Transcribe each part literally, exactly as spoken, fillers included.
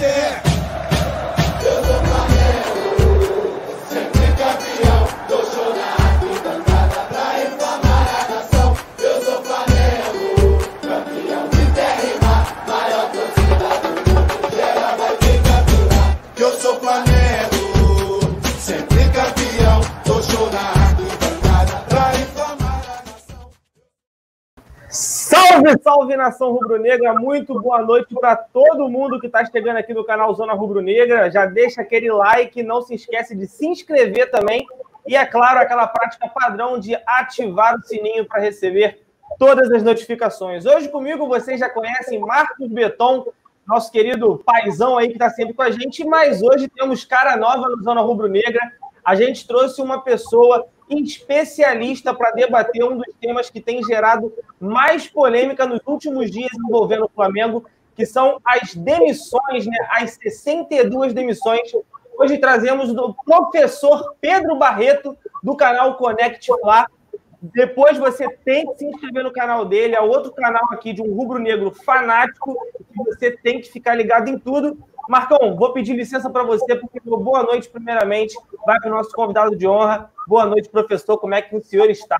você. Eu sou Flamengo, sempre campeão. Dou show na arquibancada pra inflamar a nação. Eu sou Flamengo, campeão de terra e mar. Maior torcida do mundo, geral vai ter capturar. Eu sou Flamengo, sempre campeão. Dou show na arquibancada pra inflamar a nação. Salve, salve, nação rubro-negra, muito boa noite para todo mundo que está chegando aqui no canal Zona Rubro-Negra. Já deixa aquele like, não se esquece de se inscrever também e, é claro, aquela prática padrão de ativar o sininho para receber todas as notificações. Hoje comigo vocês já conhecem Marcos Beton, nosso querido paizão aí que está sempre com a gente, mas hoje temos cara nova no Zona Rubro-Negra. A gente trouxe uma pessoa especialista para debater um dos temas que tem gerado mais polêmica nos últimos dias envolvendo o Flamengo, que são as demissões, né? As sessenta e duas demissões. Hoje trazemos o professor Pedro Barreto, do canal Conect Fla. Depois você tem que se inscrever no canal dele, é outro canal aqui de um rubro-negro fanático, que você tem que ficar ligado em tudo. Marcão, vou pedir licença para você, porque boa noite, primeiramente, vai para o nosso convidado de honra. Boa noite, professor, como é que o senhor está?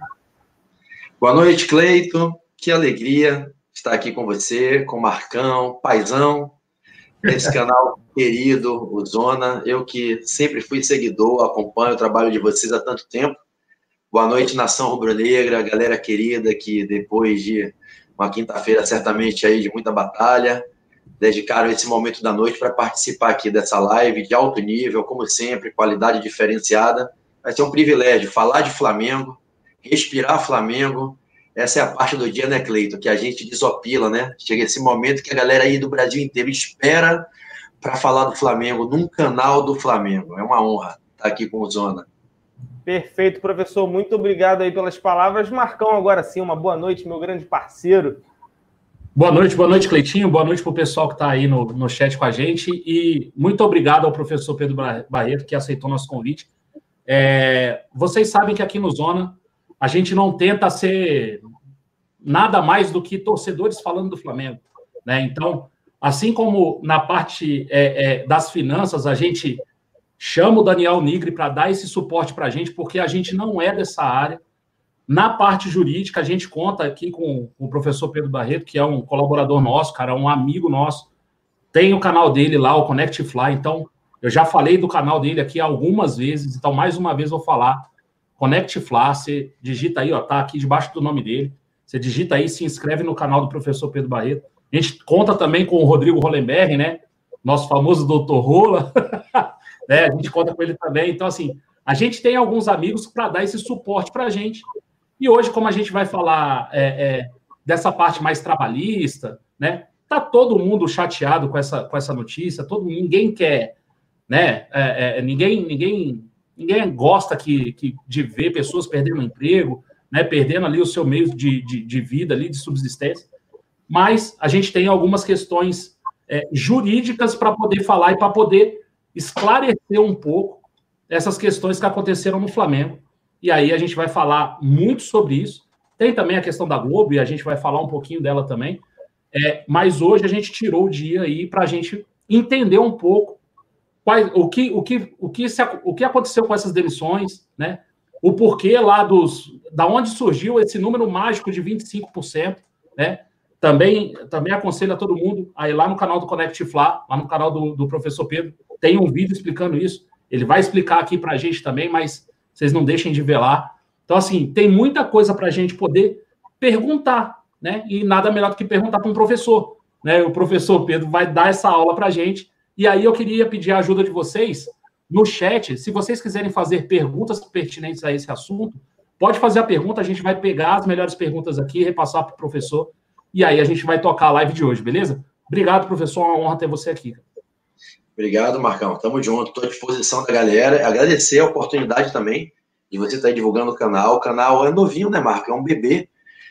Boa noite, Cleiton, que alegria estar aqui com você, com o Marcão, paizão, nesse canal querido, o Zona. Eu que sempre fui seguidor, acompanho o trabalho de vocês há tanto tempo. Boa noite, nação rubro-negra, galera querida, que depois de uma quinta-feira, certamente aí de muita batalha, dedicaram esse momento da noite para participar aqui dessa live de alto nível, como sempre, qualidade diferenciada. Vai ser um privilégio falar de Flamengo, respirar Flamengo. Essa é a parte do dia, né, Cleiton? Que a gente desopila, né? Chega esse momento que a galera aí do Brasil inteiro espera para falar do Flamengo num canal do Flamengo. É uma honra estar aqui com o Zona. Perfeito, professor. Muito obrigado aí pelas palavras. Marcão, agora sim, uma boa noite, meu grande parceiro. Boa noite, boa noite, Cleitinho. Boa noite para o pessoal que está aí no, no chat com a gente. E muito obrigado ao professor Pedro Barreto, que aceitou nosso convite. É, vocês sabem que aqui no Zona a gente não tenta ser nada mais do que torcedores falando do Flamengo, né? Então, assim como na parte é, é, das finanças, a gente chama o Daniel Nigri para dar esse suporte para a gente, porque a gente não é dessa área. Na parte jurídica, a gente conta aqui com o professor Pedro Barreto, que é um colaborador nosso, cara, um amigo nosso. Tem o canal dele lá, o Conect Fly. Então, eu já falei do canal dele aqui algumas vezes, então mais uma vez vou falar. Conect Fly, você digita aí, ó, tá aqui debaixo do nome dele. Você digita aí, se inscreve no canal do professor Pedro Barreto. A gente conta também com o Rodrigo Hollenberg, né? Nosso famoso doutor Rola. né? A gente conta com ele também. Então, assim, a gente tem alguns amigos para dar esse suporte para a gente. E hoje, como a gente vai falar é, é, dessa parte mais trabalhista, né? Tá todo mundo chateado com essa, com essa notícia, todo, ninguém quer, né? É, é, ninguém, ninguém, ninguém gosta que, que, de ver pessoas perdendo emprego, né? Perdendo ali o seu meio de, de, de vida, ali, de subsistência. Mas a gente tem algumas questões é, jurídicas para poder falar e para poder esclarecer um pouco essas questões que aconteceram no Flamengo. E aí a gente vai falar muito sobre isso. Tem também a questão da Globo, e a gente vai falar um pouquinho dela também. É, mas hoje a gente tirou o dia aí para a gente entender um pouco quais, o, que, o, que, o, que se, o que aconteceu com essas demissões, né? O porquê lá dos... Da onde surgiu esse número mágico de vinte e cinco por cento, né? Também, também aconselho a todo mundo a ir lá no canal do Conect Fla, lá no canal do, do professor Pedro. Tem um vídeo explicando isso. Ele vai explicar aqui para a gente também, mas vocês não deixem de ver lá. Então, assim, tem muita coisa para a gente poder perguntar, né? E nada melhor do que perguntar para um professor, né? O professor Pedro vai dar essa aula para a gente. E aí eu queria pedir a ajuda de vocês no chat. Se vocês quiserem fazer perguntas pertinentes a esse assunto, pode fazer a pergunta, a gente vai pegar as melhores perguntas aqui e repassar para o professor. E aí a gente vai tocar a live de hoje, beleza? Obrigado, professor. É uma honra ter você aqui. Obrigado, Marcão. Tamo junto. Estou à disposição da galera. Agradecer a oportunidade também de você estar divulgando o canal. O canal é novinho, né, Marco? É um bebê.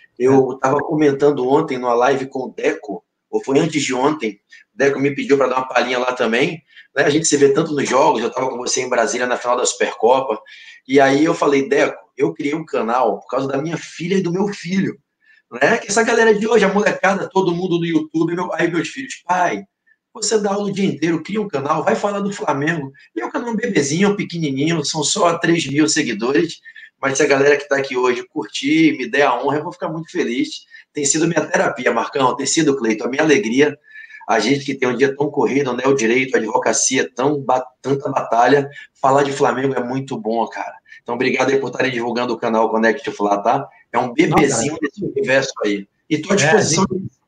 Eu estava comentando ontem numa live com o Deco, ou foi antes de ontem. O Deco me pediu para dar uma palhinha lá também. Né? A gente se vê tanto nos jogos. Eu estava com você em Brasília na final da Supercopa. E aí eu falei, Deco, eu criei um canal por causa da minha filha e do meu filho. Né? Que essa galera de hoje, a molecada, todo mundo no YouTube. Meu... Aí meus filhos, pai, Você dá aula o dia inteiro, cria um canal, vai falar do Flamengo. E é um canal bebezinho, pequenininho, são só três mil seguidores. Mas se a galera que está aqui hoje curtir, me der a honra, eu vou ficar muito feliz. Tem sido minha terapia, Marcão, tem sido, Cleiton, a minha alegria. A gente que tem um dia tão corrido, né? O direito, a advocacia, tão, tanta batalha. Falar de Flamengo é muito bom, cara. Então, obrigado aí por estarem divulgando o canal Conect Fla, tá? É um bebezinho desse universo aí. E estou à disposição. É, a, gente,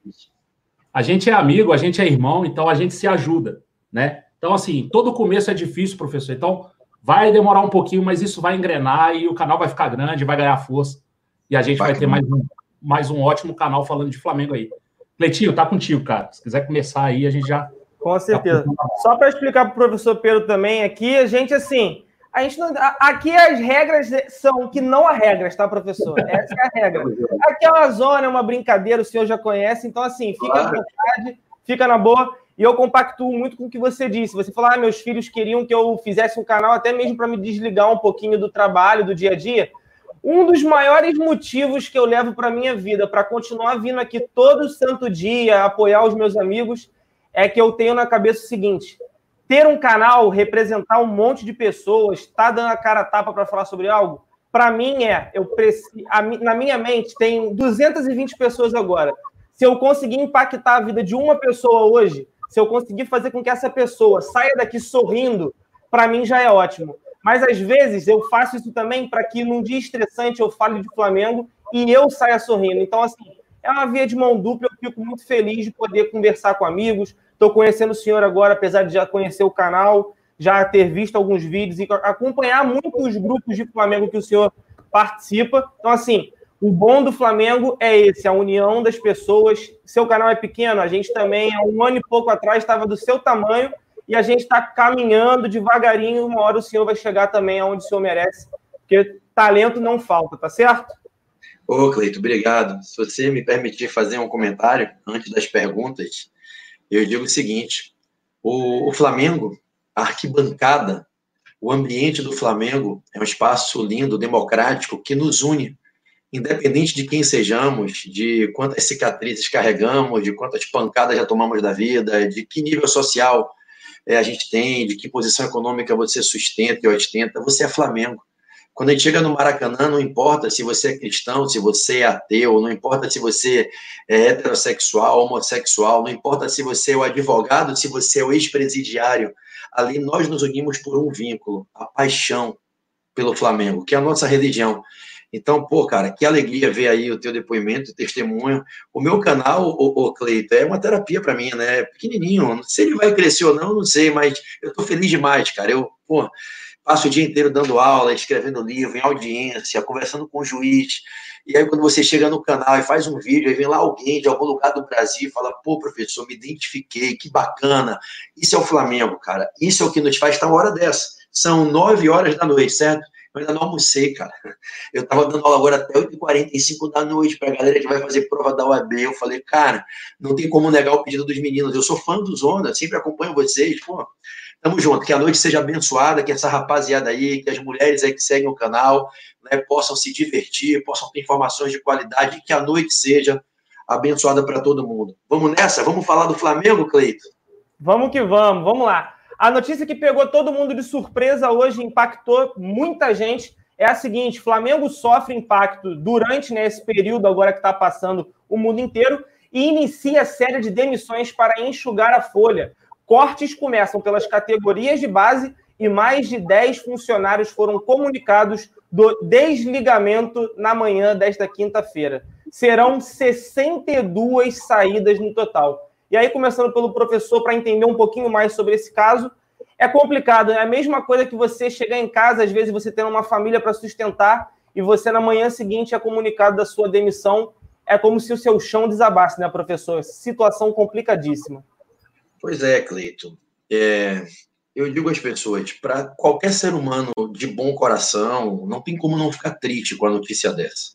a gente é amigo, a gente é irmão, então a gente se ajuda, né? Então, assim, todo começo é difícil, professor. Então, vai demorar um pouquinho, mas isso vai engrenar e o canal vai ficar grande, vai ganhar força. E a gente vai, vai ter mais um, mais um ótimo canal falando de Flamengo aí. Cleitinho, tá contigo, cara. Se quiser começar aí, a gente já... Com certeza. Só para explicar para o professor Pedro também, aqui a gente, assim... A gente não, aqui as regras são que não há regras, tá, professor? Essa é a regra. Aqui é uma zona, é uma brincadeira, o senhor já conhece, então, assim, fica à vontade, fica na boa. E eu compactuo muito com o que você disse. Você falou, ah, meus filhos queriam que eu fizesse um canal até mesmo para me desligar um pouquinho do trabalho, do dia a dia. Um dos maiores motivos que eu levo para a minha vida, para continuar vindo aqui todo santo dia, apoiar os meus amigos, é que eu tenho na cabeça o seguinte: ter um canal, representar um monte de pessoas, estar tá dando a cara a tapa para falar sobre algo, para mim é, eu preciso, a, na minha mente tem duzentas e vinte pessoas agora. Se eu conseguir impactar a vida de uma pessoa hoje, se eu conseguir fazer com que essa pessoa saia daqui sorrindo, para mim já é ótimo. Mas, às vezes, eu faço isso também para que, num dia estressante, eu fale de Flamengo e eu saia sorrindo. Então, assim, é uma via de mão dupla. Eu fico muito feliz de poder conversar com amigos. Estou conhecendo o senhor agora, apesar de já conhecer o canal, já ter visto alguns vídeos e acompanhar muito os grupos de Flamengo que o senhor participa. Então, assim, o bom do Flamengo é esse, a união das pessoas. Seu canal é pequeno, a gente também, há um ano e pouco atrás, estava do seu tamanho, e a gente está caminhando devagarinho, uma hora o senhor vai chegar também aonde o senhor merece, porque talento não falta, tá certo? Ô, Cleito, obrigado. Se você me permitir fazer um comentário antes das perguntas, eu digo o seguinte: o, o Flamengo, a arquibancada, o ambiente do Flamengo é um espaço lindo, democrático, que nos une, independente de quem sejamos, de quantas cicatrizes carregamos, de quantas pancadas já tomamos da vida, de que nível social é, a gente tem, de que posição econômica você sustenta e ostenta, você é Flamengo. Quando a gente chega no Maracanã, não importa se você é cristão, se você é ateu, não importa se você é heterossexual, homossexual, não importa se você é o advogado, se você é o ex-presidiário, ali nós nos unimos por um vínculo, a paixão pelo Flamengo, que é a nossa religião. Então, pô, cara, que alegria ver aí o teu depoimento, o testemunho. O meu canal, o, o Cleito, é uma terapia para mim, né? É pequenininho. Não sei se ele vai crescer ou não, não sei, mas eu tô feliz demais, cara. Eu, pô, passo o dia inteiro dando aula, escrevendo livro, em audiência, conversando com o juiz. E aí, quando você chega no canal e faz um vídeo, aí vem lá alguém de algum lugar do Brasil e fala, pô, professor, me identifiquei, que bacana. Isso é o Flamengo, cara. Isso é o que nos faz estar uma hora dessa. São nove horas da noite, certo? Eu ainda não almocei, cara. Eu tava dando aula agora até oito e quarenta e cinco da noite pra galera que vai fazer prova da U A B. Eu falei, cara, não tem como negar o pedido dos meninos. Eu sou fã do Zona, sempre acompanho vocês. Pô, tamo junto. Que a noite seja abençoada, que essa rapaziada aí, que as mulheres aí que seguem o canal, né, possam se divertir, possam ter informações de qualidade, e que a noite seja abençoada para todo mundo. Vamos nessa? Vamos falar do Flamengo, Cleito? Vamos que vamos, vamos lá. A notícia que pegou todo mundo de surpresa hoje, impactou muita gente, é a seguinte: Flamengo sofre impacto durante, né, esse período agora que está passando o mundo inteiro e inicia a série de demissões para enxugar a folha. Cortes começam pelas categorias de base e mais de dez funcionários foram comunicados do desligamento na manhã desta quinta-feira. Serão sessenta e duas saídas no total. E aí, começando pelo professor, para entender um pouquinho mais sobre esse caso, é complicado, é a mesma coisa que você chegar em casa, às vezes você tem uma família para sustentar, e você na manhã seguinte é comunicado da sua demissão, é como se o seu chão desabasse, né, professor? Situação complicadíssima. Pois é, Cleiton. É, eu digo às pessoas, para qualquer ser humano de bom coração, não tem como não ficar triste com a notícia dessa.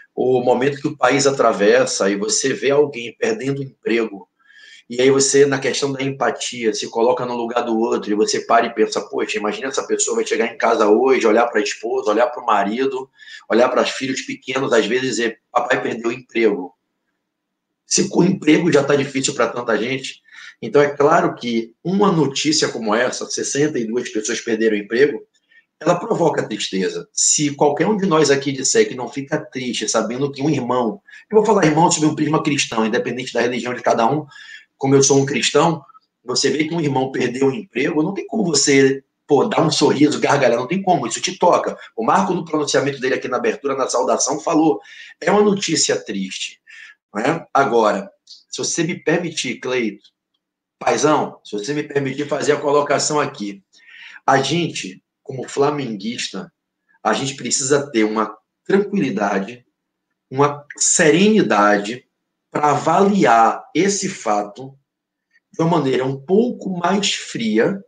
O momento que o país atravessa e você vê alguém perdendo o emprego, e aí você, na questão da empatia, se coloca no lugar do outro, e você para e pensa, poxa, imagina essa pessoa vai chegar em casa hoje, olhar para a esposa, olhar para o marido, olhar para os filhos pequenos, às vezes dizer, papai perdeu o emprego. Se o emprego já está difícil para tanta gente, Então, é claro que uma notícia como essa, sessenta e duas pessoas perderam o emprego, ela provoca tristeza. Se qualquer um de nós aqui disser que não fica triste sabendo que um irmão, eu vou falar irmão sob um prisma cristão, independente da religião de cada um, como eu sou um cristão, você vê que um irmão perdeu o emprego, não tem como você, pô, dar um sorriso, gargalhar, não tem como, isso te toca. O Marco, no pronunciamento dele aqui na abertura, na saudação, falou, é uma notícia triste. Não é? Agora, se você me permitir, Cleito, paizão, se você me permitir fazer a colocação aqui, a gente, como flamenguista, a gente precisa ter uma tranquilidade, uma serenidade para avaliar esse fato de uma maneira um pouco mais fria,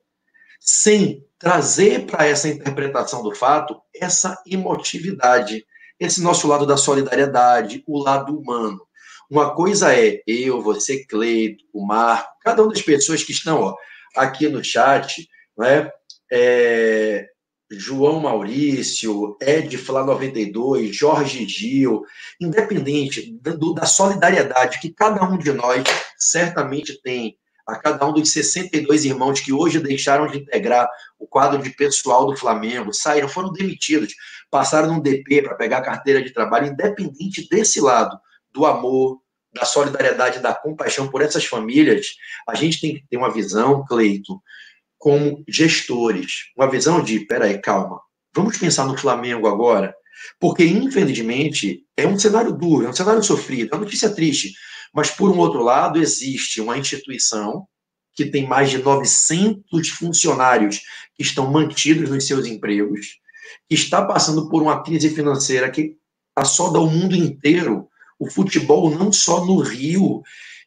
sem trazer para essa interpretação do fato essa emotividade, esse nosso lado da solidariedade, o lado humano. Uma coisa é eu, você, Cleito, o Marco, cada uma das pessoas que estão ó, aqui no chat, não é? É, João Maurício, Ed Flá noventa e dois, Jorge Gil, independente do, da solidariedade que cada um de nós certamente tem a cada um dos sessenta e dois irmãos que hoje deixaram de integrar o quadro de pessoal do Flamengo, saíram, foram demitidos, passaram num D P para pegar a carteira de trabalho, independente desse lado, do amor, da solidariedade, da compaixão por essas famílias, a gente tem que ter uma visão, Cleito, como gestores, uma visão de, peraí, calma, vamos pensar no Flamengo agora, porque, infelizmente, é um cenário duro, é um cenário sofrido, é uma notícia triste, mas, por um outro lado, existe uma instituição que tem mais de novecentos funcionários que estão mantidos nos seus empregos, que está passando por uma crise financeira que assola o mundo inteiro, o futebol não só no Rio,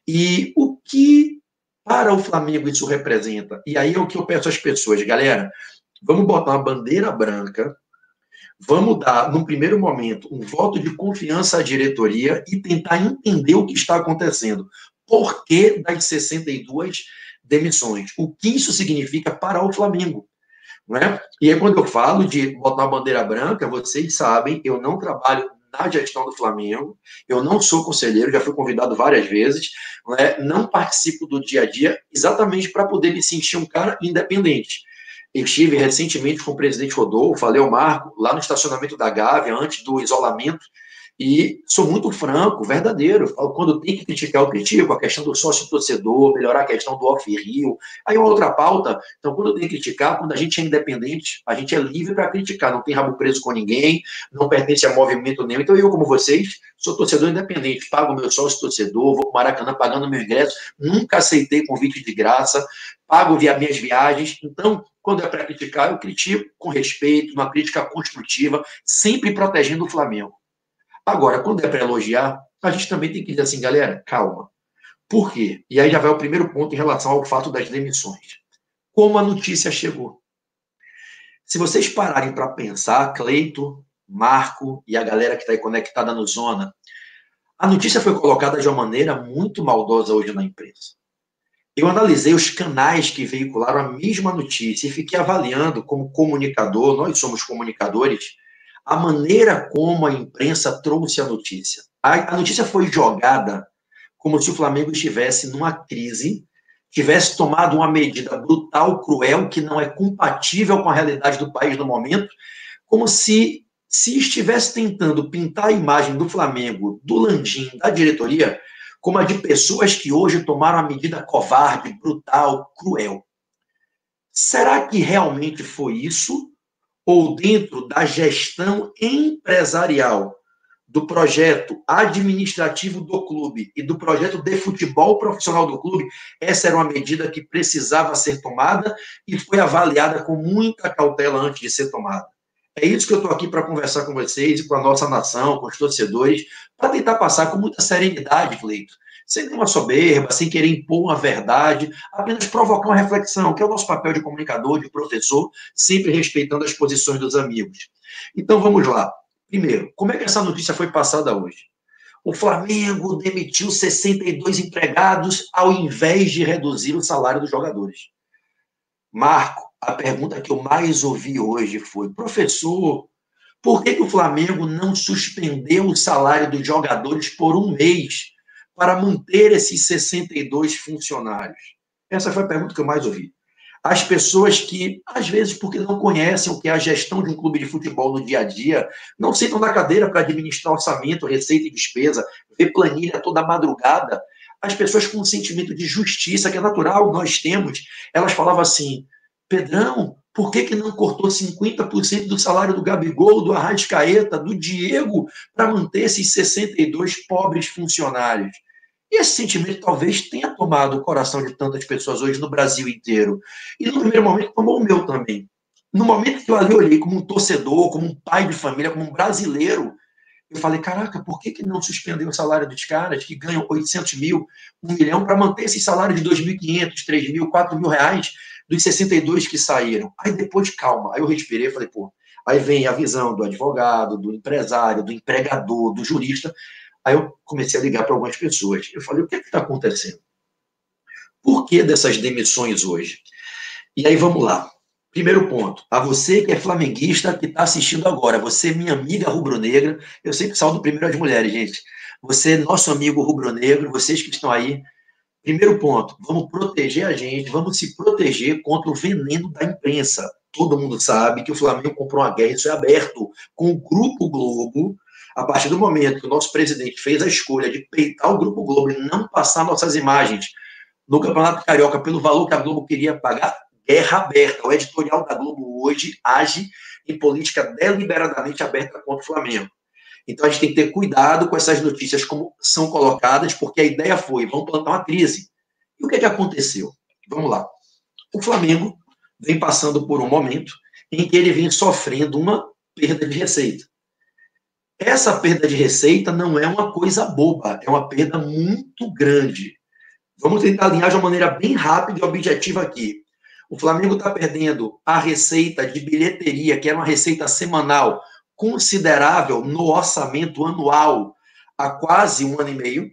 e o que para o Flamengo isso representa? E aí é o que eu peço às pessoas, galera, vamos botar uma bandeira branca, vamos dar, num primeiro momento, um voto de confiança à diretoria e tentar entender o que está acontecendo. Por que das sessenta e duas demissões? O que isso significa para o Flamengo? Não é? E aí, quando eu falo de botar uma bandeira branca, vocês sabem, eu não trabalho na gestão do Flamengo, eu não sou conselheiro, já fui convidado várias vezes, não, é? Não participo do dia a dia, exatamente para poder me sentir um cara independente. Eu estive recentemente com o presidente Rodolfo, falei ao Marco, lá no estacionamento da Gávea, antes do isolamento, e sou muito franco, verdadeiro. Quando tem que criticar, eu critico a questão do sócio-torcedor, melhorar a questão do off-rio. Aí uma outra pauta. Então, quando tem que criticar, quando a gente é independente, a gente é livre para criticar. Não tem rabo preso com ninguém, não pertence a movimento nenhum. Então, eu, como vocês, sou torcedor independente. Pago meu sócio-torcedor, vou para o Maracanã pagando meu ingresso. Nunca aceitei convite de graça. Pago via minhas viagens. Então, quando é para criticar, eu critico com respeito, uma crítica construtiva, sempre protegendo o Flamengo. Agora, quando é para elogiar, a gente também tem que dizer assim, galera, calma. Por quê? E aí já vai o primeiro ponto em relação ao fato das demissões. Como a notícia chegou? Se vocês pararem para pensar, Cleito, Marco e a galera que está aí conectada no Zona, a notícia foi colocada de uma maneira muito maldosa hoje na imprensa. Eu analisei os canais que veicularam a mesma notícia e fiquei avaliando como comunicador, nós somos comunicadores, a maneira como a imprensa trouxe a notícia. A, a notícia foi jogada como se o Flamengo estivesse numa crise, tivesse tomado uma medida brutal, cruel, que não é compatível com a realidade do país no momento, como se, se estivesse tentando pintar a imagem do Flamengo, do Landim, da diretoria, como a de pessoas que hoje tomaram a medida covarde, brutal, cruel. Será que realmente foi isso? Ou dentro da gestão empresarial do projeto administrativo do clube e do projeto de futebol profissional do clube, essa era uma medida que precisava ser tomada e foi avaliada com muita cautela antes de ser tomada. É isso que eu estou aqui para conversar com vocês e com a nossa nação, com os torcedores, para tentar passar com muita serenidade, Cleito, sem nenhuma soberba, sem querer impor uma verdade, apenas provocar uma reflexão, que é o nosso papel de comunicador, de professor, sempre respeitando as posições dos amigos. Então, vamos lá. Primeiro, como é que essa notícia foi passada hoje? O Flamengo demitiu sessenta e dois empregados ao invés de reduzir o salário dos jogadores. Marco, a pergunta que eu mais ouvi hoje foi, professor, por que que o Flamengo não suspendeu o salário dos jogadores por um mês para manter esses sessenta e dois funcionários? Essa foi a pergunta que eu mais ouvi. As pessoas que, às vezes, porque não conhecem o que é a gestão de um clube de futebol no dia a dia, não sentam na cadeira para administrar orçamento, receita e despesa, ver planilha toda madrugada. As pessoas com um sentimento de justiça, que é natural, nós temos, elas falavam assim, Pedrão, por que, que não cortou cinquenta por cento do salário do Gabigol, do Arrascaeta, do Diego, para manter esses sessenta e dois pobres funcionários? E esse sentimento talvez tenha tomado o coração de tantas pessoas hoje no Brasil inteiro. E no primeiro momento tomou o meu também. No momento que eu ali olhei como um torcedor, como um pai de família, como um brasileiro, eu falei, caraca, por que, que não suspendeu o salário dos caras que ganham oitocentos mil, um milhão, para manter esse salário de dois mil e quinhentos, três mil, quatro mil reais dos sessenta e dois que saíram? Aí depois, calma, aí eu respirei e falei, pô, aí vem a visão do advogado, do empresário, do empregador, do jurista. Aí eu comecei a ligar para algumas pessoas. Eu falei, o que é que está acontecendo? Por que dessas demissões hoje? E aí vamos lá. Primeiro ponto, a você que é flamenguista, que está assistindo agora, você, minha amiga rubro-negra, eu sempre saldo primeiro as mulheres, gente. Você, nosso amigo rubro-negro, vocês que estão aí. Primeiro ponto, vamos proteger a gente, vamos se proteger contra o veneno da imprensa. Todo mundo sabe que o Flamengo comprou uma guerra, isso é aberto, com o Grupo Globo. A partir do momento que o nosso presidente fez a escolha de peitar o Grupo Globo e não passar nossas imagens no Campeonato Carioca pelo valor que a Globo queria pagar, guerra aberta. O editorial da Globo hoje age em política deliberadamente aberta contra o Flamengo. Então a gente tem que ter cuidado com essas notícias como são colocadas, porque a ideia foi, vamos plantar uma crise. E o que é que aconteceu? Vamos lá. O Flamengo vem passando por um momento em que ele vem sofrendo uma perda de receita. Essa perda de receita não é uma coisa boba, é uma perda muito grande. Vamos tentar alinhar de uma maneira bem rápida e objetiva aqui. O Flamengo está perdendo a receita de bilheteria, que era uma receita semanal considerável no orçamento anual há quase um ano e meio.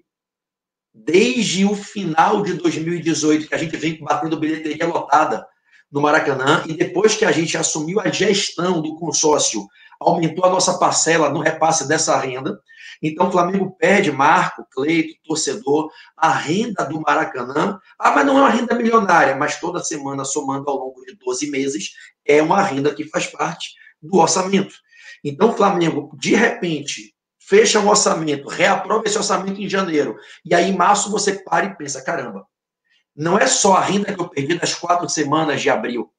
Desde o final de dois mil e dezoito, que a gente vem batendo bilheteria lotada no Maracanã, e depois que a gente assumiu a gestão do consórcio, aumentou a nossa parcela no repasse dessa renda. Então, o Flamengo perde, Marco, Cleito, torcedor, a renda do Maracanã. Ah, mas não é uma renda milionária, mas toda semana, somando ao longo de doze meses, é uma renda que faz parte do orçamento. Então, o Flamengo, de repente, fecha um orçamento, reaprova esse orçamento em janeiro, e aí, em março, você para e pensa, caramba, não é só a renda que eu perdi das quatro semanas de abril,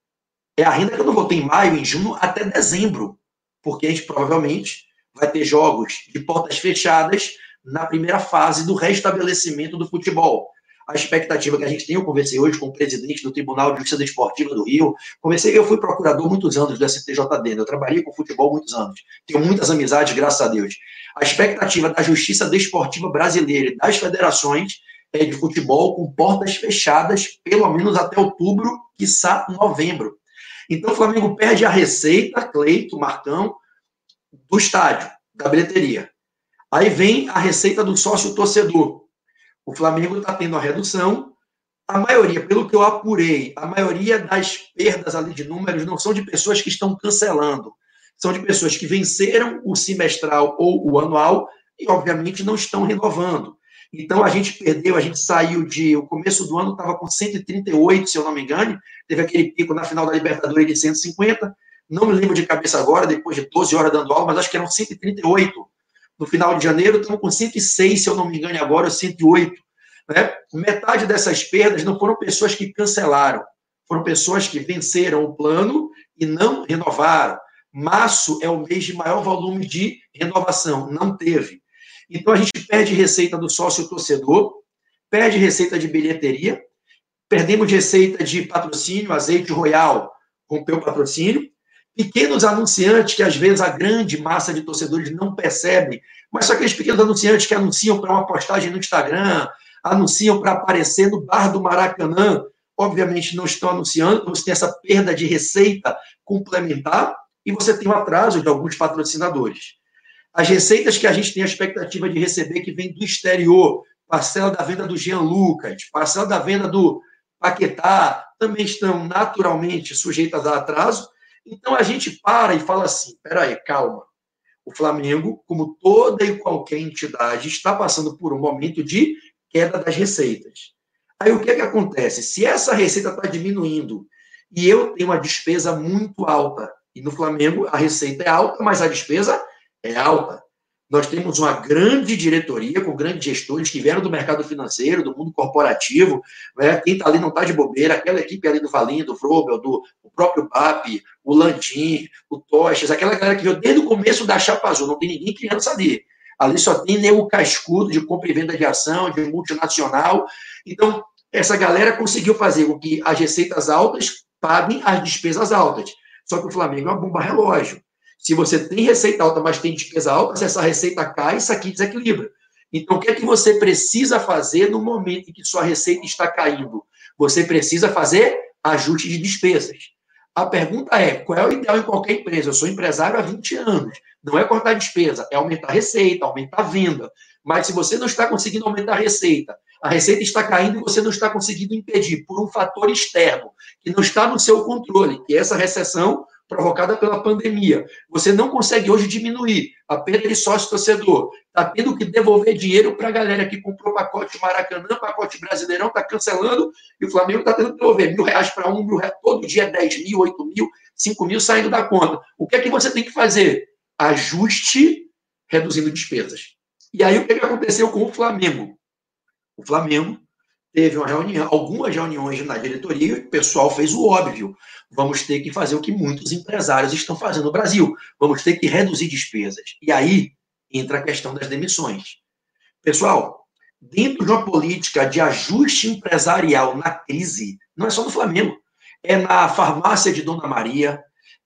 é a renda que eu não vou ter em maio, em junho, até dezembro, porque a gente provavelmente vai ter jogos de portas fechadas na primeira fase do restabelecimento do futebol. A expectativa que a gente tem, eu conversei hoje com o presidente do Tribunal de Justiça Desportiva do Rio, conversei, eu fui procurador muitos anos do S T J D, eu trabalhei com futebol muitos anos, tenho muitas amizades, graças a Deus. A expectativa da Justiça Desportiva brasileira e das federações é de futebol com portas fechadas, pelo menos até outubro, quiçá novembro. Então, o Flamengo perde a receita, Cleito, Marcão, do estádio, da bilheteria. Aí vem a receita do sócio-torcedor. O Flamengo está tendo a redução. A maioria, pelo que eu apurei, a maioria das perdas ali de números não são de pessoas que estão cancelando. São de pessoas que venceram o semestral ou o anual e, obviamente, não estão renovando. Então, a gente perdeu, a gente saiu de... O começo do ano estava com cento e trinta e oito, se eu não me engano. Teve aquele pico na final da Libertadores de cento e cinquenta. Não me lembro de cabeça agora, depois de doze horas dando aula, mas acho que eram cento e trinta e oito. No final de janeiro, estamos com cento e seis, se eu não me engano agora, ou cento e oito. Né? Metade dessas perdas não foram pessoas que cancelaram. Foram pessoas que venceram o plano e não renovaram. Março é o mês de maior volume de renovação. Não teve. Então, a gente perde receita do sócio-torcedor, perde receita de bilheteria, perdemos receita de patrocínio, Azeite Royal rompeu o patrocínio, pequenos anunciantes que, às vezes, a grande massa de torcedores não percebe, mas só aqueles pequenos anunciantes que anunciam para uma postagem no Instagram, anunciam para aparecer no bar do Maracanã, obviamente não estão anunciando, você tem essa perda de receita complementar e você tem o atraso de alguns patrocinadores. As receitas que a gente tem a expectativa de receber, que vem do exterior, parcela da venda do Jean Lucas, parcela da venda do Paquetá, também estão naturalmente sujeitas a atraso. Então, a gente para e fala assim, peraí, calma. O Flamengo, como toda e qualquer entidade, está passando por um momento de queda das receitas. Aí o que é que acontece? Se essa receita está diminuindo e eu tenho uma despesa muito alta, e no Flamengo a receita é alta, mas a despesa é alta. Nós temos uma grande diretoria com grandes gestores que vieram do mercado financeiro, do mundo corporativo, né? Quem está ali não está de bobeira, aquela equipe ali do Valinho, do Vrobel, do o próprio Papi, o Landim, o Tochas, aquela galera que veio desde o começo da Chapa Azul, não tem ninguém criança ali. Ali só tem nego cascudo de compra e venda de ação, de multinacional. Então, essa galera conseguiu fazer com que as receitas altas paguem as despesas altas. Só que o Flamengo é uma bomba relógio. Se você tem receita alta, mas tem despesa alta, se essa receita cai, isso aqui desequilibra. Então, o que é que você precisa fazer no momento em que sua receita está caindo? Você precisa fazer ajuste de despesas. A pergunta é, qual é o ideal em qualquer empresa? Eu sou empresário há vinte anos. Não é cortar despesa, é aumentar a receita, aumentar a venda. Mas se você não está conseguindo aumentar a receita, a receita está caindo e você não está conseguindo impedir por um fator externo, que não está no seu controle, que é essa recessão provocada pela pandemia. Você não consegue hoje diminuir a perda de sócio-torcedor. Está tendo que devolver dinheiro para a galera que comprou pacote Maracanã, pacote Brasileirão, está cancelando, e o Flamengo está tendo que devolver mil reais para um, mil reais, todo dia dez mil, oito mil, cinco mil saindo da conta. O que é que você tem que fazer? Ajuste reduzindo despesas. E aí o que, é que aconteceu com o Flamengo? O Flamengo teve uma reunião, algumas reuniões na diretoria, e o pessoal fez o óbvio. Vamos ter que fazer o que muitos empresários estão fazendo no Brasil. Vamos ter que reduzir despesas. E aí entra a questão das demissões. Pessoal, dentro de uma política de ajuste empresarial na crise, não é só no Flamengo, é na farmácia de Dona Maria,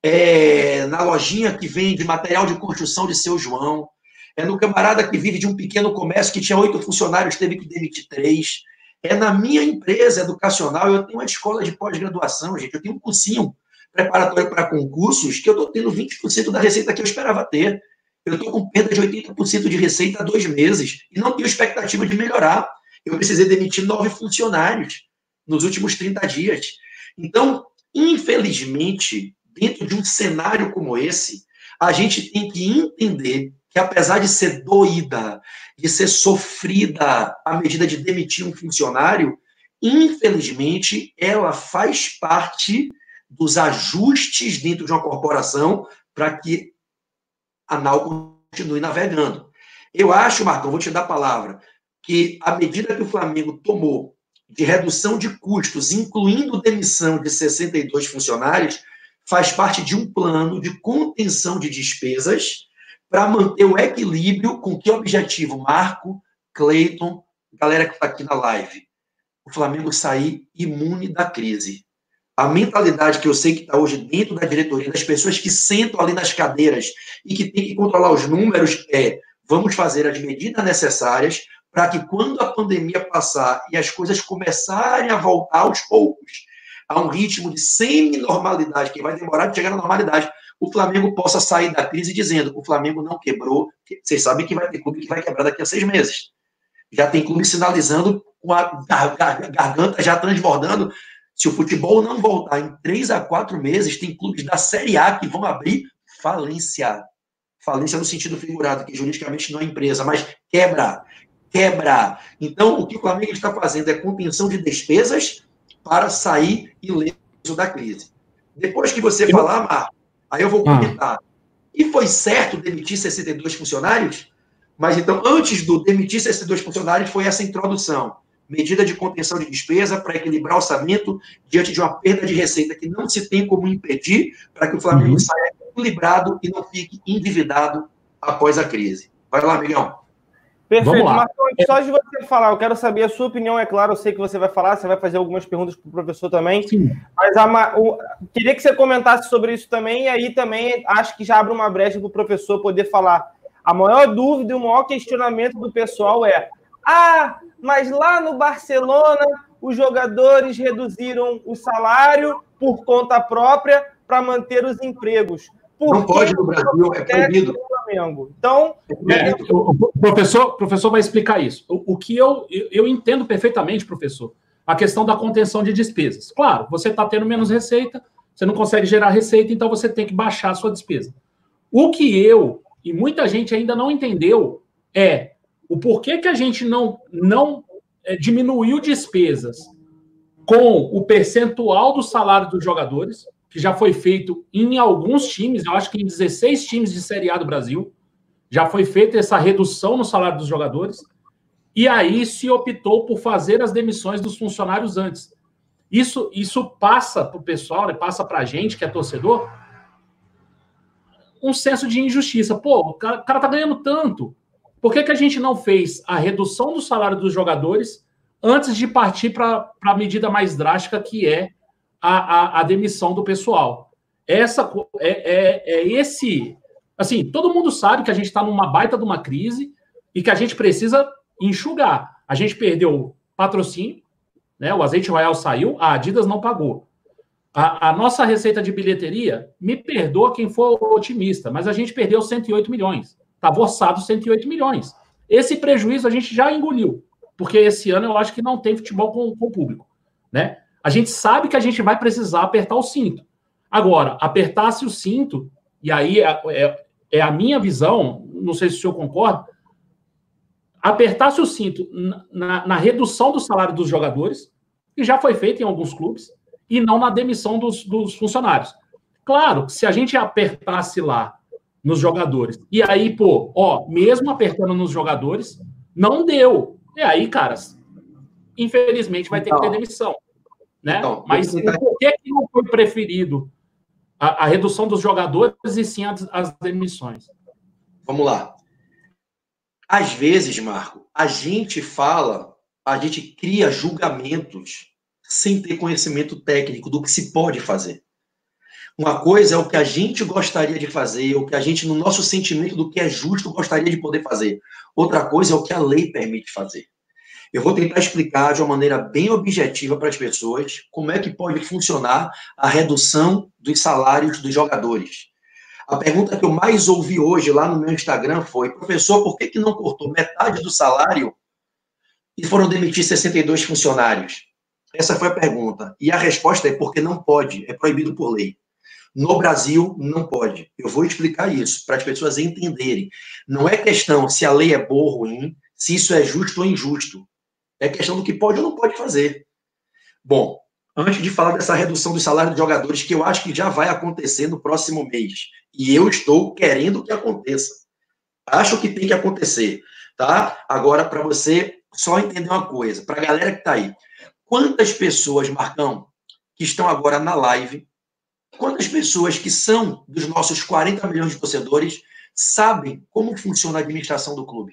é na lojinha que vende material de construção de Seu João, é no camarada que vive de um pequeno comércio que tinha oito funcionários, teve que demitir três. É na minha empresa educacional, eu tenho uma escola de pós-graduação, gente, eu tenho um cursinho preparatório para concursos que eu estou tendo vinte por cento da receita que eu esperava ter. Eu estou com perda de oitenta por cento de receita há dois meses e não tenho expectativa de melhorar. Eu precisei demitir nove funcionários nos últimos trinta dias. Então, infelizmente, dentro de um cenário como esse, a gente tem que entender que apesar de ser doída, de ser sofrida a medida de demitir um funcionário, infelizmente, ela faz parte dos ajustes dentro de uma corporação para que a Nau continue navegando. Eu acho, Marcão, vou te dar a palavra, que a medida que o Flamengo tomou de redução de custos, incluindo demissão de sessenta e dois funcionários, faz parte de um plano de contenção de despesas para manter o equilíbrio com que objetivo? Marco, Cleiton, galera que está aqui na live. O Flamengo sair imune da crise. A mentalidade que eu sei que está hoje dentro da diretoria, das pessoas que sentam ali nas cadeiras e que tem que controlar os números, é vamos fazer as medidas necessárias para que quando a pandemia passar e as coisas começarem a voltar aos poucos, a um ritmo de semi-normalidade, que vai demorar de chegar na normalidade, o Flamengo possa sair da crise dizendo que o Flamengo não quebrou. Vocês sabem que vai ter clube que vai quebrar daqui a seis meses. Já tem clube sinalizando com a garganta já transbordando. Se o futebol não voltar em três a quatro meses, tem clubes da Série A que vão abrir falência. Falência no sentido figurado, que juridicamente não é empresa, mas quebra. Quebra. Então, o que o Flamengo está fazendo é contenção de despesas para sair ileso da crise. Depois que você falar, Marco, aí eu vou comentar. Ah. E foi certo demitir sessenta e dois funcionários? Mas, então, antes do demitir sessenta e dois funcionários, foi essa introdução. Medida de contenção de despesa para equilibrar o orçamento diante de uma perda de receita que não se tem como impedir para que o Flamengo uhum. saia equilibrado e não fique endividado após a crise. Vai lá, amigão. Perfeito. Marcão, só de você falar, eu quero saber a sua opinião, é claro, eu sei que você vai falar, você vai fazer algumas perguntas para o professor também, Sim. mas a, o, queria que você comentasse sobre isso também, e aí também acho que já abre uma brecha para o professor poder falar. A maior dúvida e o maior questionamento do pessoal é, ah, mas lá no Barcelona os jogadores reduziram o salário por conta própria para manter os empregos. Por não pode no Brasil, é proibido. Então, é, o professor, professor vai explicar isso. O, o que eu, eu, eu entendo perfeitamente, professor, a questão da contenção de despesas. Claro, você está tendo menos receita, você não consegue gerar receita, então você tem que baixar a sua despesa. O que eu, e muita gente ainda não entendeu, é o porquê que a gente não, não é, diminuiu despesas com o percentual do salário dos jogadores, que já foi feito em alguns times, eu acho que em dezesseis times de Série A do Brasil, já foi feita essa redução no salário dos jogadores, e aí se optou por fazer as demissões dos funcionários antes. Isso, isso passa para o pessoal, né, passa para a gente, que é torcedor, um senso de injustiça. Pô, o cara, o cara tá ganhando tanto. Por que, que a gente não fez a redução do salário dos jogadores antes de partir para a medida mais drástica, que é a, a, a demissão do pessoal? Essa, é, é, é esse... Assim, todo mundo sabe que a gente está numa baita de uma crise e que a gente precisa enxugar. A gente perdeu patrocínio, né? O Azeite Royal saiu, a Adidas não pagou. A, a nossa receita de bilheteria, me perdoa quem for otimista, mas a gente perdeu cento e oito milhões. Estava orçado cento e oito milhões. Esse prejuízo a gente já engoliu, porque esse ano eu acho que não tem futebol com, com o público, né? A gente sabe que a gente vai precisar apertar o cinto. Agora, apertar-se o cinto, e aí é, é, é a minha visão, não sei se o senhor concorda, apertar-se o cinto na, na, na redução do salário dos jogadores, que já foi feito em alguns clubes, e não na demissão dos, dos funcionários. Claro, se a gente apertasse lá nos jogadores, e aí, pô, ó, mesmo apertando nos jogadores, não deu. E aí, caras, infelizmente vai ter então, que ter demissão. Né? Então, Mas tentar... por que, que não foi preferido a, a redução dos jogadores e sim as, as demissões? Vamos lá. Às vezes, Marco, a gente fala, a gente cria julgamentos sem ter conhecimento técnico do que se pode fazer. Uma coisa é o que a gente gostaria de fazer, o que a gente, no nosso sentimento do que é justo, gostaria de poder fazer. Outra coisa é o que a lei permite fazer. Eu vou tentar explicar de uma maneira bem objetiva para as pessoas como é que pode funcionar a redução dos salários dos jogadores. A pergunta que eu mais ouvi hoje lá no meu Instagram foi: professor, por que que não cortou metade do salário e foram demitir sessenta e dois funcionários? Essa foi a pergunta. E a resposta é porque não pode, é proibido por lei. No Brasil, não pode. Eu vou explicar isso para as pessoas entenderem. Não é questão se a lei é boa ou ruim, se isso é justo ou injusto. É questão do que pode ou não pode fazer. Bom, antes de falar dessa redução do salário dos jogadores, que eu acho que já vai acontecer no próximo mês, e eu estou querendo que aconteça. Acho que tem que acontecer, tá? Agora, para você só entender uma coisa, para a galera que está aí. Quantas pessoas, Marcão, que estão agora na live, quantas pessoas que são dos nossos quarenta milhões de torcedores sabem como funciona a administração do clube?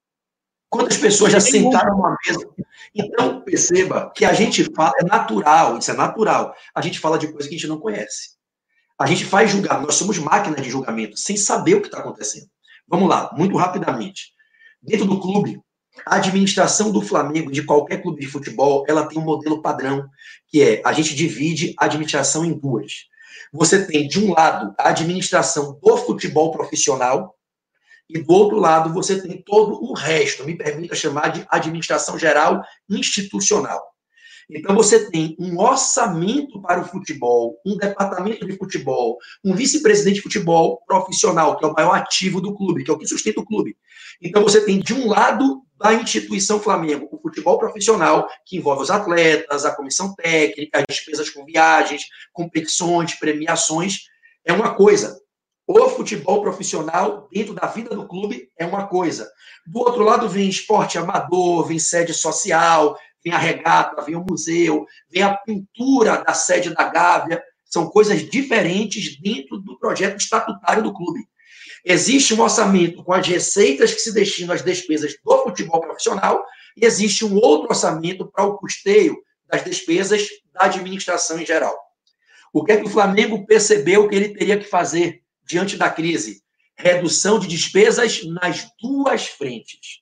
Quantas pessoas já sentaram numa mesa? Então, perceba que a gente fala, é natural, isso é natural. A gente fala de coisa que a gente não conhece. A gente faz julgamento, nós somos máquinas de julgamento, sem saber o que está acontecendo. Vamos lá, muito rapidamente. Dentro do clube, a administração do Flamengo, de qualquer clube de futebol, ela tem um modelo padrão, que é, a gente divide a administração em duas. Você tem, de um lado, a administração do futebol profissional, e do outro lado você tem todo o resto, me permita chamar de administração geral institucional. Então você tem um orçamento para o futebol, um departamento de futebol, um vice-presidente de futebol profissional, que é o maior ativo do clube, que é o que sustenta o clube. Então você tem, de um lado da instituição Flamengo, o futebol profissional, que envolve os atletas, a comissão técnica, as despesas com viagens, competições, premiações, é uma coisa. O futebol profissional, dentro da vida do clube, é uma coisa. Do outro lado vem esporte amador, vem sede social, vem a regata, vem o museu, vem a pintura da sede da Gávea. São coisas diferentes dentro do projeto estatutário do clube. Existe um orçamento com as receitas que se destinam às despesas do futebol profissional e existe um outro orçamento para o custeio das despesas da administração em geral. O que é que o Flamengo percebeu que ele teria que fazer diante da crise? Redução de despesas nas duas frentes.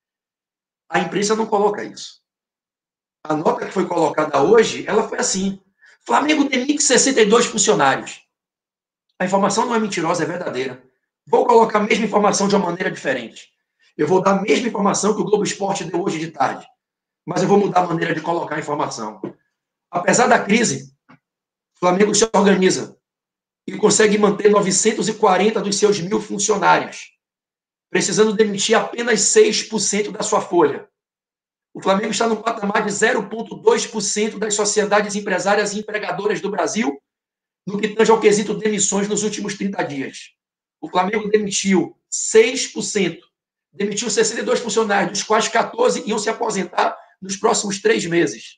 A imprensa não coloca isso. A nota que foi colocada hoje, ela foi assim: Flamengo demite sessenta e dois funcionários. A informação não é mentirosa, é verdadeira. Vou colocar a mesma informação de uma maneira diferente. Eu vou dar a mesma informação que o Globo Esporte deu hoje de tarde. Mas eu vou mudar a maneira de colocar a informação. Apesar da crise, o Flamengo se organiza e consegue manter novecentos e quarenta dos seus mil funcionários, precisando demitir apenas seis por cento da sua folha. O Flamengo está no patamar de zero vírgula dois por cento das sociedades empresárias e empregadoras do Brasil, no que tange ao quesito demissões nos últimos trinta dias. O Flamengo demitiu seis por cento. Demitiu sessenta e dois funcionários, dos quais quatorze iam se aposentar nos próximos três meses.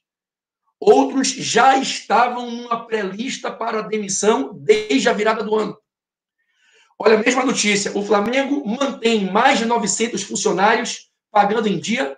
Outros já estavam numa pré-lista para demissão desde a virada do ano. Olha a mesma notícia. O Flamengo mantém mais de novecentos funcionários pagando em dia,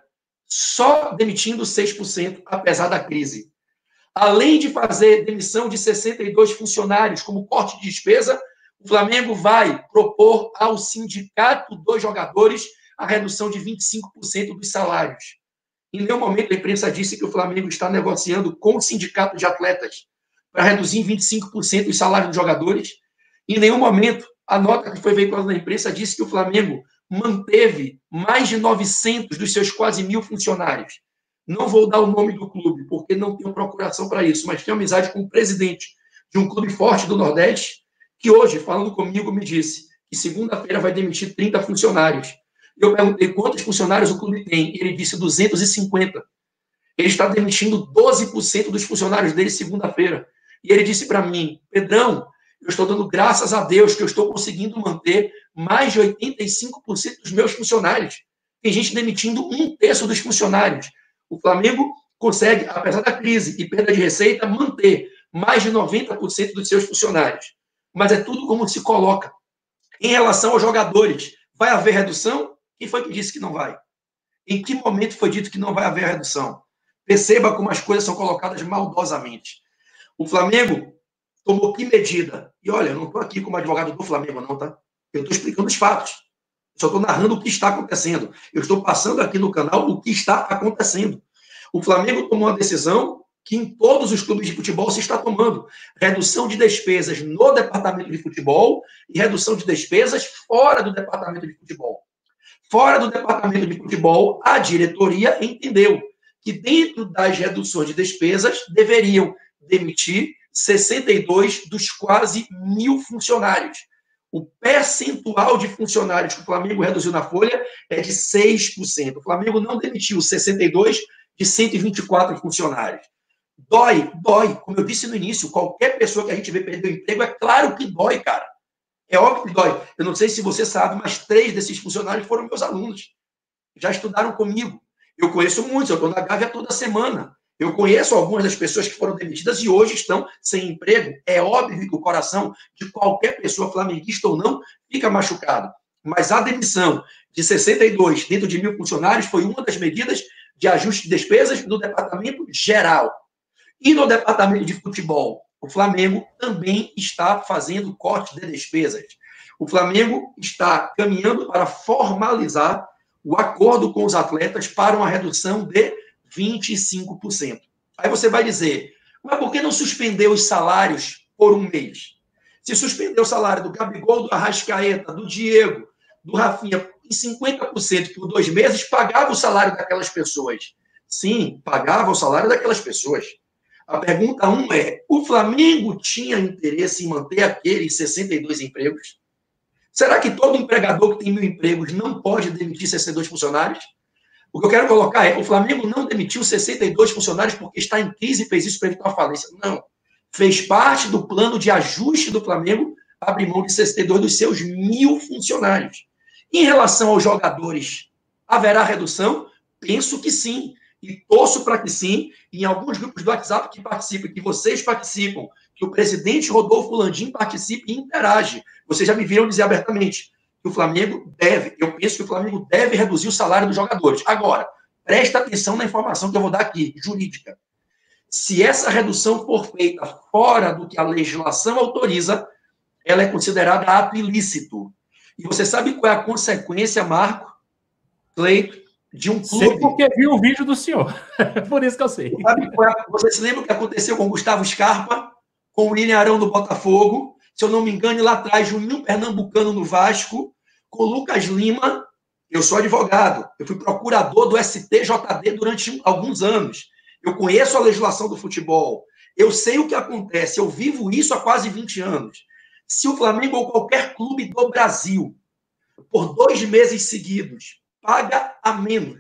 só demitindo seis por cento, apesar da crise. Além de fazer demissão de sessenta e dois funcionários como corte de despesa, o Flamengo vai propor ao sindicato dos jogadores a redução de vinte e cinco por cento dos salários. Em nenhum momento a imprensa disse que o Flamengo está negociando com o sindicato de atletas para reduzir em vinte e cinco por cento os salários dos jogadores. Em nenhum momento a nota que foi veiculada na imprensa disse que o Flamengo manteve mais de novecentos dos seus quase mil funcionários. Não vou dar o nome do clube, porque não tenho procuração para isso, mas tenho amizade com o presidente de um clube forte do Nordeste, que hoje, falando comigo, me disse que segunda-feira vai demitir trinta funcionários. Eu perguntei quantos funcionários o clube tem, e ele disse duzentos e cinquenta. Ele está demitindo doze por cento dos funcionários dele segunda-feira. E ele disse para mim, Pedrão, eu estou dando graças a Deus que eu estou conseguindo manter mais de oitenta e cinco por cento dos meus funcionários. Tem gente demitindo um terço dos funcionários. O Flamengo consegue, apesar da crise e perda de receita, manter mais de noventa por cento dos seus funcionários. Mas é tudo como se coloca. Em relação aos jogadores, vai haver redução? Quem foi que disse que não vai? Em que momento foi dito que não vai haver redução? Perceba como as coisas são colocadas maldosamente. O Flamengo tomou que medida? E olha, eu não estou aqui como advogado do Flamengo, não, tá? Eu estou explicando os fatos. Eu só estou narrando o que está acontecendo. Eu estou passando aqui no canal o que está acontecendo. O Flamengo tomou uma decisão que em todos os clubes de futebol se está tomando. Redução de despesas no departamento de futebol e redução de despesas fora do departamento de futebol. Fora do departamento de futebol, a diretoria entendeu que dentro das reduções de despesas deveriam demitir sessenta e dois dos quase mil funcionários. O percentual de funcionários que o Flamengo reduziu na folha é de seis por cento. O Flamengo não demitiu sessenta e dois de cento e vinte e quatro funcionários. Dói, dói. Como eu disse no início, qualquer pessoa que a gente vê perder o emprego, é claro que dói, cara. É óbvio que dói. Eu não sei se você sabe, mas três desses funcionários foram meus alunos. Já estudaram comigo. Eu conheço muitos, eu estou na Gávea toda semana. Eu conheço algumas das pessoas que foram demitidas e hoje estão sem emprego. É óbvio que o coração de qualquer pessoa, flamenguista ou não, fica machucado. Mas a demissão de sessenta e dois dentro de mil funcionários foi uma das medidas de ajuste de despesas no departamento geral. E no departamento de futebol, o Flamengo também está fazendo corte de despesas. O Flamengo está caminhando para formalizar o acordo com os atletas para uma redução de vinte e cinco por cento. Aí você vai dizer, mas por que não suspendeu os salários por um mês? Se suspendeu o salário do Gabigol, do Arrascaeta, do Diego, do Rafinha em cinquenta por cento por dois meses, pagava o salário daquelas pessoas. Sim, pagava o salário daquelas pessoas. A pergunta um é, o Flamengo tinha interesse em manter aqueles sessenta e dois empregos? Será que todo empregador que tem mil empregos não pode demitir sessenta e dois funcionários? O que eu quero colocar é, o Flamengo não demitiu sessenta e dois funcionários porque está em crise e fez isso para evitar a falência. Não. Fez parte do plano de ajuste do Flamengo abrir mão de sessenta e dois dos seus mil funcionários. Em relação aos jogadores, haverá redução? Penso que sim. E torço para que sim. Em alguns grupos do WhatsApp que participam, que vocês participam, que o presidente Rodolfo Landim participe e interage. Vocês já me viram dizer abertamente que o Flamengo deve, eu penso que o Flamengo deve reduzir o salário dos jogadores. Agora, presta atenção na informação que eu vou dar aqui, jurídica. Se essa redução for feita fora do que a legislação autoriza, ela é considerada ato ilícito. E você sabe qual é a consequência, Marco, Cleito, de um clube... Sei porque vi o vídeo do senhor. Por isso que eu sei. Sabe qual é? Você se lembra o que aconteceu com o Gustavo Scarpa, com o William Arão do Botafogo? Se eu não me engano, lá atrás, Juninho Pernambucano no Vasco, com o Lucas Lima. Eu sou advogado, eu fui procurador do S T J D durante alguns anos. Eu conheço a legislação do futebol. Eu sei o que acontece, eu vivo isso há quase vinte anos. Se o Flamengo ou qualquer clube do Brasil, por dois meses seguidos, paga a menos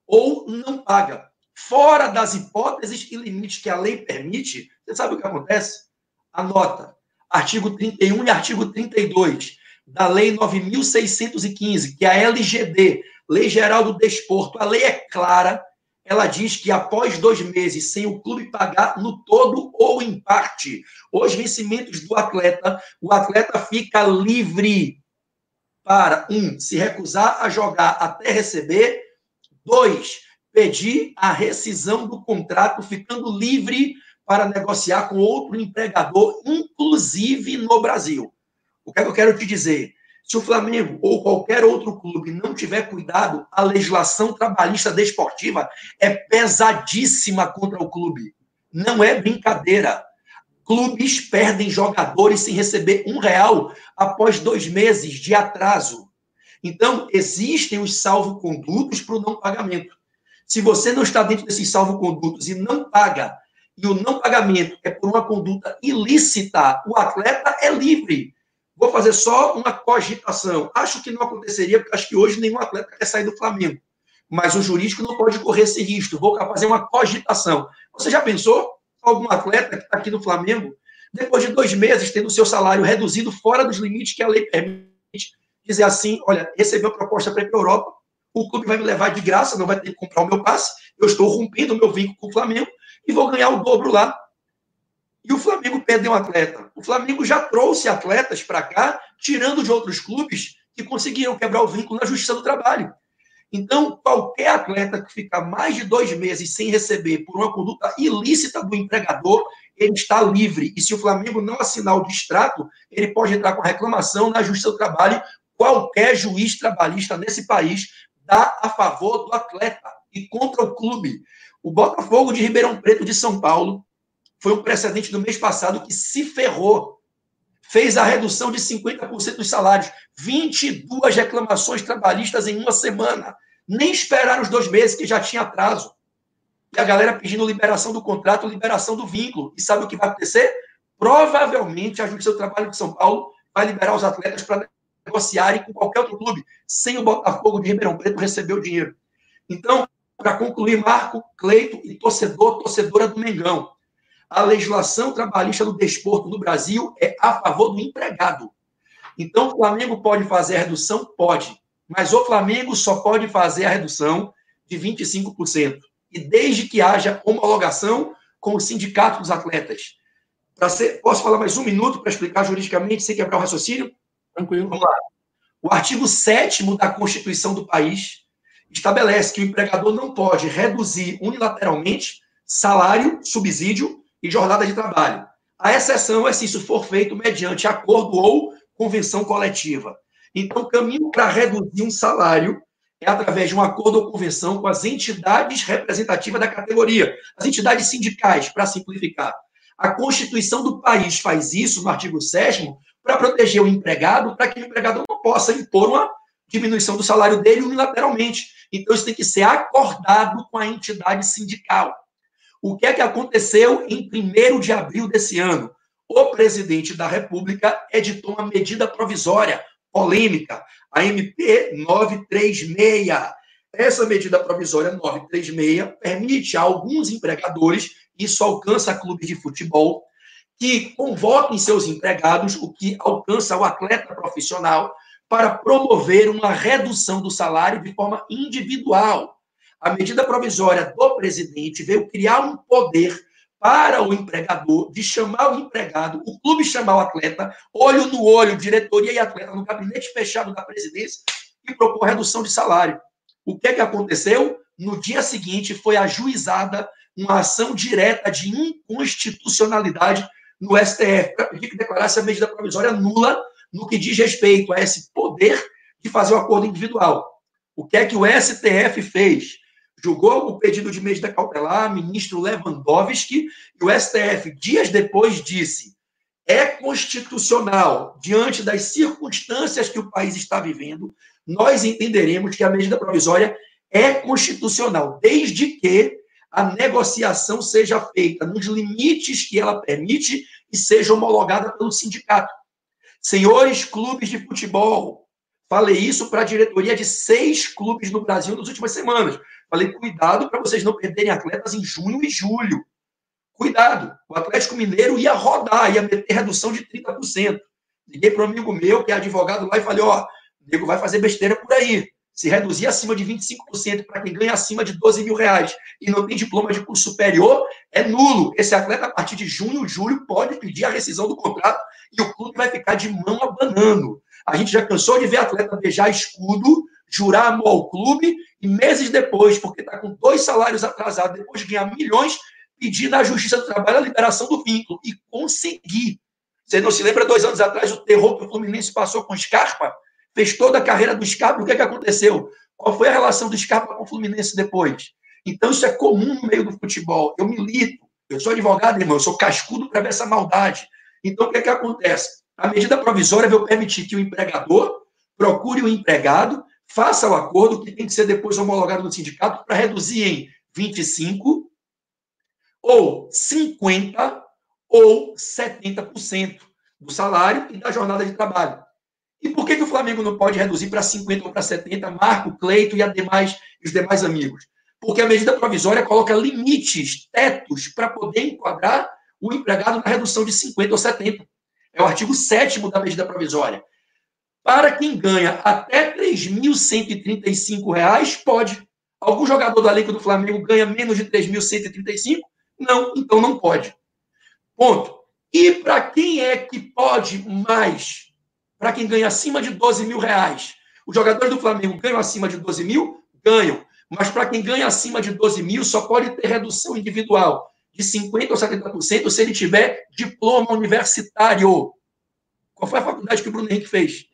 ou não paga. Fora das hipóteses e limites que a lei permite, você sabe o que acontece? Anota. Artigo trinta e um e artigo trinta e dois da Lei nove mil seiscentos e quinze, que é a L G D, Lei Geral do Desporto. A lei é clara, ela diz que após dois meses, sem o clube pagar no todo ou em parte, os vencimentos do atleta, o atleta fica livre para, um, se recusar a jogar até receber, dois, pedir a rescisão do contrato, ficando livre para negociar com outro empregador, inclusive no Brasil. O que é que eu quero te dizer? Se o Flamengo ou qualquer outro clube não tiver cuidado, a legislação trabalhista desportiva é pesadíssima contra o clube. Não é brincadeira. Clubes perdem jogadores sem receber um real após dois meses de atraso. Então, existem os salvo-condutos para o não pagamento. Se você não está dentro desses salvo-condutos e não paga, e o não pagamento é por uma conduta ilícita, o atleta é livre. Vou fazer só uma cogitação. Acho que não aconteceria, porque acho que hoje nenhum atleta quer sair do Flamengo. Mas o jurídico não pode correr esse risco. Vou fazer uma cogitação. Você já pensou algum atleta que está aqui no Flamengo, depois de dois meses, tendo o seu salário reduzido fora dos limites que a lei permite, dizer assim, olha, recebi uma proposta para ir para a Europa, o clube vai me levar de graça, não vai ter que comprar o meu passe, eu estou rompendo o meu vínculo com o Flamengo e vou ganhar o dobro lá. E o Flamengo perdeu um atleta. O Flamengo já trouxe atletas para cá, tirando de outros clubes que conseguiram quebrar o vínculo na Justiça do Trabalho. Então, qualquer atleta que ficar mais de dois meses sem receber por uma conduta ilícita do empregador, ele está livre. E se o Flamengo não assinar o distrato, ele pode entrar com a reclamação na Justiça do Trabalho. Qualquer juiz trabalhista nesse país dá a favor do atleta e contra o clube. O Botafogo de Ribeirão Preto de São Paulo foi um precedente do mês passado que se ferrou. Fez a redução de cinquenta por cento dos salários. vinte e duas reclamações trabalhistas em uma semana. Nem esperaram os dois meses, que já tinha atraso. E a galera pedindo liberação do contrato, liberação do vínculo. E sabe o que vai acontecer? Provavelmente a Justiça do Trabalho de São Paulo vai liberar os atletas para negociarem com qualquer outro clube, sem o Botafogo de Ribeirão Preto receber o dinheiro. Então, para concluir, Marco, Cleito e torcedor, torcedora do Mengão, a legislação trabalhista do desporto no Brasil é a favor do empregado. Então, o Flamengo pode fazer a redução? Pode. Mas o Flamengo só pode fazer a redução de vinte e cinco por cento. E desde que haja homologação com o sindicato dos atletas. Pra ser, posso falar mais um minuto para explicar juridicamente, sem quebrar o raciocínio? Tranquilo. Vamos lá. O artigo sétimo da Constituição do país estabelece que o empregador não pode reduzir unilateralmente salário, subsídio e jornada de trabalho. A exceção é se isso for feito mediante acordo ou convenção coletiva. Então, o caminho para reduzir um salário é através de um acordo ou convenção com as entidades representativas da categoria, as entidades sindicais, para simplificar. A Constituição do país faz isso, no artigo sétimo, para proteger o empregado, para que o empregador não possa impor uma diminuição do salário dele unilateralmente. Então, isso tem que ser acordado com a entidade sindical. O que é que aconteceu em primeiro de abril desse ano? O presidente da República editou uma medida provisória, polêmica, a M P novecentos e trinta e seis. Essa medida provisória novecentos e trinta e seis permite a alguns empregadores, isso alcança clubes de futebol, que convoquem seus empregados, o que alcança o atleta profissional, para promover uma redução do salário de forma individual. A medida provisória do presidente veio criar um poder para o empregador de chamar o empregado, o clube chamar o atleta, olho no olho, diretoria e atleta, no gabinete fechado da presidência, e propor redução de salário. O que é que aconteceu? No dia seguinte, foi ajuizada uma ação direta de inconstitucionalidade no S T F, para pedir que declarasse a medida provisória nula no que diz respeito a esse poder de fazer o acordo individual. O que é que o S T F fez? Julgou o pedido de medida cautelar, ministro Lewandowski, e o S T F, dias depois, disse: é constitucional, diante das circunstâncias que o país está vivendo, nós entenderemos que a medida provisória é constitucional, desde que a negociação seja feita nos limites que ela permite e seja homologada pelo sindicato. Senhores clubes de futebol, falei isso para a diretoria de seis clubes no Brasil nas últimas semanas. Falei, cuidado para vocês não perderem atletas em junho e julho. Cuidado. O Atlético Mineiro ia rodar, ia meter redução de trinta por cento. Liguei para um amigo meu, que é advogado lá, e falei, ó, o nego vai fazer besteira por aí. Se reduzir acima de vinte e cinco por cento para quem ganha acima de doze mil reais e não tem diploma de curso superior, é nulo. Esse atleta, a partir de junho, julho, pode pedir a rescisão do contrato e o clube vai ficar de mão abanando. A gente já cansou de ver atleta beijar escudo, jurar amor ao clube e meses depois, porque está com dois salários atrasados, depois de ganhar milhões, pedir na Justiça do Trabalho a liberação do vínculo e conseguir. Você não se lembra, dois anos atrás, o terror que o Fluminense passou com o Scarpa? Fez toda a carreira do Scarpa, o que, é que aconteceu? Qual foi a relação do Scarpa com o Fluminense depois? Então, isso é comum no meio do futebol. Eu milito, eu sou advogado, irmão, eu sou cascudo para ver essa maldade. Então, o que é que acontece? A medida provisória vai permitir que o empregador procure o empregado, faça o acordo, que tem que ser depois homologado no sindicato, para reduzir em vinte e cinco por cento, ou cinquenta por cento, ou setenta por cento do salário e da jornada de trabalho. E por que, que o Flamengo não pode reduzir para cinquenta por cento ou para setenta por cento, Marco, Cleito e, a demais, e os demais amigos? Porque a medida provisória coloca limites, tetos, para poder enquadrar o empregado na redução de cinquenta por cento ou setenta por cento. É o artigo sétimo da medida provisória. Para quem ganha até três mil cento e trinta e cinco reais, pode. Algum jogador da Liga do Flamengo ganha menos de três mil cento e trinta e cinco? Não, então não pode. Ponto. E para quem é que pode mais? Para quem ganha acima de doze mil reais. Os jogadores do Flamengo ganham acima de doze mil? Ganham. Mas para quem ganha acima de doze mil, só pode ter redução individual de cinquenta por cento ou setenta por cento se ele tiver diploma universitário. Qual foi a faculdade que o Bruno Henrique fez?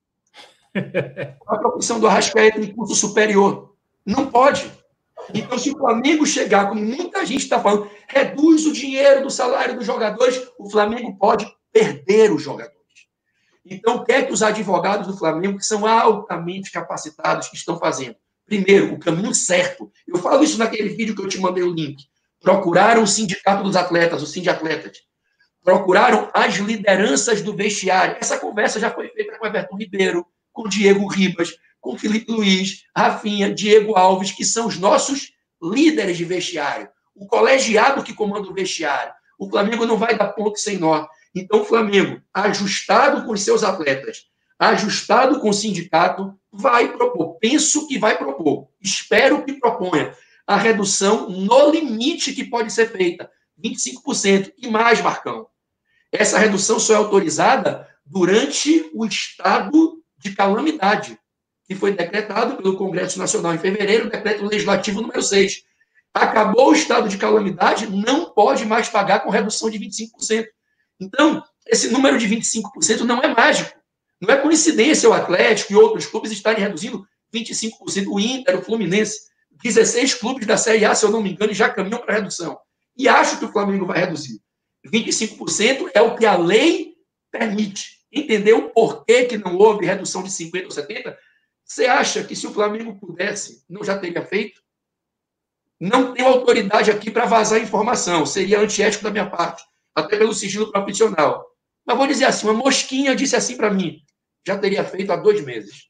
A profissão do Arrascaeta em curso superior. Não pode. Então, se o Flamengo chegar, como muita gente está falando, reduz o dinheiro do salário dos jogadores, o Flamengo pode perder os jogadores. Então, o que é que os advogados do Flamengo, que são altamente capacitados, estão fazendo? Primeiro, o caminho certo. Eu falo isso naquele vídeo que eu te mandei o link. Procuraram o sindicato dos atletas, o sindiatletas. Procuraram as lideranças do vestiário. Essa conversa já foi feita com o Everton Ribeiro, com o Diego Ribas, com o Felipe Luiz, Rafinha, Diego Alves, que são os nossos líderes de vestiário. O colegiado que comanda o vestiário. O Flamengo não vai dar ponto sem nó. Então, o Flamengo, ajustado com os seus atletas, ajustado com o sindicato, vai propor. Penso que vai propor. Espero que proponha a redução no limite que pode ser feita. vinte e cinco por cento. E mais, Marcão. Essa redução só é autorizada durante o estado de calamidade, que foi decretado pelo Congresso Nacional em fevereiro, o decreto legislativo número seis. Acabou o estado de calamidade, não pode mais pagar com redução de vinte e cinco por cento. Então, esse número de vinte e cinco por cento não é mágico. Não é coincidência o Atlético e outros clubes estarem reduzindo vinte e cinco por cento. O Inter, o Fluminense, dezesseis clubes da Série A, se eu não me engano, já caminham para redução. E acho que o Flamengo vai reduzir. vinte e cinco por cento é o que a lei permite. Entendeu por que, que não houve redução de cinquenta por cento ou setenta por cento? Você acha que se o Flamengo pudesse, não já teria feito? Não tenho autoridade aqui para vazar informação. Seria antiético da minha parte, até pelo sigilo profissional. Mas vou dizer assim, uma mosquinha disse assim para mim, já teria feito há dois meses.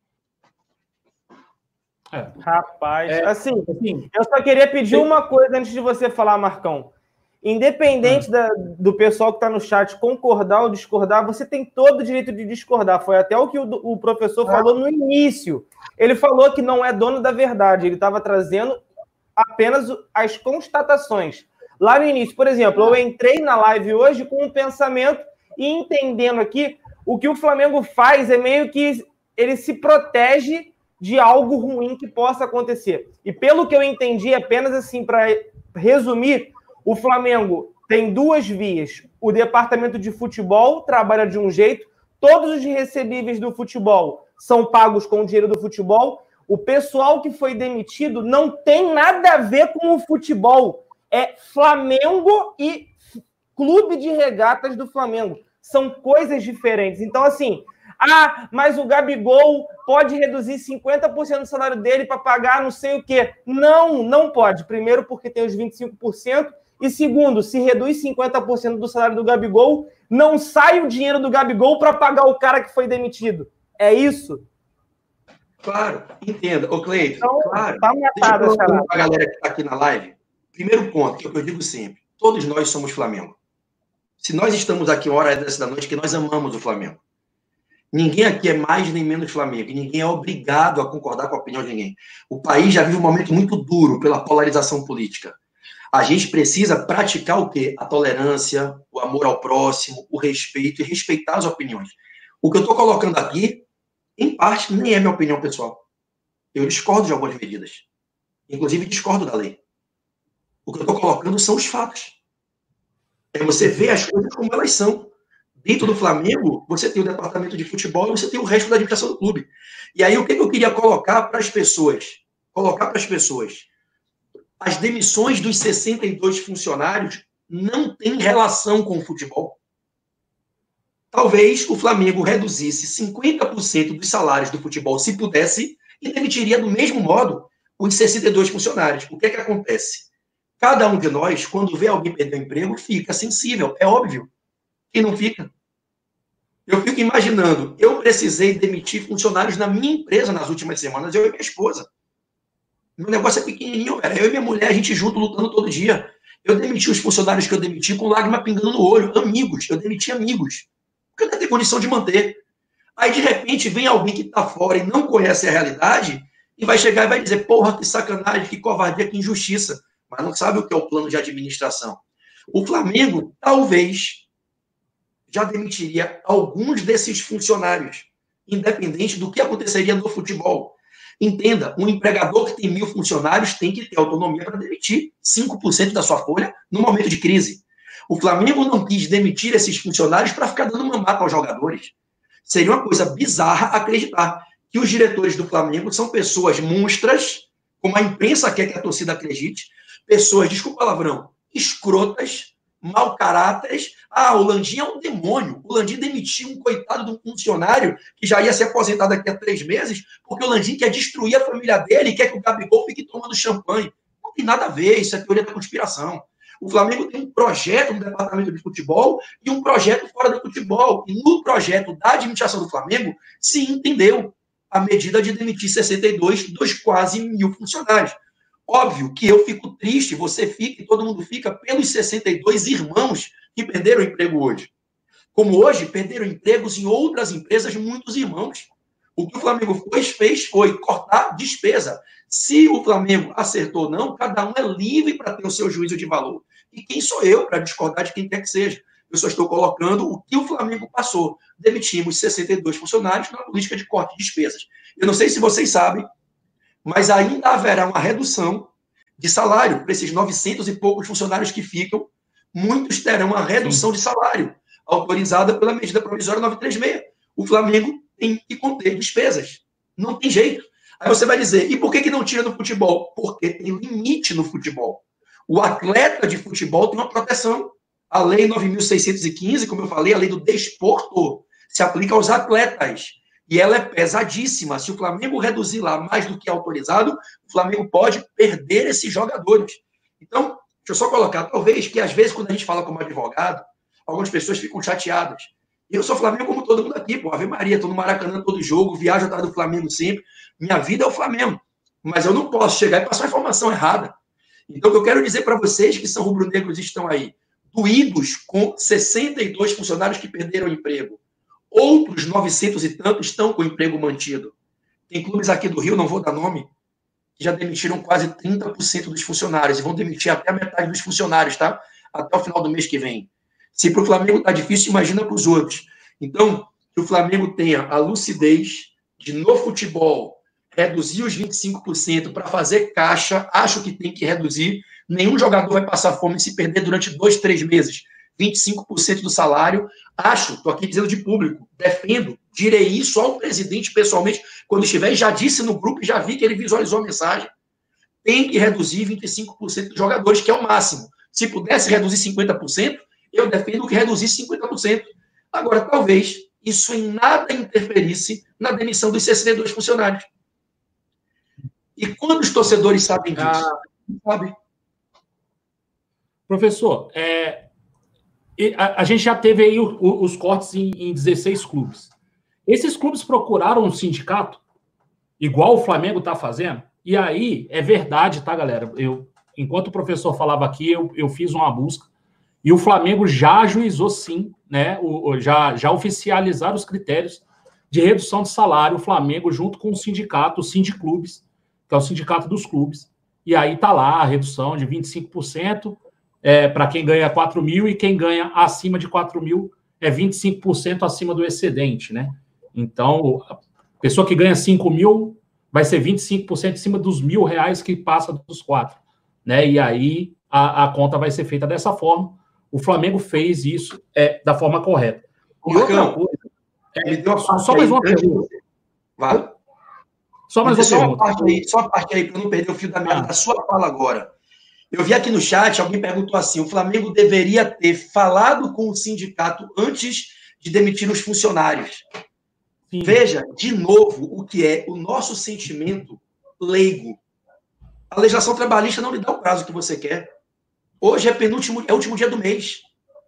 É. Rapaz, é, assim, assim, eu só queria pedir uma coisa antes de você falar, Marcão. Independente hum. da, do pessoal que está no chat concordar ou discordar, você tem todo o direito de discordar. Foi até o que o, o professor ah. falou no início. Ele falou que não é dono da verdade, ele estava trazendo apenas as constatações. Lá no início, por exemplo, eu entrei na live hoje com um pensamento e entendendo aqui, o que o Flamengo faz é meio que ele se protege de algo ruim que possa acontecer. E pelo que eu entendi, apenas assim, para resumir, o Flamengo tem duas vias. O departamento de futebol trabalha de um jeito, todos os recebíveis do futebol são pagos com o dinheiro do futebol. O pessoal que foi demitido não tem nada a ver com o futebol. É Flamengo e Clube de Regatas do Flamengo. São coisas diferentes. Então, assim, ah, mas o Gabigol pode reduzir cinquenta por cento do salário dele para pagar não sei o quê. Não, não pode. Primeiro, porque tem os vinte e cinco por cento. E segundo, se reduz cinquenta por cento do salário do Gabigol, não sai o dinheiro do Gabigol para pagar o cara que foi demitido. É isso? Claro, entenda. Ô, Cleiton, Então, claro. tá Deixa eu matado, falar para a galera que está aqui na live. Primeiro ponto, que é o que eu digo sempre. Todos nós somos Flamengo. Se nós estamos aqui uma hora dessa da noite, é que nós amamos o Flamengo. Ninguém aqui é mais nem menos Flamengo. E ninguém é obrigado a concordar com a opinião de ninguém. O país já vive um momento muito duro pela polarização política. A gente precisa praticar o quê? A tolerância, o amor ao próximo, o respeito e respeitar as opiniões. O que eu estou colocando aqui, em parte, nem é minha opinião pessoal. Eu discordo de algumas medidas. Inclusive, discordo da lei. O que eu estou colocando são os fatos. É você ver as coisas como elas são. Dentro do Flamengo, você tem o departamento de futebol e você tem o resto da administração do clube. E aí, o que eu queria colocar para as pessoas? Colocar para as pessoas. As demissões dos sessenta e dois funcionários não têm relação com o futebol. Talvez o Flamengo reduzisse cinquenta por cento dos salários do futebol, se pudesse, e demitiria do mesmo modo os sessenta e dois funcionários. O que é que acontece? Cada um de nós, quando vê alguém perder o emprego, fica sensível. É óbvio. Quem não fica? Eu fico imaginando, eu precisei demitir funcionários na minha empresa nas últimas semanas, eu e minha esposa. Meu negócio é pequenininho, velho. Eu e minha mulher, a gente junto, lutando todo dia. Eu demiti os funcionários que eu demiti com lágrima pingando no olho. Amigos. Eu demiti amigos. Porque eu não tenho condição de manter. Aí, de repente, vem alguém que está fora e não conhece a realidade e vai chegar e vai dizer, porra, que sacanagem, que covardia, que injustiça. Mas não sabe o que é o plano de administração. O Flamengo, talvez, já demitiria alguns desses funcionários, independente do que aconteceria no futebol. Entenda, um empregador que tem mil funcionários tem que ter autonomia para demitir cinco por cento da sua folha no momento de crise. O Flamengo não quis demitir esses funcionários para ficar dando mamata aos jogadores. Seria uma coisa bizarra acreditar que os diretores do Flamengo são pessoas monstras, como a imprensa quer que a torcida acredite, pessoas, desculpa o palavrão, escrotas, mau caráteres. Ah, o Landim é um demônio. O Landim demitiu um coitado de um funcionário que já ia se aposentar daqui a três meses, porque o Landim quer destruir a família dele e quer que o Gabigol fique tomando champanhe. Não tem nada a ver, isso é teoria da conspiração. O Flamengo tem um projeto no departamento de futebol e um projeto fora do futebol. E no projeto da administração do Flamengo se entendeu a medida de demitir sessenta e dois dos quase mil funcionários. Óbvio que eu fico triste, você fica e todo mundo fica pelos sessenta e dois irmãos que perderam o emprego hoje. Como hoje perderam empregos em outras empresas, muitos irmãos. O que o Flamengo fez, fez foi cortar despesa. Se o Flamengo acertou ou não, cada um é livre para ter o seu juízo de valor. E quem sou eu para discordar de quem quer que seja? Eu só estou colocando o que o Flamengo passou. Demitimos sessenta e dois funcionários na política de corte de despesas. Eu não sei se vocês sabem, mas ainda haverá uma redução de salário para esses novecentos e poucos funcionários que ficam. Muitos terão uma redução de salário, autorizada pela medida provisória novecentos e trinta e seis. O Flamengo tem que conter despesas. Não tem jeito. Aí você vai dizer, e por que, que não tira do futebol? Porque tem limite no futebol. O atleta de futebol tem uma proteção. A lei nove mil seiscentos e quinze, como eu falei, a lei do desporto, se aplica aos atletas. E ela é pesadíssima. Se o Flamengo reduzir lá mais do que autorizado, o Flamengo pode perder esses jogadores. Então, deixa eu só colocar, talvez que às vezes quando a gente fala como advogado, algumas pessoas ficam chateadas. Eu sou Flamengo como todo mundo aqui, pô. Ave Maria, estou no Maracanã todo jogo, viajo atrás do Flamengo sempre. Minha vida é o Flamengo. Mas eu não posso chegar e passar a informação errada. Então, o que eu quero dizer para vocês que são rubro-negros e estão aí, doídos com sessenta e dois funcionários que perderam o emprego. Outros novecentos e tantos estão com o emprego mantido. Tem clubes aqui do Rio, não vou dar nome, que já demitiram quase trinta por cento dos funcionários e vão demitir até a metade dos funcionários, tá? Até o final do mês que vem. Se para o Flamengo está difícil, imagina para os outros. Então, que o Flamengo tenha a lucidez de, no futebol, reduzir os vinte e cinco por cento para fazer caixa, acho que tem que reduzir. Nenhum jogador vai passar fome se perder durante dois, três meses. vinte e cinco por cento do salário. Acho, estou aqui dizendo de público, defendo, direi isso ao presidente pessoalmente, quando estiver, e já disse no grupo, já vi que ele visualizou a mensagem. Tem que reduzir vinte e cinco por cento dos jogadores, que é o máximo. Se pudesse reduzir cinquenta por cento, eu defendo que reduzisse cinquenta por cento. Agora, talvez isso em nada interferisse na demissão dos sessenta e dois funcionários. E quando os torcedores sabem disso? Ah, sabe? Professor, é, a, a gente já teve aí o, o, os cortes em, em dezesseis clubes. Esses clubes procuraram um sindicato? igual o Flamengo está fazendo? E aí, é verdade, tá, galera? Eu, enquanto o professor falava aqui, eu, eu fiz uma busca, e o Flamengo já ajuizou, sim, né? O, o, já, já oficializaram os critérios de redução de salário, o Flamengo, junto com o sindicato, o Sindiclubes, que é o sindicato dos clubes, e aí está lá a redução de vinte e cinco por cento é, para quem ganha quatro mil, e quem ganha acima de quatro mil é vinte e cinco por cento acima do excedente, né? Então, a pessoa que ganha cinco mil vai ser vinte e cinco por cento em cima dos mil reais que passa dos quatro, né? E aí a, a conta vai ser feita dessa forma. O Flamengo fez isso é, da forma correta. E Marcão, outra coisa... É, me deu uma só, só mais uma pergunta. Vai. Só mais uma só pergunta. Uma parte aí, só uma parte aí, para não perder o fio da meada Ah. da sua fala agora. Eu vi aqui no chat, alguém perguntou assim, o Flamengo deveria ter falado com o sindicato antes de demitir os funcionários. Sim. Veja, de novo, o que é o nosso sentimento leigo. A legislação trabalhista não lhe dá o prazo que você quer. Hoje é penúltimo, é o último dia do mês.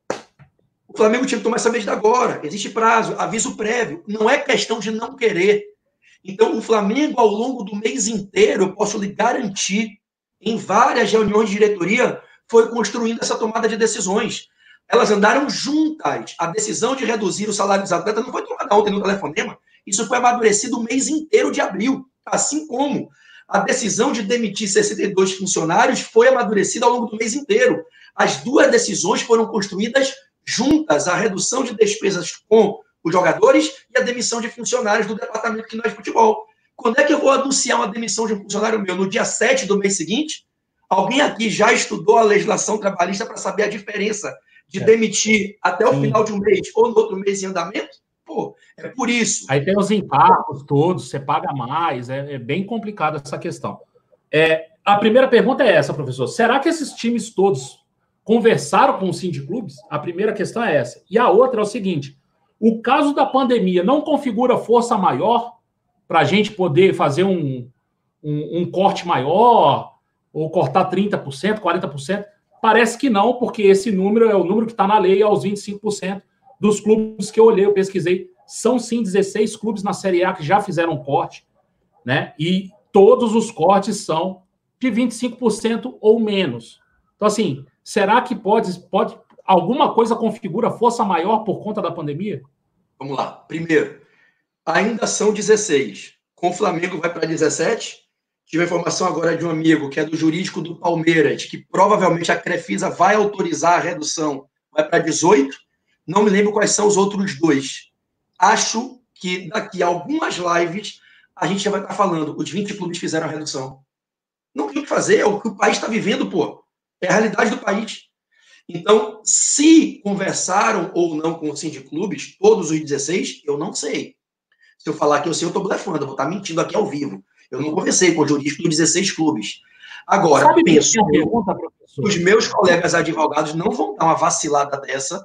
O Flamengo tinha que tomar essa medida agora. Existe prazo, aviso prévio. Não é questão de não querer. Então, o Flamengo, ao longo do mês inteiro, eu posso lhe garantir, em várias reuniões de diretoria, foi construindo essa tomada de decisões. Elas andaram juntas. A decisão de reduzir o salário dos atletas não foi tomada ontem no telefonema. Isso foi amadurecido o mês inteiro de abril. Assim como a decisão de demitir sessenta e dois funcionários foi amadurecida ao longo do mês inteiro. As duas decisões foram construídas juntas, a redução de despesas com os jogadores e a demissão de funcionários do departamento que não é de futebol. Quando é que eu vou anunciar uma demissão de um funcionário meu? No dia sete do mês seguinte? Alguém aqui já estudou a legislação trabalhista para saber a diferença de demitir até o Sim. final de um mês ou no outro mês em andamento? Pô, é por isso. Aí tem os impactos todos, você paga mais, é, é bem complicada essa questão. É, a primeira pergunta é essa, professor. Será que esses times todos conversaram com os sindiclubes? A primeira questão é essa. E a outra é o seguinte, o caso da pandemia não configura força maior para a gente poder fazer um, um, um corte maior ou cortar trinta por cento, quarenta por cento? Parece que não, porque esse número é o número que está na lei, aos vinte e cinco por cento dos clubes que eu olhei, eu pesquisei. São, sim, dezesseis clubes na Série A que já fizeram corte, né? E todos os cortes são de vinte e cinco por cento ou menos. Então, assim, será que pode, pode alguma coisa configura força maior por conta da pandemia? Vamos lá. Primeiro, ainda são dezesseis. Com o Flamengo vai para dezessete. Tive a informação agora de um amigo que é do jurídico do Palmeiras, que provavelmente a Crefisa vai autorizar a redução, vai para dezoito. Não me lembro quais são os outros dois. Acho que daqui a algumas lives a gente já vai estar falando. Os vinte clubes fizeram a redução. Não tem o que fazer, é o que o país está vivendo, pô. É a realidade do país. Então, se conversaram ou não com os sindiclubes, todos os dezesseis, eu não sei. Se eu falar que eu sei, eu estou blefando, eu vou estar mentindo aqui ao vivo. Eu não conversei com o jurídico dos dezesseis clubes. Agora, Sabe penso, que pergunta, professor? os meus colegas advogados não vão dar uma vacilada dessa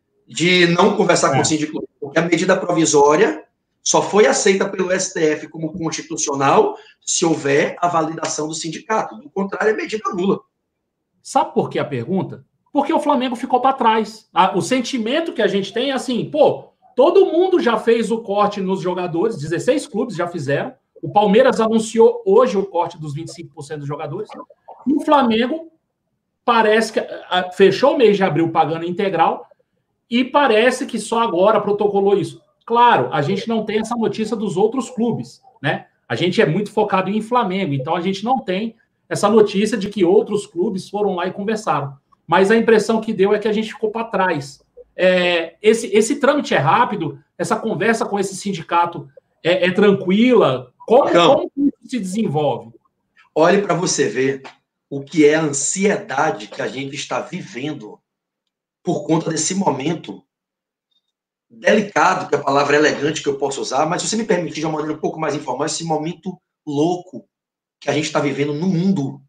de não conversar É. com o sindiclube, porque a medida provisória só foi aceita pelo S T F como constitucional se houver a validação do sindicato. Do contrário, é medida nula. Sabe por que a pergunta? Porque o Flamengo ficou para trás. A- O sentimento que a gente tem é assim, pô, todo mundo já fez o corte nos jogadores, dezesseis clubes já fizeram. O Palmeiras anunciou hoje o corte dos vinte e cinco por cento dos jogadores. E o Flamengo parece que ah, fechou o mês de abril pagando integral e parece que só agora protocolou isso. Claro, a gente não tem essa notícia dos outros clubes, né? A gente é muito focado em Flamengo, então a gente não tem essa notícia de que outros clubes foram lá e conversaram. Mas a impressão que deu é que a gente ficou para trás. É, esse, esse trâmite é rápido? Essa conversa com esse sindicato é, é tranquila? Como, Então, como que isso se desenvolve? olhe para você ver o que é a ansiedade que a gente está vivendo por conta desse momento delicado, que é a palavra elegante que eu posso usar, mas se você me permitir de uma maneira um pouco mais informal, esse momento louco que a gente está vivendo no mundo.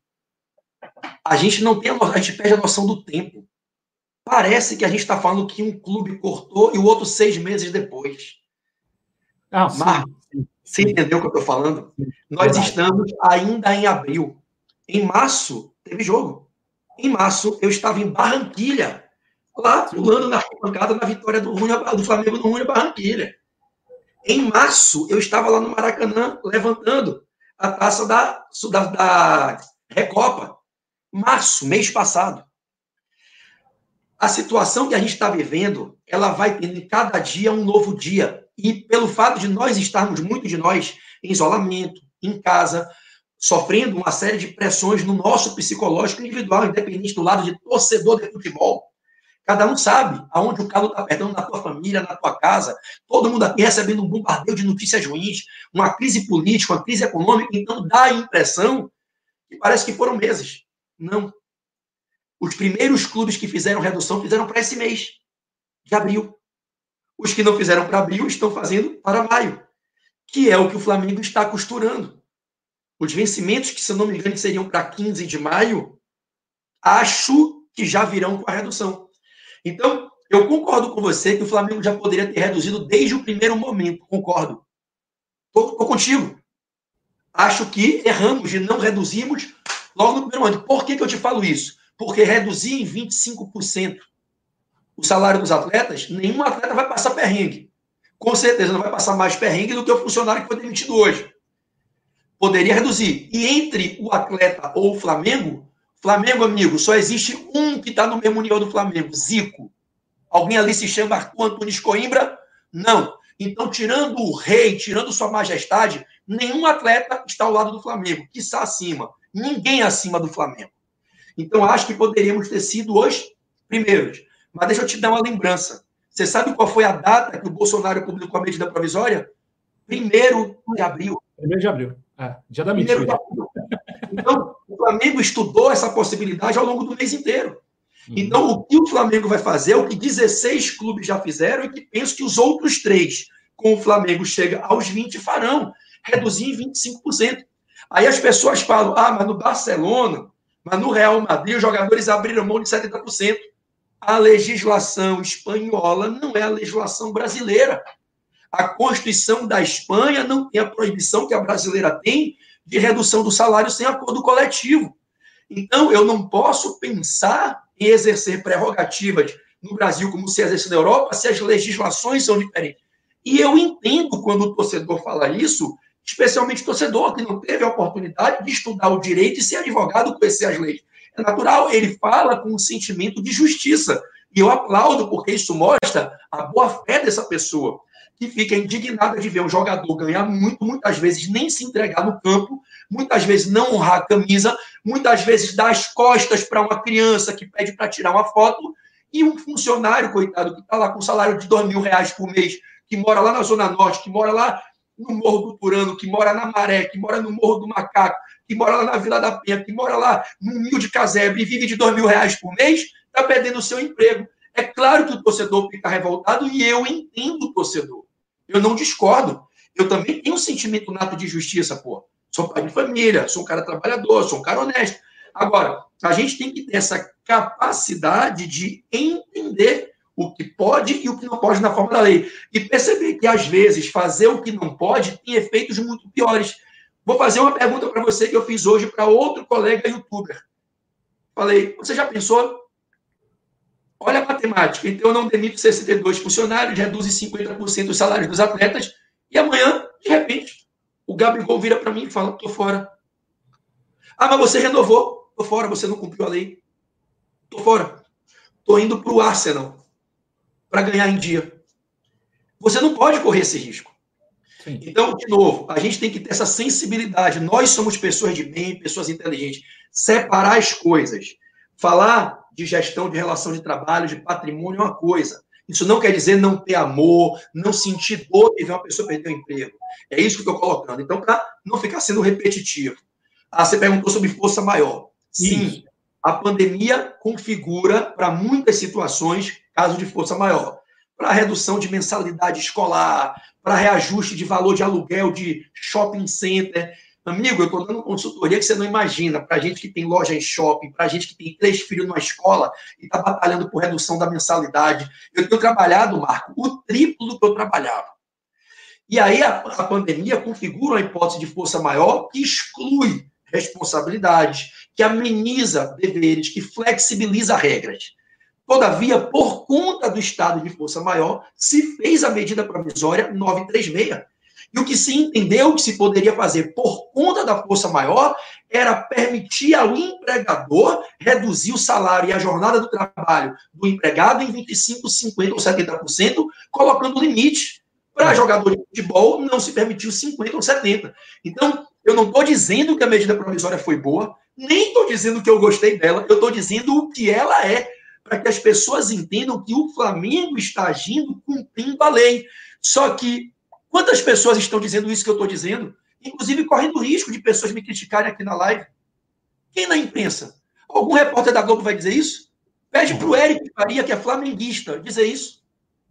A gente não tem a, no... a gente perde a noção do tempo. Parece que a gente está falando que um clube cortou e o outro seis meses depois. Ah, sim, Marco, sim, você sim. entendeu o que eu estou falando? Nós Verdade. estamos ainda em abril. Em março, teve jogo. Em março, eu estava em Barranquilha, lá pulando na arquibancada na vitória do, Runha, do Flamengo no Runha Barranquilha. Em março, eu estava lá no Maracanã, levantando a taça da, da, da Recopa. Março, mês passado. A situação que a gente está vivendo, ela vai tendo em cada dia um novo dia. E pelo fato de nós estarmos, muitos de nós, em isolamento, em casa, sofrendo uma série de pressões no nosso psicológico individual, independente do lado de torcedor de futebol. Cada um sabe aonde o calo está apertando na tua família, na tua casa. Todo mundo aqui recebendo um bombardeio de notícias ruins, uma crise política, uma crise econômica. Então dá a impressão que parece que foram meses. Não. Os primeiros clubes que fizeram redução fizeram para esse mês de abril. Os que não fizeram para abril estão fazendo para maio, que é o que o Flamengo está costurando. Os vencimentos, que se eu não me engano seriam para quinze de maio, acho que já virão com a redução. Então, eu concordo com você que o Flamengo já poderia ter reduzido desde o primeiro momento. Concordo. Estou contigo. Acho que erramos de não reduzirmos logo no primeiro momento. Por que, que eu te falo isso? Porque reduzir em vinte e cinco por cento o salário dos atletas, nenhum atleta vai passar perrengue. Com certeza não vai passar mais perrengue do que o funcionário que foi demitido hoje. Poderia reduzir. E entre o atleta ou o Flamengo, Flamengo, amigo, só existe um que está no mesmo nível do Flamengo, Zico. Alguém ali se chama Arthur Antunes Coimbra? Não. Então, tirando o rei, tirando sua majestade, nenhum atleta está ao lado do Flamengo, que está acima. Ninguém acima do Flamengo. Então, acho que poderíamos ter sido os primeiros. Mas deixa eu te dar uma lembrança. Você sabe qual foi a data que o Bolsonaro publicou a medida provisória? Primeiro de abril. Primeiro de abril. É, dia da mentira. Então, o Flamengo estudou essa possibilidade ao longo do mês inteiro. Uhum. Então, o que o Flamengo vai fazer é o que dezesseis clubes já fizeram e que penso que os outros três, com o Flamengo chega aos vinte, farão. Reduzir em vinte e cinco por cento. Aí as pessoas falam, ah, mas no Barcelona, mas no Real Madrid, os jogadores abriram mão de setenta por cento. A legislação espanhola não é a legislação brasileira. A Constituição da Espanha não tem a proibição que a brasileira tem de redução do salário sem acordo coletivo. Então, eu não posso pensar em exercer prerrogativas no Brasil como se exerce na Europa se as legislações são diferentes. E eu entendo quando o torcedor fala isso, especialmente o torcedor que não teve a oportunidade de estudar o direito e ser advogado, conhecer as leis. É natural, ele fala com um sentimento de justiça. E eu aplaudo, porque isso mostra a boa-fé dessa pessoa, que fica indignada de ver um jogador ganhar muito, muitas vezes nem se entregar no campo, muitas vezes não honrar a camisa, muitas vezes dar as costas para uma criança que pede para tirar uma foto, e um funcionário, coitado, que está lá com um salário de dois mil reais por mês, que mora lá na Zona Norte, que mora lá no Morro do Turano, que mora na Maré, que mora no Morro do Macaco, que mora lá na Vila da Penha, que mora lá no Mil de Casebre e vive de dois mil reais por mês, está perdendo o seu emprego. É claro que o torcedor fica revoltado e eu entendo o torcedor. Eu não discordo. Eu também tenho um sentimento nato de justiça, pô. Sou pai de família, sou um cara trabalhador, sou um cara honesto. Agora, a gente tem que ter essa capacidade de entender o que pode e o que não pode na forma da lei. E perceber que, às vezes, fazer o que não pode tem efeitos muito piores. Vou fazer uma pergunta para você que eu fiz hoje para outro colega youtuber. Falei, você já pensou? Olha a matemática. Então, eu não demito sessenta e dois funcionários, reduz cinquenta por cento dos salários dos atletas, e amanhã, de repente, o Gabigol vira para mim e fala, tô fora. Ah, mas você renovou. Tô fora, você não cumpriu a lei. Tô fora. Tô indo para o Arsenal para ganhar em dia. Você não pode correr esse risco. Sim. Então, de novo, a gente tem que ter essa sensibilidade. Nós somos pessoas de bem, pessoas inteligentes. Separar as coisas. Falar de gestão de relação de trabalho, de patrimônio é uma coisa. Isso não quer dizer não ter amor, não sentir dor de ver uma pessoa perder o emprego. É isso que eu estou colocando. Então, para não ficar sendo repetitivo. Ah, você perguntou sobre força maior. Sim, isso. A pandemia configura para muitas situações caso de força maior. Para redução de mensalidade escolar, para reajuste de valor de aluguel de shopping center. Amigo, eu estou dando consultoria que você não imagina. Para gente que tem loja em shopping, para gente que tem três filhos numa escola e está batalhando por redução da mensalidade. Eu tenho trabalhado, Marco, o triplo do que eu trabalhava. E aí a, a pandemia configura uma hipótese de força maior que exclui responsabilidades, que ameniza deveres, que flexibiliza regras. Todavia, por conta do estado de força maior, se fez a medida provisória novecentos e trinta e seis. E o que se entendeu que se poderia fazer por conta da força maior era permitir ao empregador reduzir o salário e a jornada do trabalho do empregado em vinte e cinco por cento, cinquenta por cento ou setenta por cento, colocando limite. Para jogador de futebol, não se permitiu cinquenta por cento ou setenta por cento. Então, eu não estou dizendo que a medida provisória foi boa, nem estou dizendo que eu gostei dela, eu estou dizendo o que ela é, para que as pessoas entendam que o Flamengo está agindo cumprindo a lei. Só que, quantas pessoas estão dizendo isso que eu estou dizendo? Inclusive, correndo o risco de pessoas me criticarem aqui na live. Quem na imprensa? Algum repórter da Globo vai dizer isso? Pede para o Eric Faria, que é flamenguista, dizer isso.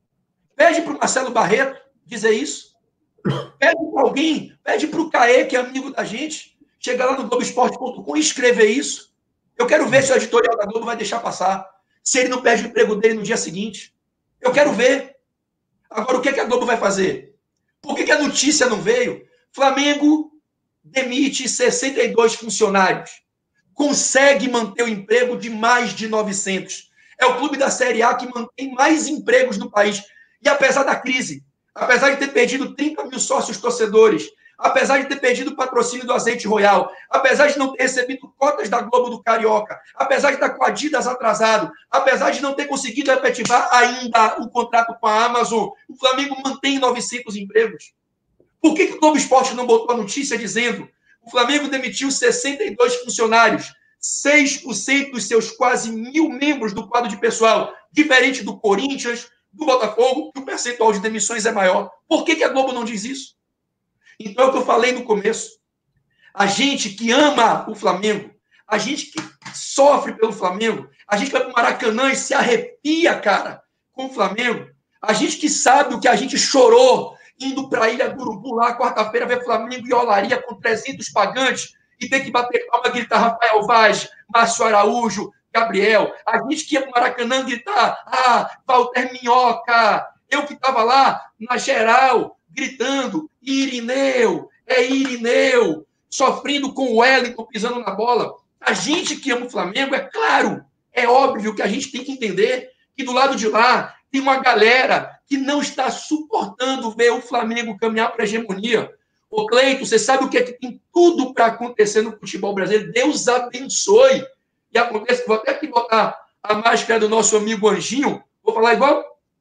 Pede para o Marcelo Barreto dizer isso. Pede para alguém, pede para o Caê, que é amigo da gente, chegar lá no Globo Esporte ponto com e escrever isso. Eu quero ver se o editorial da Globo vai deixar passar. Se ele não perde o emprego dele no dia seguinte. Eu quero ver. Agora, o que, é que a Globo vai fazer? Por que, que a notícia não veio? Flamengo demite sessenta e dois funcionários. Consegue manter o emprego de mais de novecentos. É o clube da Série A que mantém mais empregos no país. E apesar da crise, apesar de ter perdido trinta mil sócios torcedores, apesar de ter perdido o patrocínio do Azeite Royal, apesar de não ter recebido cotas da Globo do Carioca, apesar de estar com a Adidas atrasado, apesar de não ter conseguido efetivar ainda o contrato com a Amazon, o Flamengo mantém novecentos empregos. Por que, que o Globo Esporte não botou a notícia dizendo o Flamengo demitiu sessenta e dois funcionários, seis por cento dos seus quase mil membros do quadro de pessoal, diferente do Corinthians, do Botafogo, que o percentual de demissões é maior? Por que, que a Globo não diz isso? Então, é o que eu falei no começo. A gente que ama o Flamengo, a gente que sofre pelo Flamengo, a gente vai para o Maracanã e se arrepia, cara, com o Flamengo. A gente que sabe o que a gente chorou indo para a Ilha do Urubu lá, quarta-feira, ver Flamengo e Olaria com trezentos pagantes e ter que bater palma, gritar Rafael Vaz, Márcio Araújo, Gabriel. A gente que ia para o Maracanã gritar, ah, Walter Minhoca. Eu que estava lá na geral, gritando, Irineu, é Irineu, sofrendo com o Wellington pisando na bola. A gente que ama o Flamengo, é claro, é óbvio que a gente tem que entender que do lado de lá tem uma galera que não está suportando ver o Flamengo caminhar para a hegemonia. Ô, Cleito, você sabe o que é que tem tudo para acontecer no futebol brasileiro? Deus abençoe. E acontece, vou até aqui botar a máscara do nosso amigo Anjinho, vou falar igual,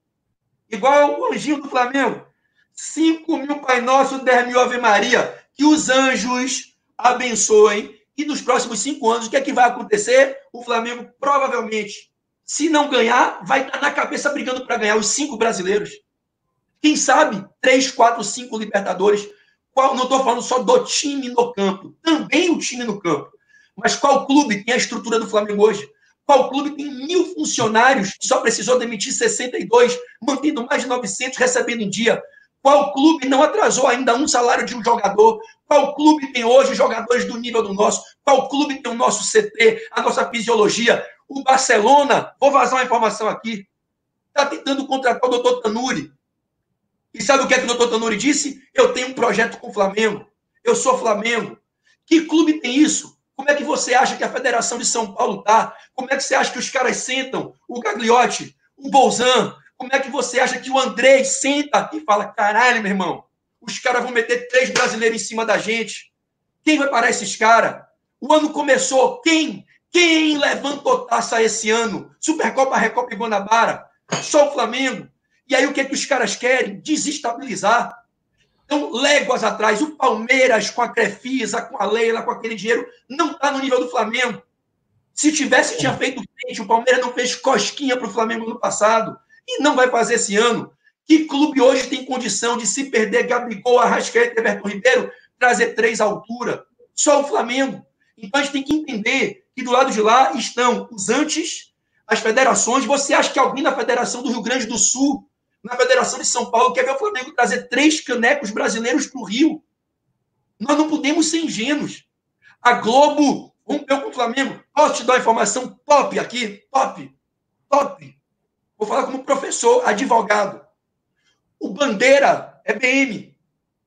igual o Anjinho do Flamengo. cinco mil Pai Nosso, dez mil Ave Maria. Que os anjos abençoem. E nos próximos cinco anos, o que é que vai acontecer? O Flamengo, provavelmente, se não ganhar, vai estar na cabeça brigando para ganhar os cinco brasileiros. Quem sabe, três, quatro, cinco Libertadores. Qual, não estou falando só do time no campo. Também o time no campo. Mas qual clube tem a estrutura do Flamengo hoje? Qual clube tem mil funcionários que só precisou demitir sessenta e dois, mantendo mais de novecentos, recebendo em dia? Qual clube não atrasou ainda um salário de um jogador? Qual clube tem hoje jogadores do nível do nosso? Qual clube tem o nosso C T, a nossa fisiologia? O Barcelona, vou vazar uma informação aqui, está tentando contratar o doutor Tanuri. E sabe o que é que o doutor Tanuri disse? Eu tenho um projeto com o Flamengo. Eu sou Flamengo. Que clube tem isso? Como é que você acha que a Federação de São Paulo está? Como é que você acha que os caras sentam? O Gagliotti, o Bolzan. Como é que você acha que o André senta e fala, caralho, meu irmão, os caras vão meter três brasileiros em cima da gente. Quem vai parar esses caras? O ano começou. Quem? Quem levantou taça esse ano? Supercopa, Recopa e Guanabara? Só o Flamengo. E aí o que é que os caras querem? Desestabilizar. Então, léguas atrás, o Palmeiras com a Crefisa, com a Leila, com aquele dinheiro, não está no nível do Flamengo. Se tivesse, tinha feito frente. O Palmeiras não fez cosquinha para o Flamengo no passado. E não vai fazer esse ano. Que clube hoje tem condição de se perder Gabigol, Arrascaeta e Everton Ribeiro, trazer três à altura? Só o Flamengo. Então, a gente tem que entender que do lado de lá estão os antes, as federações. Você acha que alguém na Federação do Rio Grande do Sul, na Federação de São Paulo, quer ver o Flamengo trazer três canecos brasileiros para o Rio? Nós não podemos ser ingênuos. A Globo rompeu com o Flamengo. Posso te dar uma informação top aqui? Top. Top. Vou falar como professor, advogado. O Bandeira, é B M,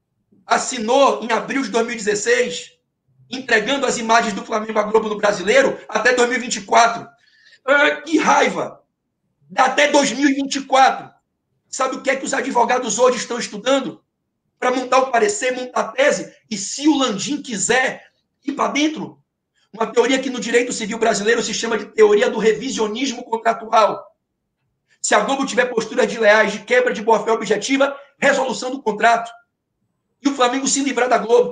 assinou em abril de dois mil e dezesseis, entregando as imagens do Flamengo à Globo no Brasileiro até dois mil e vinte e quatro. Ah, que raiva! até dois mil e vinte e quatro. Sabe o que é que os advogados hoje estão estudando? Para montar o parecer, montar a tese. E se o Landim quiser ir para dentro, uma teoria que no direito civil brasileiro se chama de teoria do revisionismo contratual. Se a Globo tiver posturas desleais, de quebra de boa-fé objetiva, resolução do contrato. E o Flamengo se livrar da Globo.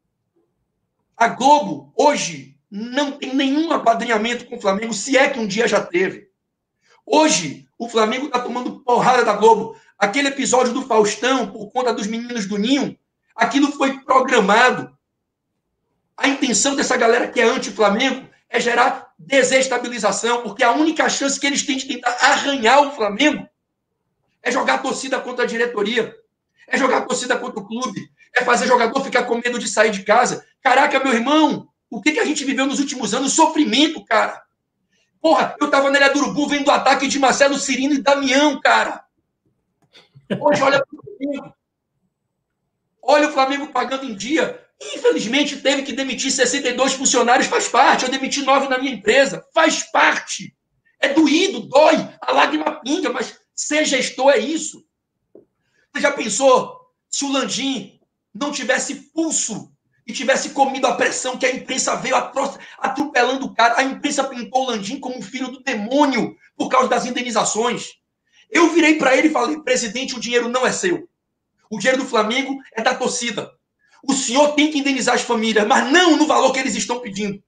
A Globo, hoje, não tem nenhum apadrinhamento com o Flamengo, se é que um dia já teve. Hoje, o Flamengo está tomando porrada da Globo. Aquele episódio do Faustão, por conta dos meninos do Ninho, aquilo foi programado. A intenção dessa galera que é anti-Flamengo é gerar desestabilização, porque a única chance que eles têm de tentar arranhar o Flamengo é jogar a torcida contra a diretoria, é jogar a torcida contra o clube, é fazer jogador ficar com medo de sair de casa. Caraca, meu irmão, o que, que a gente viveu nos últimos anos? Sofrimento, cara. Porra, eu tava na Ilha do Urubu vendo o ataque de Marcelo Cirino e Damião, cara. Hoje, olha pro Flamengo. Olha o Flamengo pagando em dia. Infelizmente, teve que demitir sessenta e dois funcionários, faz parte. Eu demiti nove na minha empresa, faz parte. É doído, dói, a lágrima pinga, mas ser gestor é isso. Você já pensou se o Landim não tivesse pulso e tivesse comido a pressão que a imprensa veio atropelando o cara? A imprensa pintou o Landim como um filho do demônio por causa das indenizações. Eu virei para ele e falei, presidente, o dinheiro não é seu. O dinheiro do Flamengo é da torcida. O senhor tem que indenizar as famílias, mas não no valor que eles estão pedindo.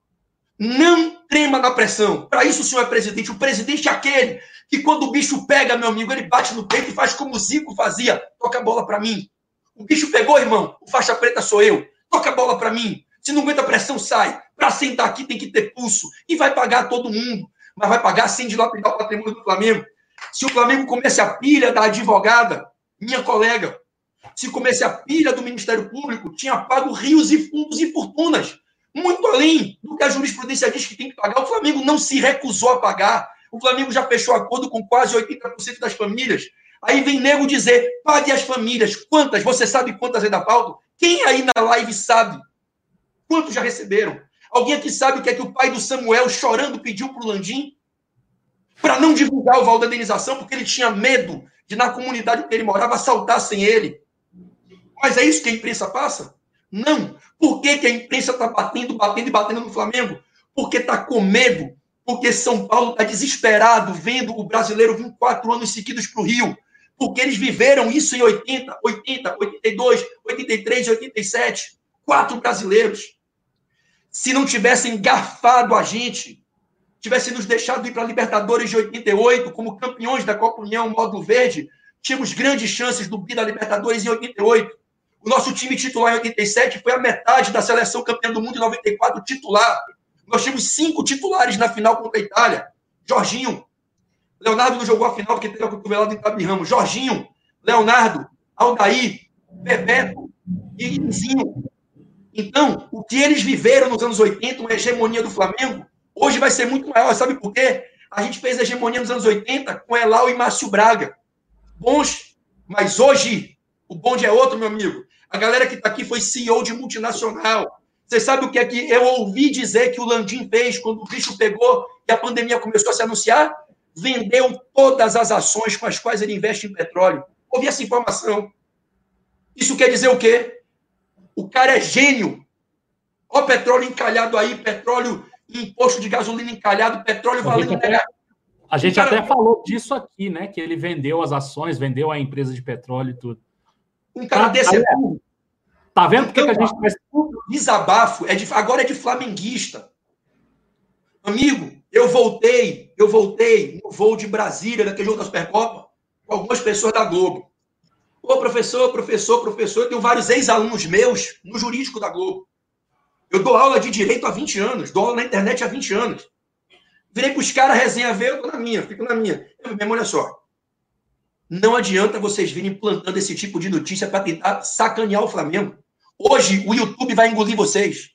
Não trema na pressão. Para isso o senhor é presidente. O presidente é aquele que quando o bicho pega, meu amigo, ele bate no peito e faz como o Zico fazia. Toca a bola para mim. O bicho pegou, irmão. O faixa preta sou eu. Toca a bola para mim. Se não aguenta a pressão, sai. Para sentar aqui tem que ter pulso. E vai pagar todo mundo. Mas vai pagar sem dilapidar o patrimônio do Flamengo. Se o Flamengo comece a pilha da advogada, minha colega, se comece a pilha do Ministério Público, tinha pago rios e fundos e fortunas. Muito além do que a jurisprudência diz que tem que pagar. O Flamengo não se recusou a pagar. O Flamengo já fechou acordo com quase oitenta por cento das famílias. Aí vem nego dizer, pague as famílias. Quantas? Você sabe quantas ainda faltam? Quem aí na live sabe? Quantos já receberam? Alguém aqui sabe o que é que o pai do Samuel, chorando, pediu para o Landim? Para não divulgar o valor da indenização, porque ele tinha medo de, na comunidade que ele morava, assaltassem ele. Mas é isso que a imprensa passa? Não. Por que, que a imprensa está batendo, batendo e batendo no Flamengo? Porque está com medo. Porque São Paulo está desesperado vendo o brasileiro vir quatro anos seguidos para o Rio. Porque eles viveram isso em oitenta, oitenta, oitenta e dois, oitenta e três, oitenta e sete. Quatro brasileiros. Se não tivessem garfado a gente, tivessem nos deixado ir para a Libertadores de oitenta e oito, como campeões da Copa União Módulo Verde, tínhamos grandes chances do bi da Libertadores em oitenta e oito. O nosso time titular em oitenta e sete foi a metade da seleção campeã do mundo em noventa e quatro titular. Nós tínhamos cinco titulares na final contra a Itália. Jorginho. Leonardo não jogou a final porque teve a cotovelada em Tabi Ramos. Jorginho, Leonardo, Aldair, Bebeto e Izinho. Então, o que eles viveram nos anos oitenta, uma hegemonia do Flamengo, hoje vai ser muito maior. Sabe por quê? A gente fez a hegemonia nos anos oitenta com Elal e Márcio Braga. Bons, mas hoje o bonde é outro, meu amigo. A galera que está aqui foi C E O de multinacional. Você sabe o que é que eu ouvi dizer que o Landim fez quando o bicho pegou e a pandemia começou a se anunciar? Vendeu todas as ações com as quais ele investe em petróleo. Ouvi essa informação. Isso quer dizer o quê? O cara é gênio. Ó, petróleo encalhado aí, petróleo, imposto de gasolina encalhado, petróleo valendo negativo. A gente cara, até falou disso aqui, né? Que ele vendeu as ações, vendeu a empresa de petróleo e tudo. Um cara tá, desse é burro. Tá vendo então, porque que a gente faz? O desabafo é de, agora é de flamenguista. Amigo, eu voltei, eu voltei no voo de Brasília, naquele jogo da Supercopa, com algumas pessoas da Globo. Ô, professor, professor, professor, eu tenho vários ex-alunos meus no jurídico da Globo. Eu dou aula de direito há vinte anos, dou aula na internet há vinte anos. Virei para os caras, resenha ver, eu tô na minha, fico na minha. Eu mesmo, olha só. Não adianta vocês virem plantando esse tipo de notícia para tentar sacanear o Flamengo. Hoje, o YouTube vai engolir vocês.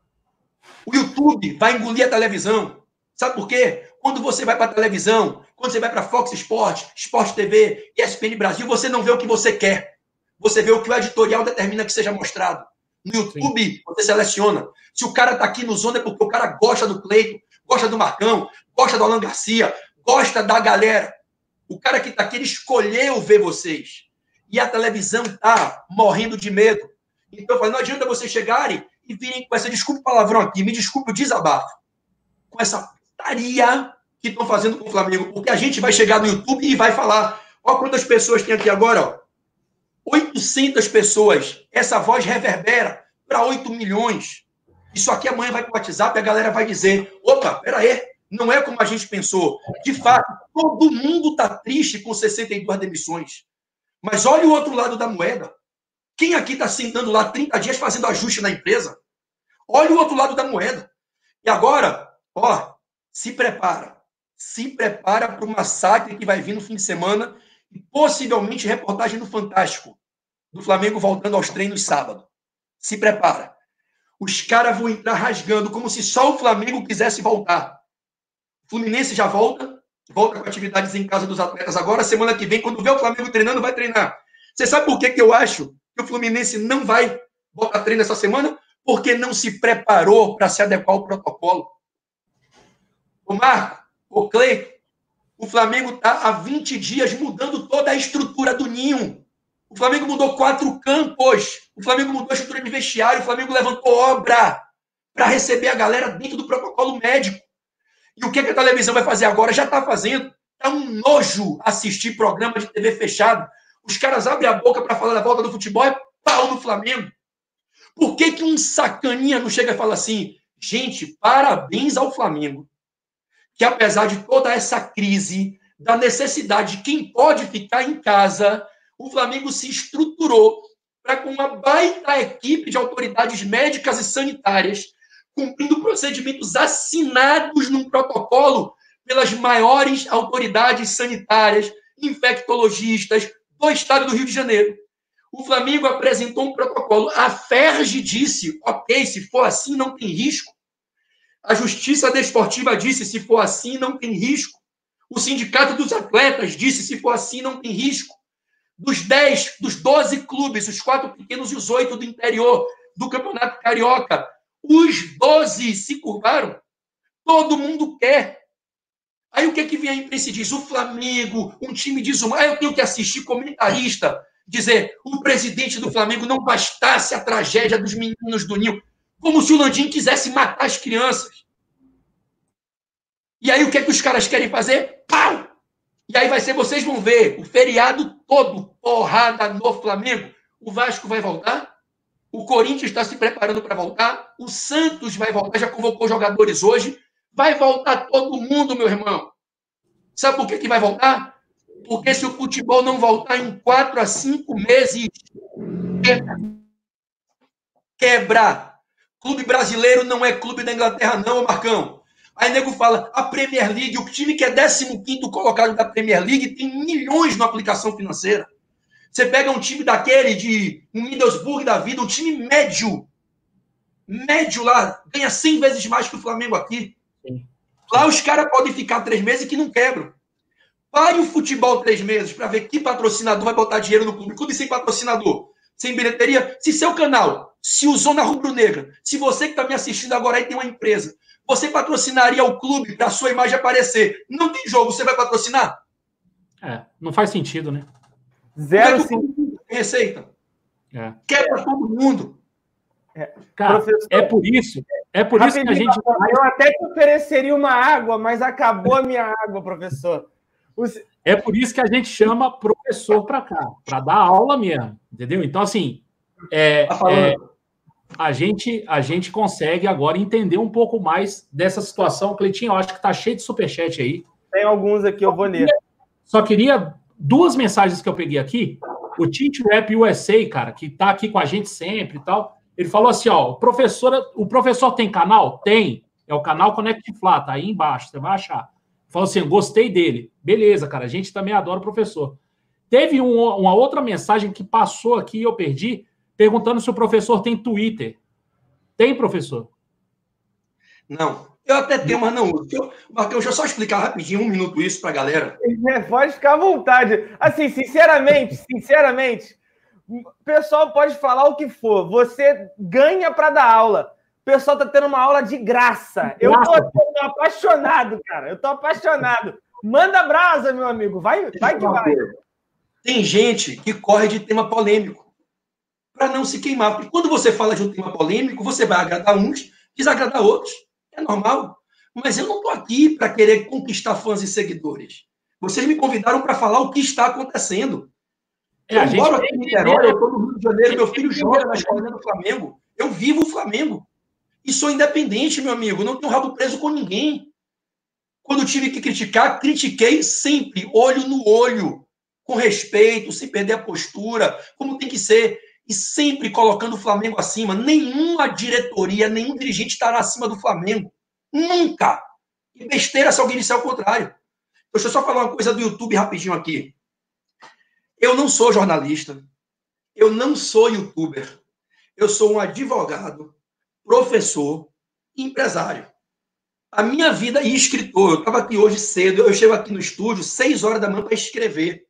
O YouTube vai engolir a televisão. Sabe por quê? Quando você vai para a televisão, quando você vai para Fox Sports, Sport T V, E S P N Brasil, você não vê o que você quer. Você vê o que o editorial determina que seja mostrado. No YouTube, sim, você seleciona. Se o cara está aqui no Zona é porque o cara gosta do Cleiton, gosta do Marcão, gosta do Alan Garcia, gosta da galera. O cara que está aqui, ele escolheu ver vocês. E a televisão está morrendo de medo. Então, eu falo, não adianta vocês chegarem e virem com essa, desculpa o palavrão aqui, me desculpe o desabafo, com essa putaria que estão fazendo com o Flamengo. Porque a gente vai chegar no YouTube e vai falar, olha quantas pessoas tem aqui agora, ó. oitocentas pessoas. Essa voz reverbera para oito milhões. Isso aqui amanhã vai para o WhatsApp e a galera vai dizer, opa, peraí, não é como a gente pensou. De fato, todo mundo está triste com sessenta e duas demissões. Mas olha o outro lado da moeda. Quem aqui está sentando lá trinta dias fazendo ajuste na empresa? Olha o outro lado da moeda. E agora, ó, se prepara. Se prepara para o massacre que vai vir no fim de semana e possivelmente reportagem no Fantástico do Flamengo voltando aos treinos sábado. Se prepara. Os caras vão entrar rasgando como se só o Flamengo quisesse voltar. O Fluminense já volta, volta com atividades em casa dos atletas agora. Semana que vem, quando vê o Flamengo treinando, vai treinar. Você sabe por que, que eu acho que o Fluminense não vai botar treino essa semana? Porque não se preparou para se adequar ao protocolo. Ô Marco, ô Cleiton, o Flamengo está há vinte dias mudando toda a estrutura do ninho. O Flamengo mudou quatro campos. O Flamengo mudou a estrutura de vestiário. O Flamengo levantou obra para receber a galera dentro do protocolo médico. E o que a televisão vai fazer agora? Já está fazendo. É um nojo assistir programa de T V fechado. Os caras abrem a boca para falar da volta do futebol e pau no Flamengo. Por que, que um sacaninha não chega e fala assim, gente, parabéns ao Flamengo, que apesar de toda essa crise, da necessidade de quem pode ficar em casa, o Flamengo se estruturou para, com uma baita equipe de autoridades médicas e sanitárias, cumprindo procedimentos assinados num protocolo pelas maiores autoridades sanitárias, infectologistas do estado do Rio de Janeiro. O Flamengo apresentou um protocolo. A Ferge disse, ok, se for assim, não tem risco. A Justiça Desportiva disse, se for assim, não tem risco. O Sindicato dos Atletas disse, se for assim, não tem risco. Dos dez, dos doze clubes, os quatro pequenos e os oito do interior do Campeonato Carioca, os doze se curvaram. Todo mundo quer. Aí o que é que vem a imprensa e diz? O Flamengo, um time desumano. Aí eu tenho que assistir comentarista dizer o presidente do Flamengo não bastasse a tragédia dos meninos do Ninho, como se o Landim quisesse matar as crianças. E aí o que é que os caras querem fazer? Pau! E aí vai ser, vocês vão ver, o feriado todo, porrada no Flamengo. O Vasco vai voltar, o Corinthians está se preparando para voltar, o Santos vai voltar, já convocou jogadores hoje, vai voltar todo mundo, meu irmão. Sabe por que que vai voltar? Porque se o futebol não voltar em quatro a cinco meses, quebra. Clube brasileiro não é clube da Inglaterra, não, Marcão. Aí o nego fala, a Premier League, o time que é décimo quinto colocado da Premier League tem milhões na aplicação financeira. Você pega um time daquele de um Middlesbrough da vida, um time médio, médio lá, ganha cem vezes mais que o Flamengo aqui. Sim. Lá os caras podem ficar três meses que não quebram. Pare o futebol três meses para ver que patrocinador vai botar dinheiro no clube. Clube sem patrocinador, sem bilheteria. Se seu canal, se o Zona Rubro Negra, se você que está me assistindo agora aí tem uma empresa, você patrocinaria o clube para a sua imagem aparecer. Não tem jogo, você vai patrocinar? É, não faz sentido, né? Zero é sim. Receita. É. Quebra todo mundo. É. Cara, Professor, é por isso, é por isso que a gente... Eu até te ofereceria uma água, mas acabou a minha água, professor. Os... É por isso que a gente chama professor para cá, para dar aula mesmo, entendeu? Então, assim, é, é, a, gente, a gente consegue agora entender um pouco mais dessa situação. Cleitinho, eu acho que está cheio de superchat aí. Tem alguns aqui, eu vou ler. Só queria duas mensagens que eu peguei aqui. O Tint Rap U S A, cara, que está aqui com a gente sempre e tal, ele falou assim, ó, professora, o professor tem canal? Tem. É o canal Connect Flá, tá aí embaixo, você vai achar. Falou assim, gostei dele. Beleza, cara, a gente também adora o professor. Teve um, uma outra mensagem que passou aqui e eu perdi, perguntando se o professor tem Twitter. Tem, professor? Não. Eu até tenho, mas não uso. Eu, Marcão, deixa eu só explicar rapidinho, um minuto isso pra galera. É, pode ficar à vontade. Assim, sinceramente, sinceramente, o pessoal pode falar o que for. Você ganha para dar aula. O pessoal tá tendo uma aula de graça. Eu tô, tô apaixonado, cara. Eu tô apaixonado. Manda brasa, meu amigo. Vai, vai que vai. Tem gente que corre de tema polêmico para não se queimar. Porque quando você fala de um tema polêmico, você vai agradar uns, desagradar outros. É normal. Mas eu não estou aqui para querer conquistar fãs e seguidores. Vocês me convidaram para falar o que está acontecendo. É, eu moro aqui em Niterói, eu estou no Rio de Janeiro, meu filho joga na escolinha do Flamengo. Eu vivo o Flamengo. E sou independente, meu amigo. Não tenho rabo preso com ninguém. Quando tive que criticar, critiquei sempre, olho no olho, com respeito, sem perder a postura, como tem que ser. E sempre colocando o Flamengo acima. Nenhuma diretoria, nenhum dirigente estará acima do Flamengo. Nunca. E besteira se alguém disser o contrário. Deixa eu só falar uma coisa do YouTube rapidinho aqui. Eu não sou jornalista. Eu não sou youtuber. Eu sou um advogado, professor e empresário. A minha vida e escritor. Eu estava aqui hoje cedo. Eu chego aqui no estúdio seis horas da manhã para escrever.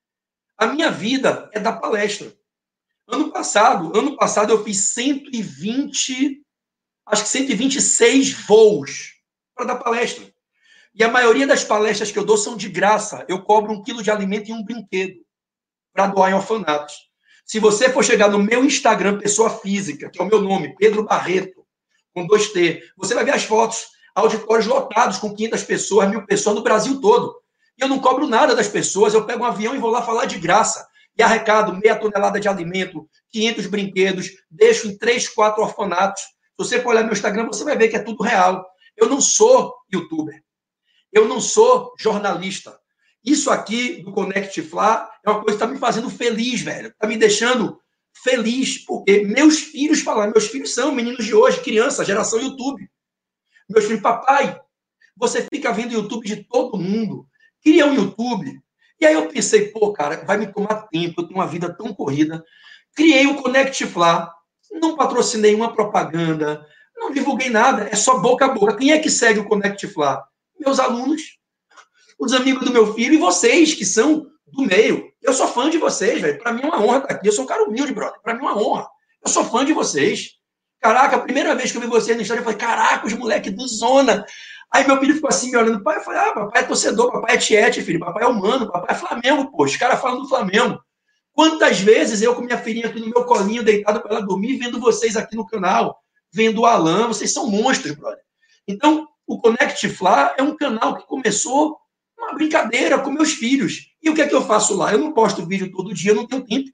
A minha vida é da palestra. Ano passado, ano passado eu fiz cento e vinte, acho que cento e vinte e seis voos para dar palestra. E a maioria das palestras que eu dou são de graça. Eu cobro um quilo de alimento e um brinquedo para doar em orfanatos. Se você for chegar no meu Instagram, pessoa física, que é o meu nome, Pedro Barreto, com dois T, você vai ver as fotos, auditórios lotados com quinhentas pessoas, mil pessoas no Brasil todo. E eu não cobro nada das pessoas, eu pego um avião e vou lá falar de graça. E arrecado meia tonelada de alimento, quinhentos brinquedos, deixo em três, quatro orfanatos. Se você for olhar meu Instagram, você vai ver que é tudo real. Eu não sou youtuber. Eu não sou jornalista. Isso aqui do Connect Fla é uma coisa que está me fazendo feliz, velho. Está me deixando feliz, porque meus filhos falam, meus filhos são meninos de hoje, criança, geração YouTube. Meus filhos, papai, você fica vendo YouTube de todo mundo, cria um YouTube. E aí eu pensei, pô, cara, vai me tomar tempo, eu tenho uma vida tão corrida. Criei o Connect Fla, não patrocinei uma propaganda, não divulguei nada, é só boca a boca. Quem é que segue o Connect Fla? Meus alunos, os amigos do meu filho e vocês, que são do meio. Eu sou fã de vocês, velho. Para mim é uma honra estar aqui. Eu sou um cara humilde, brother. Para mim é uma honra. Eu sou fã de vocês. Caraca, a primeira vez que eu vi vocês no Instagram, eu falei, caraca, os moleques do Zona. Aí meu filho ficou assim, me olhando. Pai, eu falei, ah, papai é torcedor, papai é tiete, filho. Papai é humano, papai é Flamengo, pô. Os caras falam do Flamengo. Quantas vezes eu com minha filhinha aqui no meu colinho, deitado para ela dormir, vendo vocês aqui no canal, vendo o Alan, vocês são monstros, brother. Então, o Connect Fla é um canal que começou uma brincadeira com meus filhos. E o que é que eu faço lá? Eu não posto vídeo todo dia, eu não tenho tempo.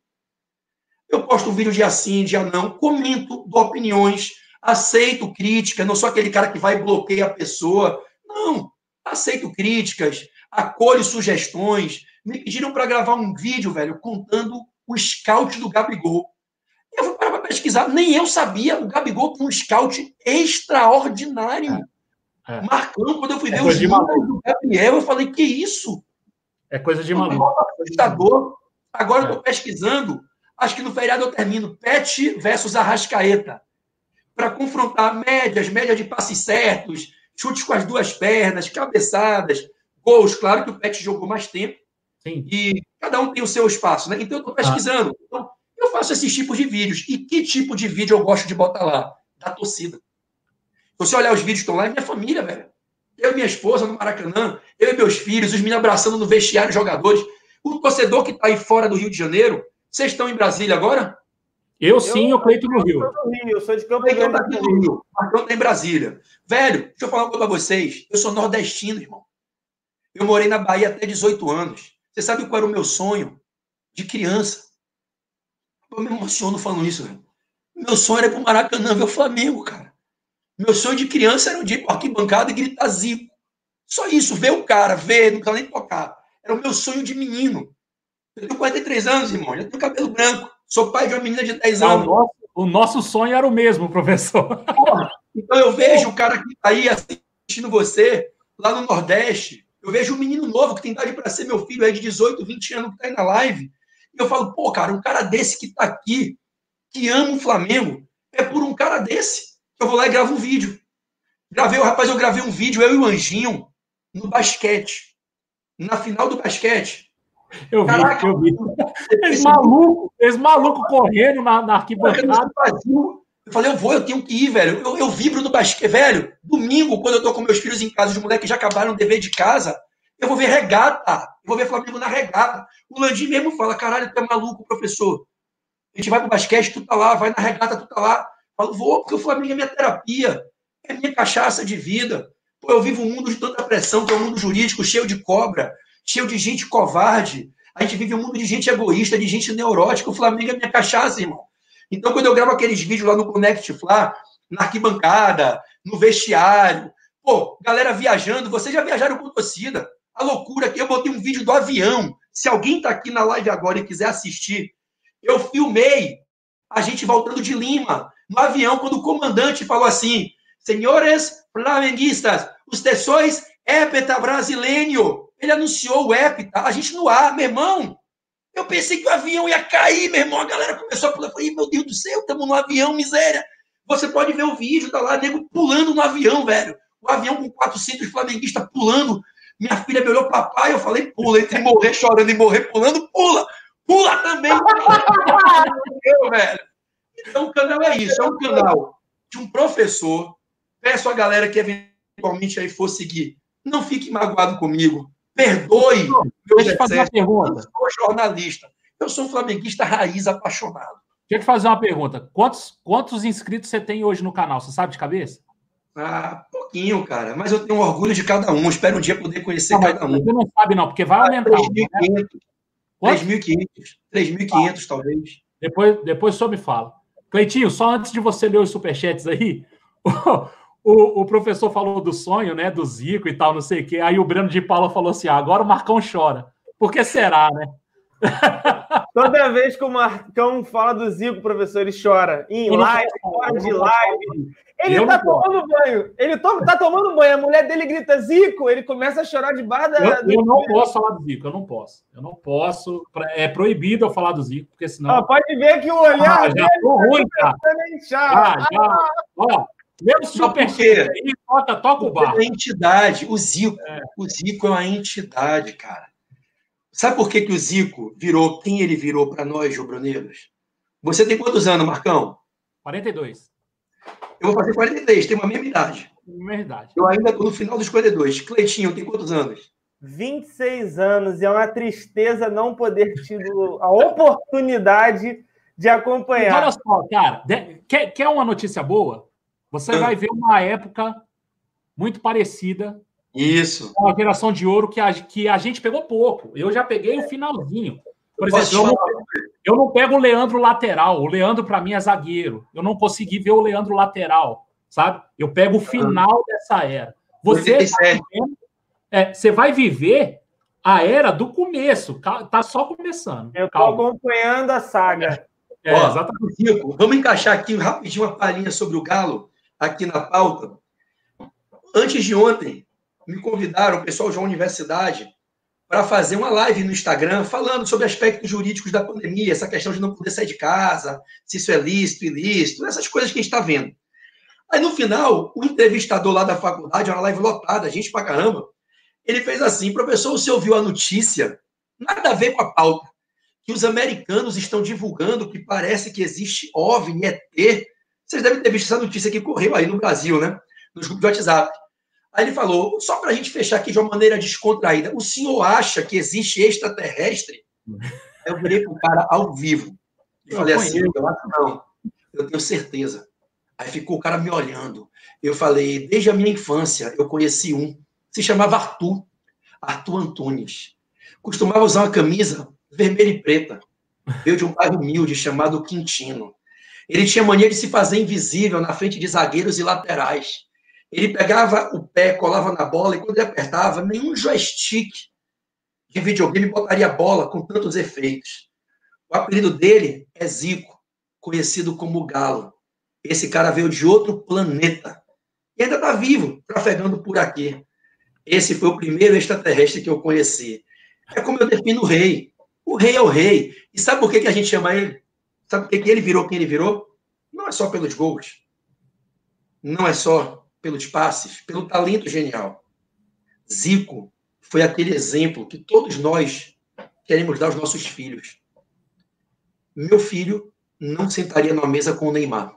Eu posto vídeo dia sim, dia não, comento, dou opiniões, aceito críticas, não sou aquele cara que vai e bloqueia a pessoa. Não, aceito críticas, acolho sugestões. Me pediram para gravar um vídeo, velho, contando o scout do Gabigol. Eu vou parar para pesquisar. Nem eu sabia, o Gabigol tem um scout extraordinário. É. Marcão, quando eu fui é ver os números do Gabriel, eu falei, que isso? É coisa de maluco. Assustador. Agora é. eu estou pesquisando, acho que no feriado eu termino Pet versus Arrascaeta, para confrontar médias, média de passes certos, chutes com as duas pernas, cabeçadas, gols. Claro que o Pet jogou mais tempo. Sim. E cada um tem o seu espaço, né? Então eu estou pesquisando. Ah. Então, eu faço esses tipos de vídeos. E que tipo de vídeo eu gosto de botar lá? Da torcida. Se você olhar os vídeos que estão lá, é minha família, velho. Eu e minha esposa no Maracanã, eu e meus filhos, os meninos abraçando no vestiário, jogadores. O torcedor que está aí fora do Rio de Janeiro, vocês estão em Brasília agora? Eu sim, eu Cleito no Rio. Eu sou de Campo Grande do Rio. Marcão está em Brasília. Velho, deixa eu falar uma coisa para vocês. Eu sou nordestino, irmão. Eu morei na Bahia até dezoito anos. Você sabe qual era o meu sonho? De criança. Eu me emociono falando isso, velho. Meu sonho era ir pro Maracanã ver o Flamengo, cara. Meu sonho de criança era um dia ir para arquibancada e gritar Zico. Só isso, ver o cara, ver, não quero nem tocar. Era o meu sonho de menino. Eu tenho quarenta e três anos, irmão. Eu tenho cabelo branco. Sou pai de uma menina de dez anos. O nosso, o nosso sonho era o mesmo, professor. Porra, então eu vejo o cara que está aí assistindo você, lá no Nordeste. Eu vejo um menino novo que tem idade para ser meu filho, aí de dezoito, vinte anos, que está aí na live. E eu falo, pô, cara, um cara desse que está aqui, que ama o Flamengo, é por um cara desse. Eu vou lá e gravo um vídeo. Gravei, rapaz, eu gravei um vídeo, eu e o Anjinho, no basquete. Na final do basquete. Eu vi, Caraca, eu vi. Eles malucos, eles malucos correndo na, na arquibancada. Eu falei, eu vou, eu tenho que ir, velho. Eu, eu vibro no basquete, velho. Domingo, quando eu tô com meus filhos em casa, os moleques já acabaram o dever de casa, Eu vou ver regata. Eu vou ver Flamengo na regata. O Landim mesmo fala, caralho, tu é maluco, professor. A gente vai pro basquete, tu tá lá. Vai na regata, tu tá lá. Eu falo, vou, porque o Flamengo é minha terapia. É minha cachaça de vida. Pô, eu vivo um mundo de tanta pressão, que é um mundo jurídico cheio de cobra, cheio de gente covarde. A gente vive um mundo de gente egoísta, de gente neurótica. O Flamengo é minha cachaça, irmão. Então, quando eu gravo aqueles vídeos lá no Connect Fla, na arquibancada, no vestiário, pô, galera viajando, vocês já viajaram com torcida. A loucura que eu botei um vídeo do avião. Se alguém tá aqui na live agora e quiser assistir, eu filmei a gente voltando de Lima, no avião, quando o comandante falou assim, senhores flamenguistas, ustedes sois hépta brasileiro. Ele anunciou o hépta, a gente no ar, meu irmão. Eu pensei que o avião ia cair, meu irmão. A galera começou a pular. Eu falei, meu Deus do céu, estamos no avião, miséria. Você pode ver o vídeo, tá lá, nego pulando no avião, velho. O avião com quatrocentos flamenguistas pulando. Minha filha me olhou, papai, eu falei, pula. Entre morrer chorando e morrer pulando, pula. Pula também. Eu, velho. Então o canal é isso, é um canal de um professor. Peço a galera que eventualmente aí for seguir, não fique magoado comigo. Perdoe não, meu deixa eu fazer uma pergunta. Eu sou jornalista. Eu sou um flamenguista raiz apaixonado. Deixa eu te fazer uma pergunta. Quantos, quantos inscritos você tem hoje no canal? Você sabe de cabeça? Ah, pouquinho, cara. Mas eu tenho orgulho de cada um. Espero um dia poder conhecer não, cada um. Você não sabe, não, porque vai aumentar. três mil e quinhentos. três mil e quinhentos. três mil e quinhentos, ah, talvez. Depois, depois só me fala. Cleitinho, só antes de você ler os superchats aí, o, o, o professor falou do sonho, né? Do Zico e tal, não sei o quê. Aí o Breno de Paula falou assim: ah, agora o Marcão chora. Por que será, né? Toda vez que o Marcão fala do Zico, professor, ele chora. Em ele live, fora de live. Ele eu tá tomando posso. banho. Ele to tá tomando banho. A mulher dele grita Zico, ele começa a chorar de barra da... Eu, eu não posso falar do Zico, eu não posso. Eu não posso. É proibido eu falar do Zico, porque senão... Ah, pode ver que o olhar ah, já tô ruim, cara. Já, já. Ó, mesmo superchat aí, toca, toca o barco. É uma entidade. O Zico, é. o Zico é uma entidade, cara. Sabe por que, que o Zico virou quem ele virou para nós, rubro-negros? Você tem quantos anos, Marcão? quarenta e dois. Eu vou fazer quarenta e três, tenho a mesma idade. Mesma idade. Eu ainda estou no final dos quarenta e dois. Cleitinho, tem quantos anos? vinte e seis anos. E é uma tristeza não poder ter a oportunidade de acompanhar. Mas olha só, cara, quer, quer uma notícia boa? Você ah. vai ver uma época muito parecida. Isso. Com a geração de ouro que a, que a gente pegou pouco. Eu já peguei o finalzinho. Por exemplo, eu não, eu não pego o Leandro lateral. O Leandro, para mim, é zagueiro. Eu não consegui ver o Leandro lateral, sabe? Eu pego o final dessa era. Você, tá vivendo, é, você vai viver a era do começo. Tá só começando. Eu estou acompanhando a saga. É, Ó, exatamente. Rico, vamos encaixar aqui rapidinho uma palhinha sobre o Galo, aqui na pauta. Antes de ontem, me convidaram, o pessoal de uma universidade, para fazer uma live no Instagram falando sobre aspectos jurídicos da pandemia, essa questão de não poder sair de casa, se isso é lícito, ilícito, essas coisas que a gente está vendo. Aí, no final, o entrevistador lá da faculdade, uma live lotada, gente pra caramba, ele fez assim: professor, você ouviu a notícia? Nada a ver com a pauta. Que os americanos estão divulgando que parece que existe OVNI, E T. Vocês devem ter visto essa notícia que correu aí no Brasil, né? Nos grupos de WhatsApp. Aí ele falou, só para a gente fechar aqui de uma maneira descontraída, o senhor acha que existe extraterrestre? Aí eu virei para o cara ao vivo. E falei assim, eu acho não. Eu tenho certeza. Aí ficou o cara me olhando. Eu falei, desde a minha infância, eu conheci um. Se chamava Arthur. Arthur Antunes. Costumava usar uma camisa vermelha e preta. Veio de um bairro humilde chamado Quintino. Ele tinha mania de se fazer invisível na frente de zagueiros e laterais. Ele pegava o pé, colava na bola, e quando ele apertava, nenhum joystick de videogame botaria a bola com tantos efeitos. O apelido dele é Zico, conhecido como Galo. Esse cara veio de outro planeta. E ainda está vivo, trafegando por aqui. Esse foi o primeiro extraterrestre que eu conheci. É como eu defino o rei. O rei é o rei. E sabe por que, que a gente chama ele? Sabe por que, que ele virou quem ele virou? Não é só pelos gols. Não é só pelos passes, pelo talento genial. Zico foi aquele exemplo que todos nós queremos dar aos nossos filhos. Meu filho não sentaria numa mesa com o Neymar.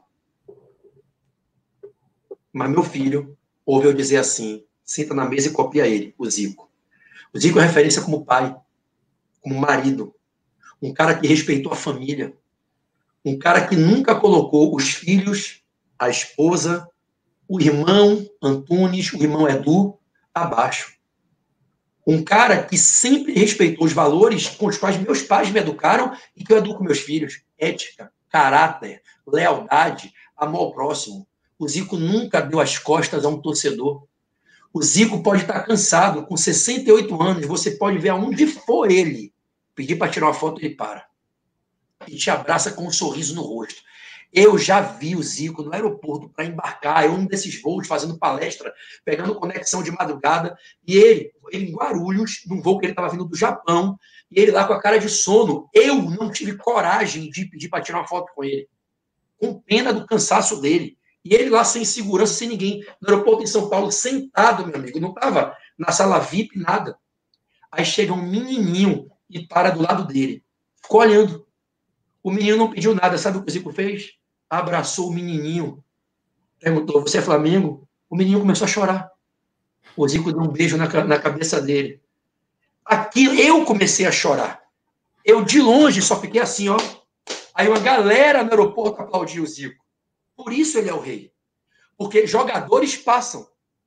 Mas meu filho ouve eu dizer assim, senta na mesa e copia ele, o Zico. O Zico é referência como pai, como marido, um cara que respeitou a família, um cara que nunca colocou os filhos, a esposa, o irmão Antunes, o irmão Edu, abaixo. Um cara que sempre respeitou os valores com os quais meus pais me educaram e que eu educo meus filhos. Ética, caráter, lealdade, amor ao próximo. O Zico nunca deu as costas a um torcedor. O Zico pode estar cansado, com sessenta e oito anos, você pode ver aonde for ele. Pedir para tirar uma foto, ele para. E te abraça com um sorriso no rosto. Eu já vi o Zico no aeroporto para embarcar, eu um desses voos fazendo palestra, pegando conexão de madrugada, e ele, ele em Guarulhos, num voo que ele estava vindo do Japão, e ele lá com a cara de sono. Eu não tive coragem de pedir para tirar uma foto com ele, com pena do cansaço dele. E ele lá sem segurança, sem ninguém, no aeroporto em São Paulo, sentado, meu amigo, não estava na sala V I P, nada. Aí chega um menininho e para do lado dele. Ficou olhando. O menino não pediu nada. Sabe o que o Zico fez? Abraçou o menininho. Perguntou, você é Flamengo? O menino começou a chorar. O Zico deu um beijo na, na cabeça dele. Aqui eu comecei a chorar. Eu, de longe, só fiquei assim, ó. Aí uma galera no aeroporto aplaudiu o Zico. Por isso ele é o rei. Porque jogadores passam.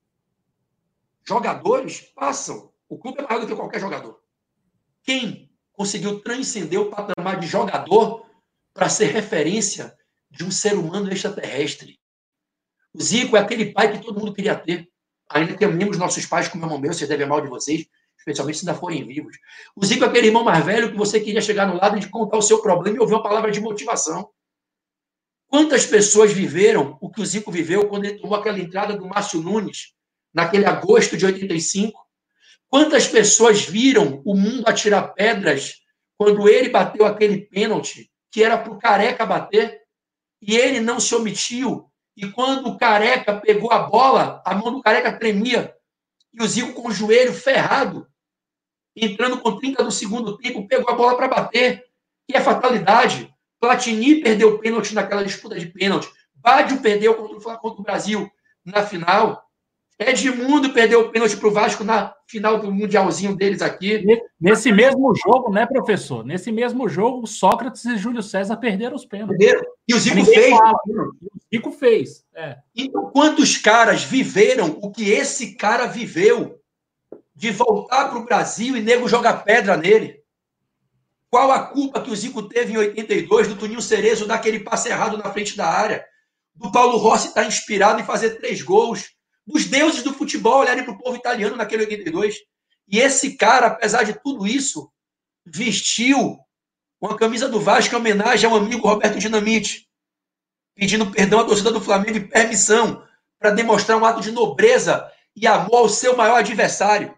Jogadores passam. O clube é maior do que qualquer jogador. Quem conseguiu transcender o patamar de jogador para ser referência de um ser humano extraterrestre? O Zico é aquele pai que todo mundo queria ter. Ainda que amemos nossos pais como irmão meu, vocês devem amar o de vocês, especialmente se ainda forem vivos. O Zico é aquele irmão mais velho que você queria chegar no lado de contar o seu problema e ouvir uma palavra de motivação. Quantas pessoas viveram o que o Zico viveu quando ele tomou aquela entrada do Márcio Nunes, naquele agosto de oitenta e cinco? Quantas pessoas viram o mundo atirar pedras quando ele bateu aquele pênalti que era para o Careca bater? E ele não se omitiu. E quando o Careca pegou a bola, a mão do Careca tremia. E o Zico, com o joelho ferrado, entrando com trinta do segundo tempo, pegou a bola para bater. E é fatalidade. Platini perdeu o pênalti naquela disputa de pênalti. Bádio perdeu contra o, contra o Brasil na final. Edmundo perdeu o pênalti para o Vasco na final do Mundialzinho deles aqui. Nesse mesmo jogo, né, professor? Nesse mesmo jogo, Sócrates e Júlio César perderam os pênaltis. Perderam. E o Zico fez. Fala. O Zico fez. É. Então, quantos caras viveram o que esse cara viveu de voltar para o Brasil e nego jogar pedra nele? Qual a culpa que o Zico teve em oitenta e dois do Toninho Cerezo dar aquele passe errado na frente da área? Do Paulo Rossi estar inspirado em fazer três gols? Dos deuses do futebol olharem para o povo italiano naquele oitenta e dois? E esse cara, apesar de tudo isso, vestiu uma camisa do Vasco em homenagem ao amigo Roberto Dinamite, pedindo perdão à torcida do Flamengo e permissão para demonstrar um ato de nobreza e amor ao seu maior adversário.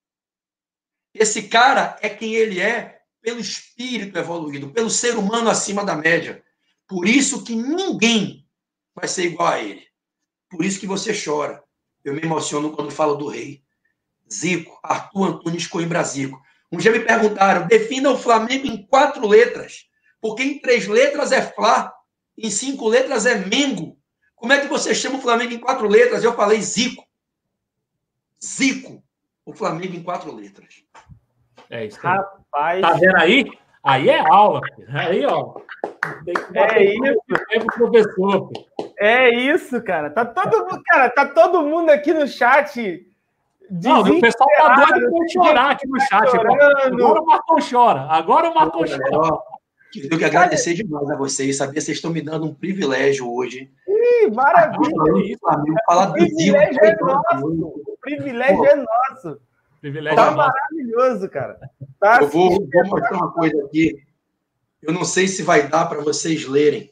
Esse cara é quem ele é pelo espírito evoluído, pelo ser humano acima da média. Por isso que ninguém vai ser igual a ele. Por isso que você chora. Eu me emociono quando falo do rei. Zico, Arthur Antunes Coimbra Zico. Um dia me perguntaram, defina o Flamengo em quatro letras, porque em três letras é Flá, em cinco letras é Mengo. Como é que você chama o Flamengo em quatro letras? Eu falei Zico. Zico, o Flamengo em quatro letras. É isso aí. Rapaz. Tá vendo aí? Aí é aula. Aí, ó. Tem que É isso. É pro professor. É isso, cara. Tá todo mundo, cara, tá todo mundo aqui no chat. Não, o pessoal tá doido pra chorar aqui no chat. Agora, agora o Marcão chora. Agora o Marcão chora. Eu quero agradecer demais a vocês. Sabia? Vocês estão me dando um privilégio hoje. Ih, maravilha. Falar o do privilégio Zico, é nosso. O privilégio Pô, é nosso. Privilégio tá é maravilhoso, cara. Tá eu vou, vou mostrar uma coisa aqui. Eu não sei se vai dar para vocês lerem.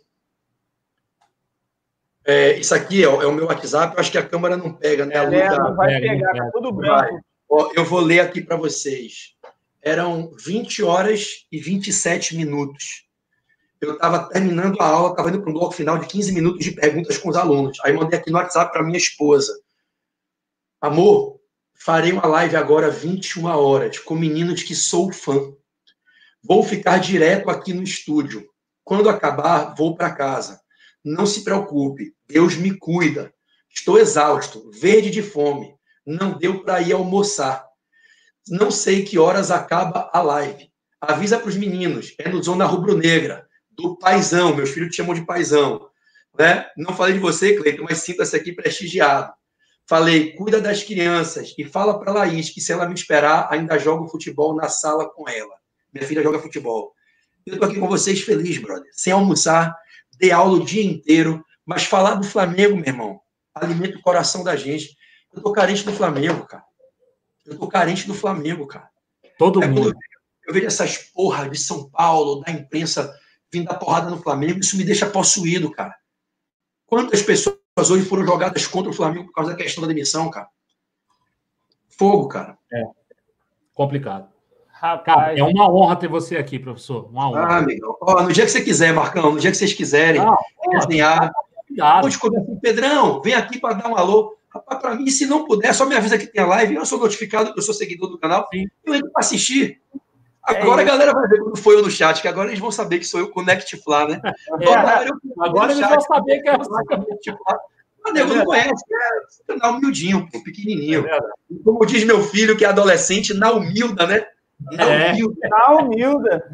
É, isso aqui ó, é o meu WhatsApp. Eu acho que a câmera não pega, né? A luz é, da... não vai pega, pegar, pega. tá tudo branco. Ó, eu vou ler aqui para vocês. Eram vinte horas e vinte e sete minutos. Eu estava terminando a aula, estava indo para um bloco final de quinze minutos de perguntas com os alunos. Aí mandei aqui no WhatsApp para minha esposa. Amor, farei uma live agora vinte e uma horas com meninos que sou fã. Vou ficar direto aqui no estúdio. Quando acabar, vou para casa. Não se preocupe, Deus me cuida. Estou exausto, verde de fome. Não deu para ir almoçar. Não sei que horas acaba a live. Avisa para os meninos. É no Zona Rubro-Negra, do Paizão. Meus filhos te chamam de Paizão. Né? Não falei de você, Cleiton, mas sinta-se aqui prestigiado. Falei, cuida das crianças e fala para a Laís que se ela me esperar, ainda jogo futebol na sala com ela. Minha filha joga futebol. Eu estou aqui com vocês feliz, brother. Sem almoçar, dei aula o dia inteiro, mas falar do Flamengo, meu irmão, alimenta o coração da gente. Eu estou carente do Flamengo, cara. Eu estou carente do Flamengo, cara. Todo é mundo. Eu vejo essas porra de São Paulo, da imprensa, vindo dar porrada no Flamengo, isso me deixa possuído, cara. Quantas pessoas hoje foram jogadas contra o Flamengo por causa da questão da demissão, cara? Fogo, cara. É. Complicado. Rapaz. Cara, é uma honra ter você aqui, professor. Uma honra. Ah, amigão. Ó, no dia que você quiser, Marcão, no dia que vocês quiserem Ah, desenhar, obrigado. onde conversa com o Pedrão, vem aqui para dar um alô. Rapaz, para mim, se não puder, só me avisa que tem a live. Eu sou notificado, eu sou seguidor do canal. Sim. Eu entro para assistir. Agora é a galera vai ver quando foi eu no chat, que agora eles vão saber que sou eu, Connect Flá, né? É, agora eles vão saber que é o Mas nego não conhece, é um canal humildinho, pô, pequenininho. É Como diz meu filho, que é adolescente, na humilda, né? Na é. humilda. Na humilda.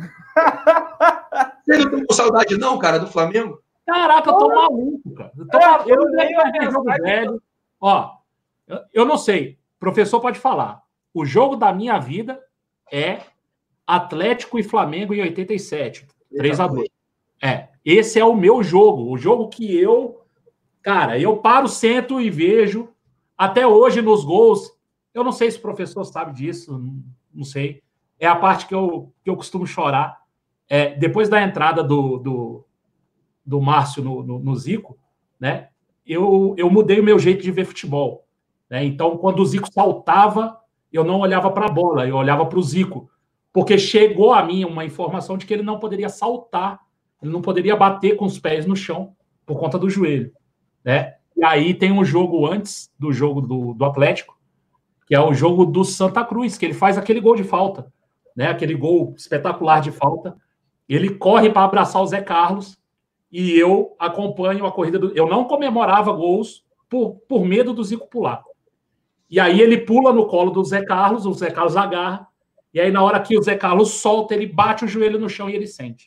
Você não tem saudade, não, cara, do Flamengo? Caraca, eu tô maluco, cara. Eu, tô É, maluco. eu eu não nem quero ver jogo velho. Ó, eu, eu não sei. O professor pode falar. O jogo da minha vida é Atlético e Flamengo em oitenta e sete. três a dois. É, esse é o meu jogo. O jogo que eu... Cara, eu paro, sento e vejo. Até hoje, nos gols... Eu não sei se o professor sabe disso. Não sei. É a parte que eu, que eu costumo chorar. É, depois da entrada do... do do Márcio no, no, no Zico, né? Eu, eu mudei o meu jeito de ver futebol. Né? Então, quando o Zico saltava, eu não olhava para a bola, eu olhava para o Zico. Porque chegou a mim uma informação de que ele não poderia saltar, ele não poderia bater com os pés no chão por conta do joelho. Né? E aí tem um jogo antes do jogo do, do Atlético, que é o jogo do Santa Cruz, que ele faz aquele gol de falta, né? Aquele gol espetacular de falta. Ele corre para abraçar o Zé Carlos, e eu acompanho a corrida do... Eu não comemorava gols por, por medo do Zico pular. E aí ele pula no colo do Zé Carlos, o Zé Carlos agarra, e aí na hora que o Zé Carlos solta, ele bate o joelho no chão e ele sente.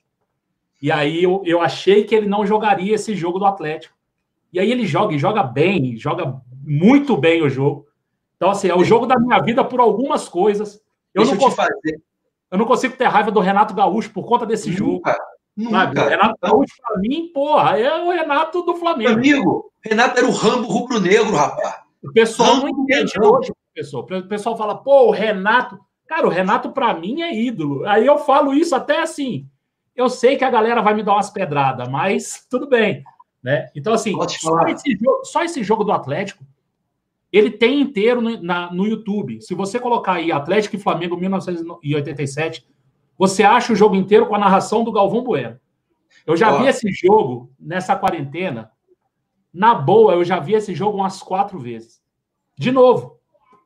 E aí eu, eu achei que ele não jogaria esse jogo do Atlético. E aí ele joga, e joga bem, joga muito bem o jogo. Então, assim, é o jogo da minha vida por algumas coisas. Eu, não, eu, consigo, fazer. eu não consigo ter raiva do Renato Gaúcho por conta desse Nunca. jogo. Nunca. O Renato Gaúcho, pra mim, porra, é o Renato do Flamengo. Meu amigo, Renato era o Rambo rubro-negro, rapaz. O pessoal Rambo não entende não. hoje, pessoal. O pessoal fala, pô, o Renato... Cara, o Renato, pra mim, é ídolo. Aí eu falo isso até assim. Eu sei que a galera vai me dar umas pedradas, mas tudo bem. Né? Então, assim, só esse, jogo, só esse jogo do Atlético, ele tem inteiro no, na, no YouTube. Se você colocar aí Atlético e Flamengo mil novecentos e oitenta e sete... Você acha o jogo inteiro com a narração do Galvão Bueno. Eu já Ó. vi esse jogo nessa quarentena. Na boa, eu já vi esse jogo umas quatro vezes. De novo.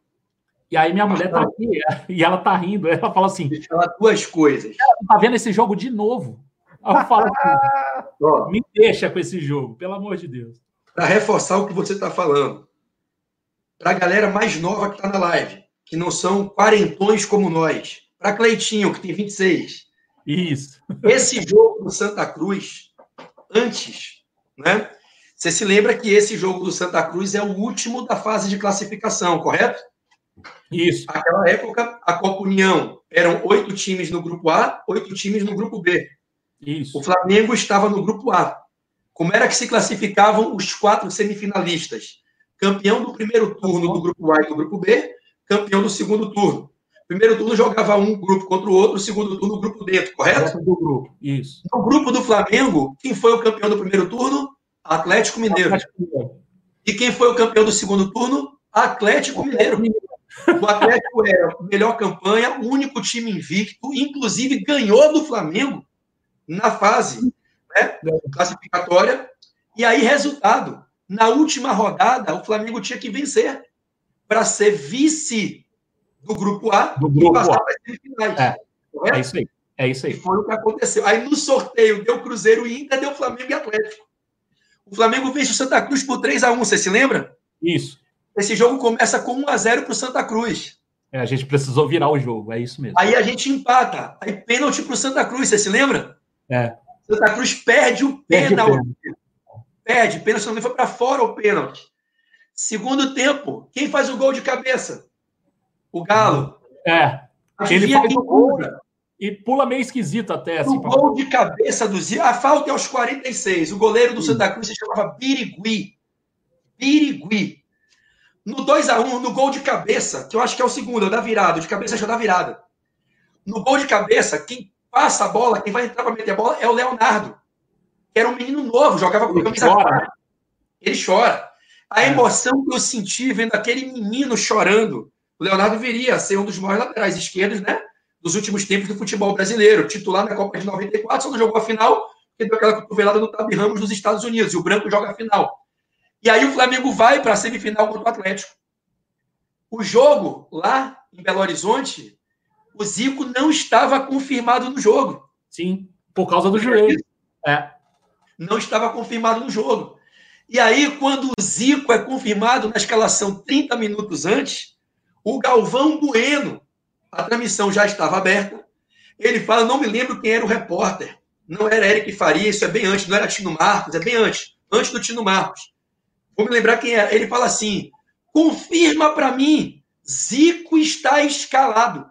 E aí minha mulher tá aqui e ela tá rindo. Ela fala assim... Deixa eu falar duas coisas. Ela tá vendo esse jogo de novo. Aí eu falo assim, me deixa com esse jogo, pelo amor de Deus. Para reforçar o que você está falando. Para a galera mais nova que está na live, que não são quarentões como nós. Para Cleitinho, que tem vinte e seis. Isso. Esse jogo do Santa Cruz, antes, né? Você se lembra que esse jogo do Santa Cruz é o último da fase de classificação, correto? Isso. Naquela época, a Copa União eram oito times no grupo A, oito times no grupo B. Isso. O Flamengo estava no grupo A. Como era que se classificavam os quatro semifinalistas? Campeão do primeiro turno do grupo A e do grupo B, campeão do segundo turno. Primeiro turno jogava um grupo contra o outro, segundo turno o grupo dentro, correto? Do grupo, isso. No grupo do Flamengo, quem foi o campeão do primeiro turno? Atlético Mineiro. Atlético Mineiro. E quem foi o campeão do segundo turno? Atlético Mineiro. O Atlético era a melhor campanha, o único time invicto, inclusive ganhou do Flamengo na fase, né, classificatória. E aí, resultado, na última rodada, o Flamengo tinha que vencer para ser vice do grupo A do grupo e passar A. para as semifinais. É, é isso aí. É isso aí. E foi o que aconteceu. Aí no sorteio deu Cruzeiro e Inter, deu Flamengo e Atlético. O Flamengo vence o Santa Cruz por três a um, você se lembra? Isso. Esse jogo começa com um a zero para o Santa Cruz. É, a gente precisou virar o jogo, é isso mesmo. Aí a gente empata. Aí pênalti pro Santa Cruz, você se lembra? É. Santa Cruz perde o Perde o pênalti. pênalti. Perde, pênalti não foi para fora o pênalti. Segundo tempo, quem faz o gol de cabeça? O Galo. É. Ele Adivinha faz quem o gol cobra? e pula meio esquisito até. Assim, O pra... gol de cabeça do Zico. A falta é aos quarenta e seis. O goleiro do Santa Cruz se chamava Birigui. Birigui. No dois a um, no gol de cabeça, que eu acho que é o segundo, é o da virada. O de cabeça é o da virada. No gol de cabeça, quem passa a bola, quem vai entrar para meter a bola é o Leonardo. Que era um menino novo, jogava com a camisa quatro. Ele chora. A emoção que eu senti vendo aquele menino chorando, o Leonardo viria a ser um dos maiores laterais esquerdos, né? Dos últimos tempos do futebol brasileiro. Titular na Copa de noventa e quatro, só não jogou a final, porque deu aquela cotovelada no Tabi Ramos dos Estados Unidos. E o Branco joga a final. E aí o Flamengo vai para a semifinal contra o Atlético. O jogo, lá em Belo Horizonte, o Zico não estava confirmado no jogo. Sim, por causa do joelho. É. Não estava confirmado no jogo. E aí, quando o Zico é confirmado na escalação trinta minutos antes, o Galvão Bueno, a transmissão já estava aberta, ele fala, não me lembro quem era o repórter. Não era Eric Faria, isso é bem antes, não era Tino Marcos, é bem antes, antes do Tino Marcos. Vou me lembrar quem era. Ele fala assim, confirma para mim, Zico está escalado.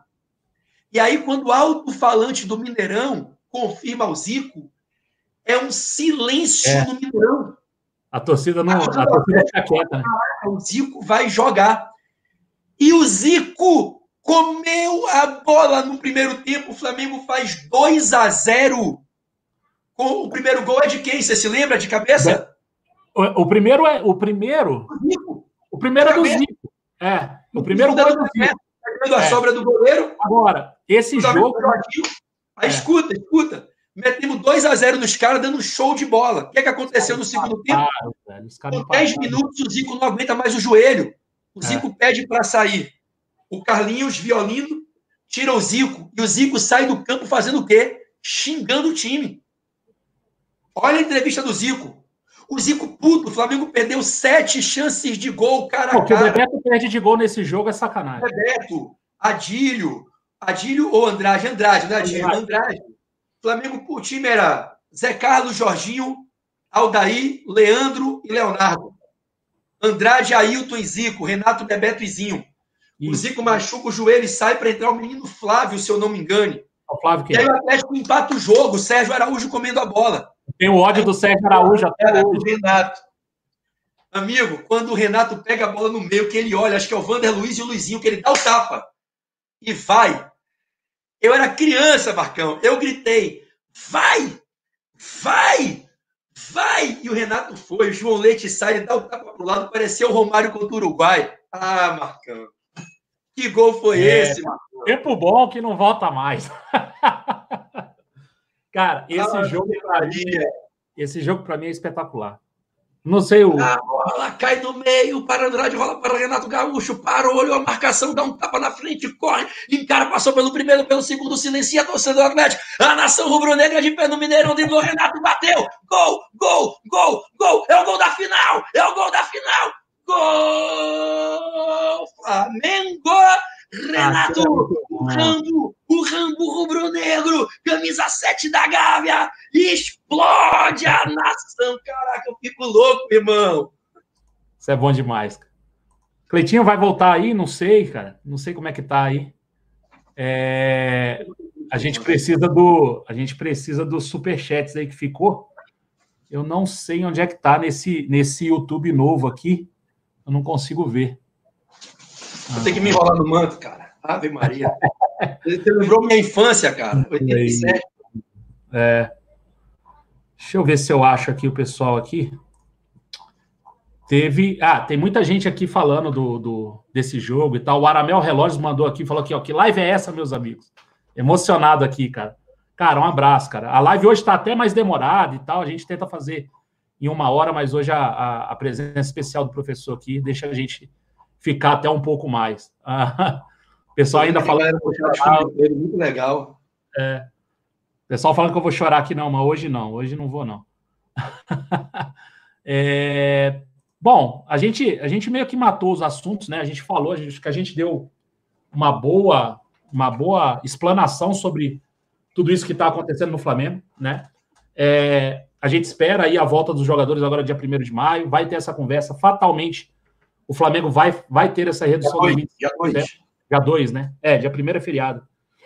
E aí, quando o alto-falante do Mineirão confirma o Zico, é um silêncio É. no Mineirão. A torcida não. A torcida fica quieta, né? O Zico vai jogar. E o Zico comeu a bola no primeiro tempo. O Flamengo faz dois a zero. O primeiro gol é de quem? Você se lembra de cabeça? O, o primeiro é. O primeiro. O Zico. O primeiro é do Cabeça. Zico. É. O primeiro gol é do Zico. A É. sobra do goleiro. Agora, esse jogo. Aí É. escuta, escuta. Metemos dois a zero nos caras, dando show de bola. O que é que aconteceu no segundo tempo? Claro, velho, os caras Com dez empataram. minutos, o Zico não aguenta mais o joelho. O É. Zico pede para sair. O Carlinhos, violino, tira o Zico. E o Zico sai do campo fazendo o quê? Xingando o time. Olha a entrevista do Zico. O Zico puto, o Flamengo perdeu sete chances de gol, cara Pô, a que o cara. Bebeto perde de gol nesse jogo é sacanagem. Bebeto, Adílio, Adílio ou Andrade? Andrade, né, Adílio? Andrade. Andrade. O Flamengo, o time era Zé Carlos, Jorginho, Aldair, Leandro e Leonardo. Andrade, Ailton e Zico, Renato, Bebeto e Zinho. O Isso. Zico machuca o joelho e sai para entrar o menino Flávio, se eu não me engane. O Flávio que E aí o Atlético empata o jogo, o Sérgio Araújo comendo a bola. tem o ódio do Sérgio Araújo até Era o hoje. Renato. Amigo, quando o Renato pega a bola no meio, que ele olha, acho que é o Vander Luiz e o Luizinho, que ele dá o tapa e vai. Eu era criança, Marcão, eu gritei, vai, vai, vai. E o Renato foi, o João Leite sai, ele dá o tapa pro lado, parecia o Romário contra o Uruguai. Ah, Marcão, que gol foi É. esse, Marcão? Tempo bom que não volta mais. Cara, esse Ah, jogo pra mim, Maria. esse jogo para mim é espetacular. Não sei o A bola cai no meio, para Andrade, rola para Renato Gaúcho, para, olhou a marcação, dá um tapa na frente, corre, encara, passou pelo primeiro, pelo segundo, silencia a torcida do Atlético, a nação rubro-negra de pé no Mineirão, driblou, Renato bateu, gol, gol, gol, gol, é o gol da final, é o gol da final, gol, Flamengo, Renato, o Rambo, o Rambo rubro-negro, camisa sete da Gávea, explode a nação. Caraca, eu fico louco, irmão. Isso é bom demais. Cara. Cleitinho vai voltar aí? Não sei, cara. Não sei como é que tá aí. É... A gente precisa do, a gente precisa dos superchats aí que ficou. Eu não sei onde é que tá nesse, nesse YouTube novo aqui. Eu não consigo ver. Vou ter que me enrolar no manto, cara. Ave Maria. Você lembrou minha infância, cara. oitenta e sete. É. Deixa eu ver se eu acho aqui o pessoal aqui. Teve... Ah, tem muita gente aqui falando do, do, desse jogo e tal. O Aramel Relógios mandou aqui, falou aqui, ó, que live é essa, meus amigos? Emocionado aqui, cara. Cara, um abraço, cara. A live hoje tá até mais demorada e tal. A gente tenta fazer em uma hora, mas hoje a, a, a presença especial do professor aqui deixa a gente ficar até um pouco mais. Ah, o pessoal ainda falando... Muito legal. É. O pessoal falando que eu vou chorar aqui, não, mas hoje não. Hoje não vou, não. é... Bom, a gente, a gente meio que matou os assuntos, né? A gente falou, a gente, que a gente deu uma boa, uma boa explanação sobre tudo isso que está acontecendo no Flamengo, né? É, a gente espera aí a volta dos jogadores agora dia primeiro de maio, vai ter essa conversa, fatalmente o Flamengo vai, vai ter essa redução dia de vinte e cinco por cento. dois. Dia dois, né? É, dia primeiro é feriado.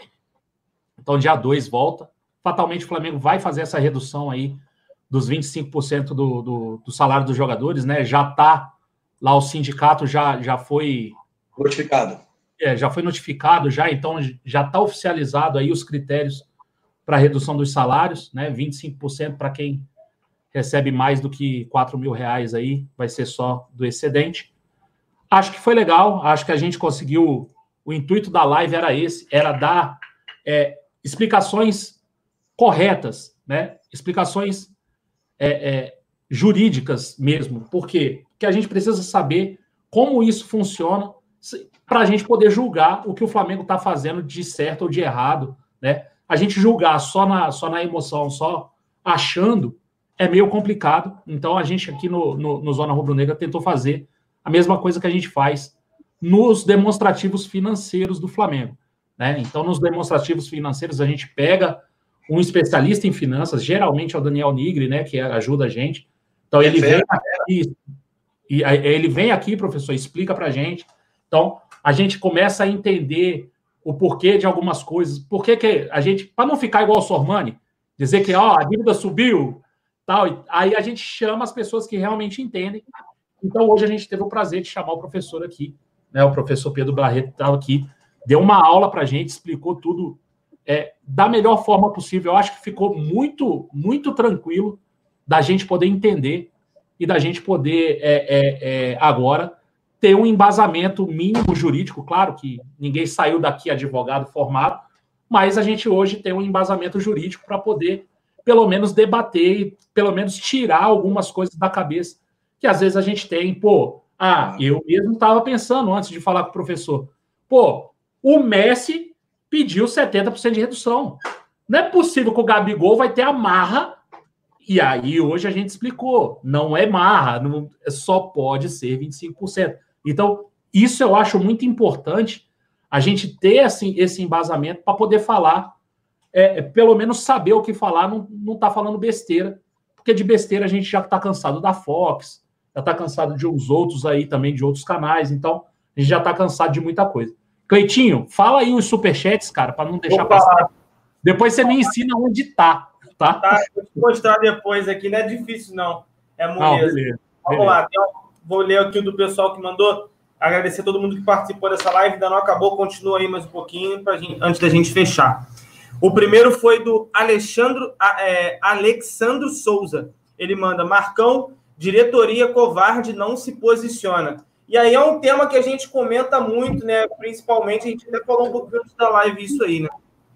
Então, dia dois volta. Fatalmente o Flamengo vai fazer essa redução aí dos vinte e cinco por cento do, do, do salário dos jogadores, né? Já está lá, o sindicato já, já foi... Notificado. É, já foi notificado, já, então já está oficializado aí os critérios para redução dos salários, né? vinte e cinco por cento para quem recebe mais do que quatro mil reais aí, vai ser só do excedente. Acho que foi legal, acho que a gente conseguiu, o intuito da live era esse, era dar é, explicações corretas, né? Explicações é, é, jurídicas mesmo. Por quê? Porque a gente precisa saber como isso funciona para a gente poder julgar o que o Flamengo está fazendo de certo ou de errado, né? A gente julgar só na, só na emoção, só achando, é meio complicado. Então, a gente aqui no, no, no Zona Rubro Negra tentou fazer a mesma coisa que a gente faz nos demonstrativos financeiros do Flamengo, né? Então, nos demonstrativos financeiros, a gente pega um especialista em finanças, geralmente é o Daniel Nigri, né, que ajuda a gente. Então, ele vem aqui, e ele vem aqui, professor, explica para a gente. Então, a gente começa a entender o porquê de algumas coisas. Por que que a gente, para não ficar igual o Sormani, dizer que ó, a dívida subiu, tal, aí a gente chama as pessoas que realmente entendem. Então, hoje a gente teve o prazer de chamar o professor aqui, né, o professor Pedro Barreto estava aqui, deu uma aula para a gente, explicou tudo é, da melhor forma possível. Eu acho que ficou muito, muito tranquilo da gente poder entender e da gente poder, é, é, é, agora, ter um embasamento mínimo jurídico. Claro que ninguém saiu daqui advogado formado, mas a gente hoje tem um embasamento jurídico para poder, pelo menos, debater e, pelo menos, tirar algumas coisas da cabeça que, às vezes, a gente tem. Pô, ah, eu mesmo estava pensando, antes de falar com o professor, pô, o Messi pediu setenta por cento de redução. Não é possível que o Gabigol vai ter a marra. E aí, hoje, a gente explicou. Não é marra, não, só pode ser vinte e cinco por cento. Então, isso eu acho muito importante, a gente ter assim, esse embasamento para poder falar, é, pelo menos saber o que falar, não, não tá falando besteira, porque de besteira a gente já está cansado da Fox, já está cansado de uns outros aí também, de outros canais, então a gente já está cansado de muita coisa. Cleitinho, fala aí os superchats, cara, para não deixar passar. Depois você me ensina onde tá, tá? Tá, vou te mostrar depois aqui, não é difícil não, é moleza. Não, beleza, Vamos beleza. lá, tem um... Vou ler aqui o do pessoal que mandou. Agradecer a todo mundo que participou dessa live. Ainda não acabou, continua aí mais um pouquinho pra gente, antes da gente fechar. O primeiro foi do Alexandro, é, Alexandro Souza. Ele manda: Marcão, diretoria covarde não se posiciona. E aí é um tema que a gente comenta muito, né? Principalmente, a gente até falou um pouquinho antes da live isso aí, né?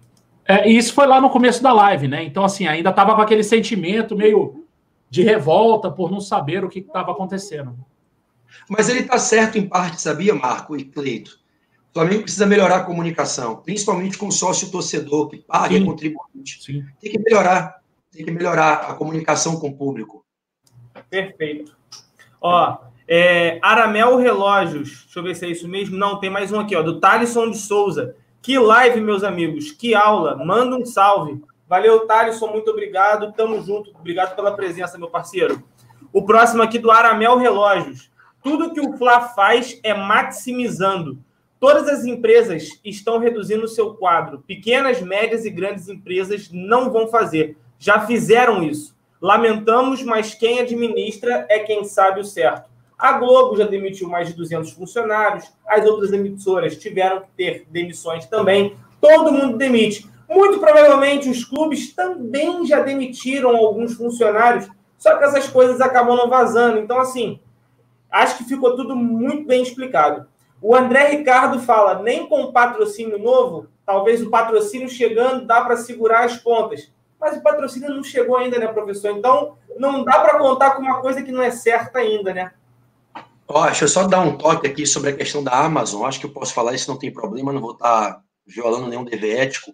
É, isso foi lá no começo da live, né? Então, assim, ainda estava com aquele sentimento meio de revolta por não saber o que estava acontecendo. Mas ele está certo em parte, sabia, Marco e Cleito? O Flamengo precisa melhorar a comunicação, principalmente com o sócio-torcedor que paga e contribuinte. Sim. Tem que melhorar, tem que melhorar a comunicação com o público. Perfeito. Ó, é, Aramel Relógios, deixa eu ver se é isso mesmo. Não, tem mais um aqui, ó, do Thalisson de Souza. Que live, meus amigos, que aula. Manda um salve. Valeu, Thalisson, muito obrigado. Tamo junto. Obrigado pela presença, meu parceiro. O próximo aqui do Aramel Relógios. Tudo que o Fla faz é maximizando. Todas as empresas estão reduzindo o seu quadro. Pequenas, médias e grandes empresas não vão fazer. Já fizeram isso. Lamentamos, mas quem administra é quem sabe o certo. A Globo já demitiu mais de duzentos funcionários. As outras emissoras tiveram que ter demissões também. Todo mundo demite. Muito provavelmente os clubes também já demitiram alguns funcionários. Só que essas coisas acabam não vazando. Então, assim, acho que ficou tudo muito bem explicado. O André Ricardo fala, nem com patrocínio novo, talvez o patrocínio chegando dá para segurar as pontas. Mas o patrocínio não chegou ainda, né, professor? Então, não dá para contar com uma coisa que não é certa ainda, né? Ó, deixa eu só dar um toque aqui sobre a questão da Amazon. Acho que eu posso falar isso, não tem problema, não vou estar violando nenhum dever ético.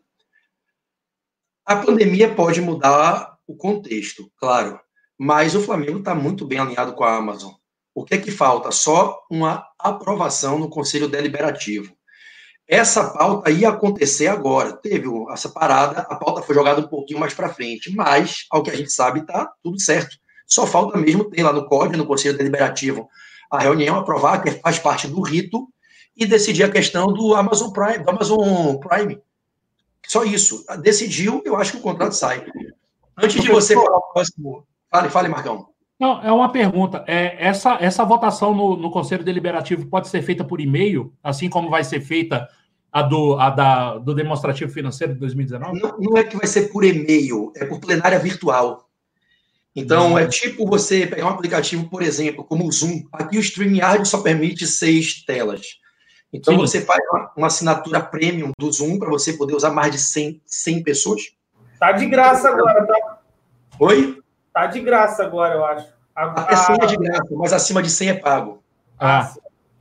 A pandemia pode mudar o contexto, claro, mas o Flamengo está muito bem alinhado com a Amazon. O que é que falta? Só uma aprovação no Conselho Deliberativo. essa pauta ia acontecer agora. Teve essa parada, a pauta foi jogada um pouquinho mais para frente, mas, ao que a gente sabe, está tudo certo. Só falta mesmo ter lá no C O D, no Conselho Deliberativo, a reunião, aprovar, que faz parte do rito, e decidir a questão do Amazon Prime, do Amazon Prime. Só isso. Decidiu, eu acho que o contrato sai. Antes de você falar o próximo... Fale, fale, Marcão. Não, é uma pergunta. É, essa, essa votação no, no Conselho Deliberativo pode ser feita por e-mail, assim como vai ser feita a do, a da, do demonstrativo financeiro de dois mil e dezenove? Não, não é que vai ser por e-mail, é por plenária virtual. Então, hum. é tipo você pegar um aplicativo, por exemplo, como o Zoom. Aqui o StreamYard só permite seis telas. Então, Sim. você faz uma, uma assinatura premium do Zoom para você poder usar mais de cem, cem pessoas. Tá de graça agora, tá? Oi? Tá de graça agora, eu acho. A, Até cem é de graça, mas acima de cem é pago. Ah.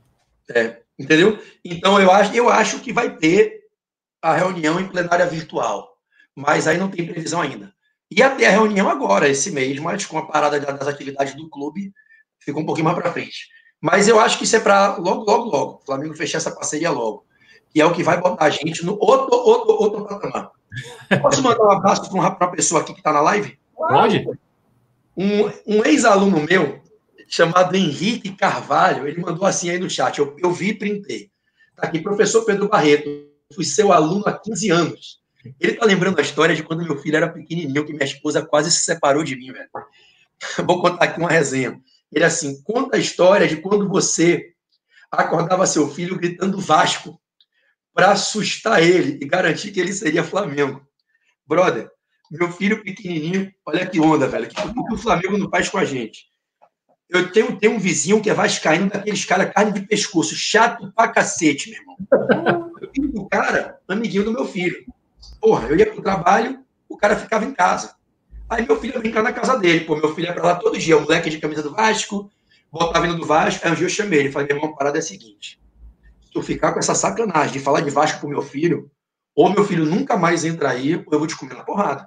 É, entendeu? Então, eu acho, eu acho que vai ter a reunião em plenária virtual. Mas aí não tem previsão ainda. Ia ter a reunião agora, esse mês, mas com a parada das atividades do clube, ficou um pouquinho mais para frente. Mas eu acho que isso é para logo, logo, logo. O Flamengo fechar essa parceria logo. Que é o que vai botar a gente no outro, outro, outro patamar. Posso mandar um abraço para uma pessoa aqui que está na live? Pode. Um, um ex-aluno meu, chamado Henrique Carvalho, ele mandou assim aí no chat, eu, eu vi e printei. Tá aqui, professor Pedro Barreto, fui seu aluno há quinze anos. Ele tá lembrando a história de quando meu filho era pequenininho, que minha esposa quase se separou de mim, velho. Vou contar aqui uma resenha. Ele assim, conta a história de quando você acordava seu filho gritando Vasco para assustar ele e garantir que ele seria Flamengo. Brother, meu filho pequenininho, olha que onda, velho. Que, que o Flamengo não faz com a gente. Eu tenho, tenho um vizinho que é vascaíno, daqueles caras, carne de pescoço, chato pra cacete, meu irmão. O cara, amiguinho do meu filho. Porra, eu ia pro trabalho, o cara ficava em casa. Aí meu filho ia brincar na casa dele. Pô, meu filho ia pra lá todo dia, o moleque de camisa do Vasco, voltava vindo do Vasco. Aí um dia eu chamei ele, falei, meu irmão, a parada é a seguinte. Se tu ficar com essa sacanagem de falar de Vasco pro meu filho, ou meu filho nunca mais entra aí, ou eu vou te comer na porrada.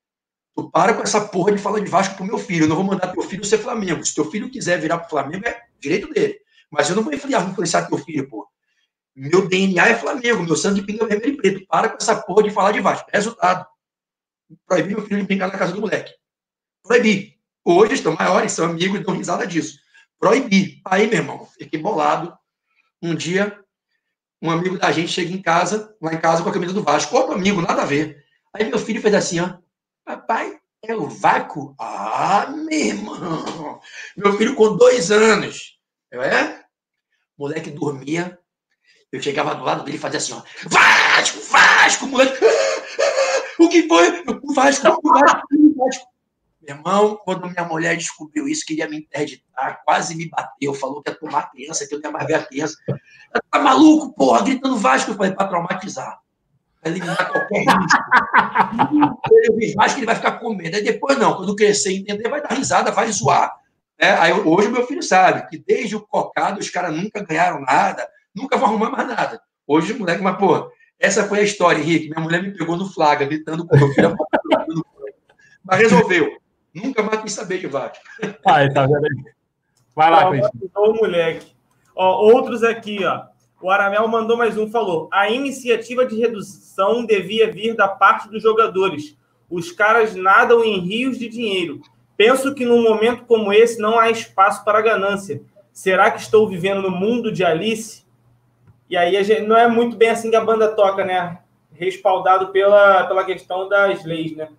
Tu para com essa porra de falar de Vasco pro meu filho. Eu não vou mandar teu filho ser Flamengo. Se teu filho quiser virar pro Flamengo, é direito dele. Mas eu não vou influenciar teu filho, pô. Meu D N A é Flamengo, meu sangue pinga vermelho e preto. Para com essa porra de falar de Vasco. Resultado. Proibi meu filho de brincar na casa do moleque. Proibi. Hoje estão maiores, são amigos e dão risada disso. Proibi. Aí, meu irmão, fiquei bolado. Um dia, um amigo da gente chega em casa, lá em casa com a camisa do Vasco. Outro amigo, nada a ver. Aí meu filho fez assim, ó. Papai, é o Vaco? Ah, meu irmão. Meu filho com dois anos. Eu, é? O moleque dormia. Eu chegava do lado dele e fazia assim, ó. Vasco, Vasco, moleque. O que foi? O Vasco, o Vasco, o Vasco. Meu irmão, quando minha mulher descobriu isso, queria me interditar, quase me bateu, falou que ia tomar a criança, que eu não ia mais ver a criança. Tá maluco, porra, gritando Vasco. Eu falei, pra traumatizar. Pra eliminar qualquer risco. Eu vi Vasco, ele vai ficar com medo. Aí depois, não, quando crescer e entender, vai dar risada, vai zoar. É, aí hoje meu filho sabe que desde o cocado os caras nunca ganharam nada, nunca vão arrumar mais nada. Hoje o moleque, mas, pô, essa foi a história, Henrique. Minha mulher me pegou no flagra, gritando com o meu filho. Mas resolveu. Nunca mais quis saber de Vasco. Ai, tá vendo aí? Vai lá, Cleitinho. Ô, moleque. Ó, outros aqui, ó. O Aramel mandou mais um, falou: a iniciativa de redução devia vir da parte dos jogadores. Os caras nadam em rios de dinheiro. Penso que num momento como esse não há espaço para ganância. Será que estou vivendo no mundo de Alice? E aí a gente, não é muito bem assim que a banda toca, né? Respaldado pela, pela questão das leis, né?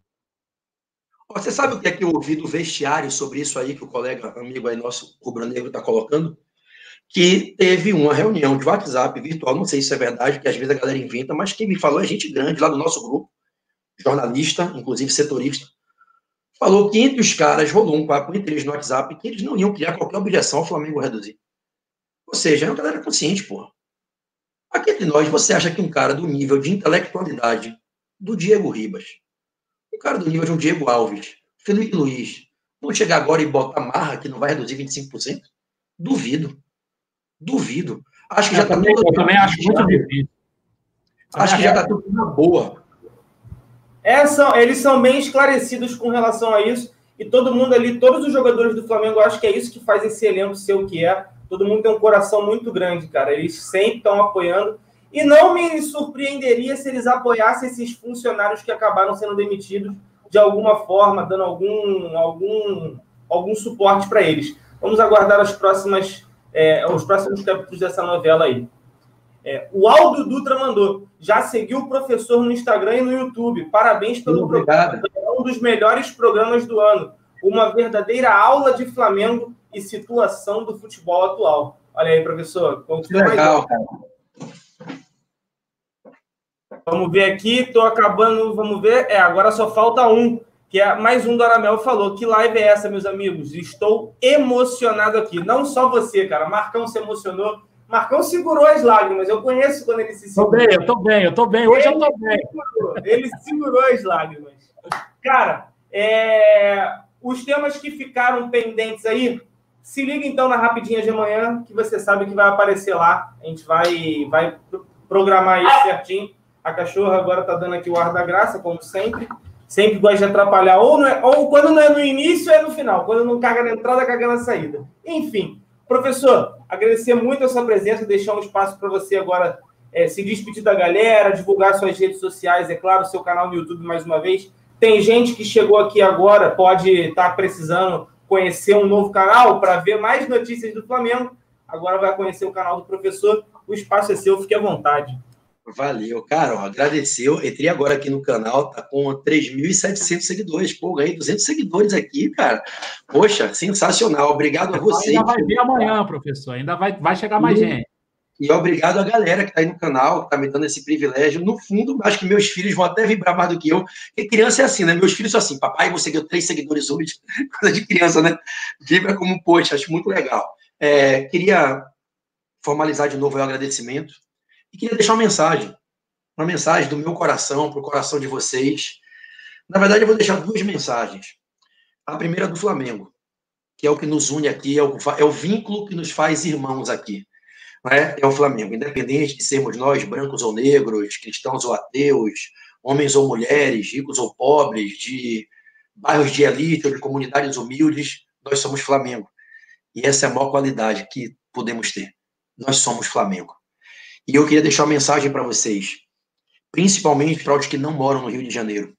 Você sabe o que é que eu ouvi do vestiário sobre isso aí, que o colega, amigo aí nosso, rubro-negro, está colocando? Que teve uma reunião de WhatsApp virtual, não sei se é verdade, que às vezes a galera inventa, mas quem me falou é gente grande lá do nosso grupo, jornalista, inclusive setorista, falou que entre os caras rolou um papo entre eles no WhatsApp que eles não iam criar qualquer objeção ao Flamengo reduzir. Ou seja, é uma galera consciente, porra. Aqui entre nós, você acha que um cara do nível de intelectualidade do Diego Ribas, um cara do nível de um Diego Alves, Felipe Luiz, vão chegar agora e botar marra que não vai reduzir vinte e cinco por cento? Duvido. Duvido. Acho que já eu está também, tudo... Eu também acho muito difícil. Acho que já está tudo na boa. É, são, eles são bem esclarecidos com relação a isso. E todo mundo ali, todos os jogadores do Flamengo, eu acho que é isso que faz esse elenco ser o que é. Todo mundo tem um coração muito grande, cara. Eles sempre estão apoiando. E não me surpreenderia se eles apoiassem esses funcionários que acabaram sendo demitidos de alguma forma, dando algum, algum, algum suporte para eles. Vamos aguardar as próximas, é, os próximos capítulos dessa novela aí. É, o Aldo Dutra mandou. Já seguiu o professor no Instagram e no YouTube. Parabéns pelo Obrigado. programa. É um dos melhores programas do ano. Uma verdadeira aula de Flamengo e situação do futebol atual. Olha aí, professor. Que legal, cara. Vamos ver aqui. Estou acabando. Vamos ver. É, agora só falta um. Que é mais um do Aramel falou. Que live é essa, meus amigos? Estou emocionado aqui. Não só você, cara. Marcão se emocionou. Marcão segurou as lágrimas. Eu conheço quando ele se segurou. Tô bem, eu tô bem, eu tô bem. Hoje ele eu tô bem. Segurou, ele segurou as lágrimas. Cara, é, os temas que ficaram pendentes aí, se liga então na Rapidinha de amanhã, que você sabe que vai aparecer lá. A gente vai, vai programar isso certinho. A cachorra agora tá dando aqui o ar da graça, como sempre. Sempre gosta de atrapalhar. Ou, não é, ou quando não é no início, é no final. Quando não caga na entrada, caga na saída. Enfim. Professor, agradecer muito a sua presença, deixar um espaço para você agora é, se despedir da galera, divulgar suas redes sociais, é claro, seu canal no YouTube mais uma vez. Tem gente que chegou aqui agora, pode estar precisando conhecer um novo canal para ver mais notícias do Flamengo. Agora vai conhecer o canal do professor. O espaço é seu, fique à vontade. Valeu, cara, ó, agradeceu. Entrei agora aqui no canal, tá com três mil e setecentos seguidores. Pô, ganhei duzentos seguidores aqui, cara. Poxa, sensacional. Obrigado a vocês. Ainda vai vir amanhã, professor. Ainda vai, vai chegar mais e, gente. E obrigado a galera que tá aí no canal, que tá me dando esse privilégio. No fundo, acho que meus filhos vão até vibrar mais do que eu. Porque criança é assim, né? Meus filhos são assim, papai, você ganhou três seguidores hoje. Coisa de criança, né? Vibra como, poxa, acho muito legal. É, queria formalizar de novo o agradecimento. E queria deixar uma mensagem, uma mensagem do meu coração para o coração de vocês. Na verdade, eu vou deixar duas mensagens. A primeira do Flamengo, que é o que nos une aqui, é o, é o vínculo que nos faz irmãos aqui. Não é? É o Flamengo, independente de sermos nós, brancos ou negros, cristãos ou ateus, homens ou mulheres, ricos ou pobres, de bairros de elite ou de comunidades humildes, nós somos Flamengo. E essa é a maior qualidade que podemos ter. Nós somos Flamengo. E eu queria deixar uma mensagem para vocês, principalmente para os que não moram no Rio de Janeiro.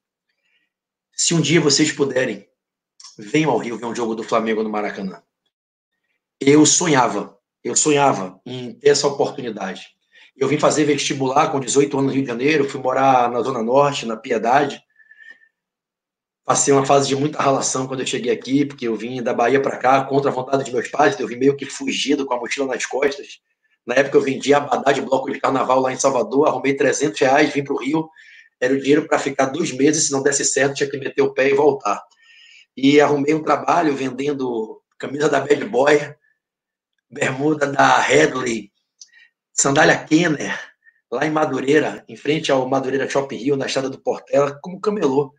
Se um dia vocês puderem, venham ao Rio ver um jogo do Flamengo no Maracanã. Eu sonhava, eu sonhava em ter essa oportunidade. Eu vim fazer vestibular com dezoito anos no Rio de Janeiro, fui morar na Zona Norte, na Piedade. Passei uma fase de muita ralação quando eu cheguei aqui, porque eu vim da Bahia para cá, contra a vontade de meus pais, eu vim meio que fugido com a mochila nas costas. Na época eu vendia abadá de bloco de carnaval lá em Salvador, arrumei trezentos reais, vim para o Rio, era o dinheiro para ficar dois meses, se não desse certo, tinha que meter o pé e voltar. E arrumei um trabalho vendendo camisa da Bad Boy, bermuda da Headley, sandália Kenner, lá em Madureira, em frente ao Madureira Shopping Rio, na Estrada do Portela, como camelô.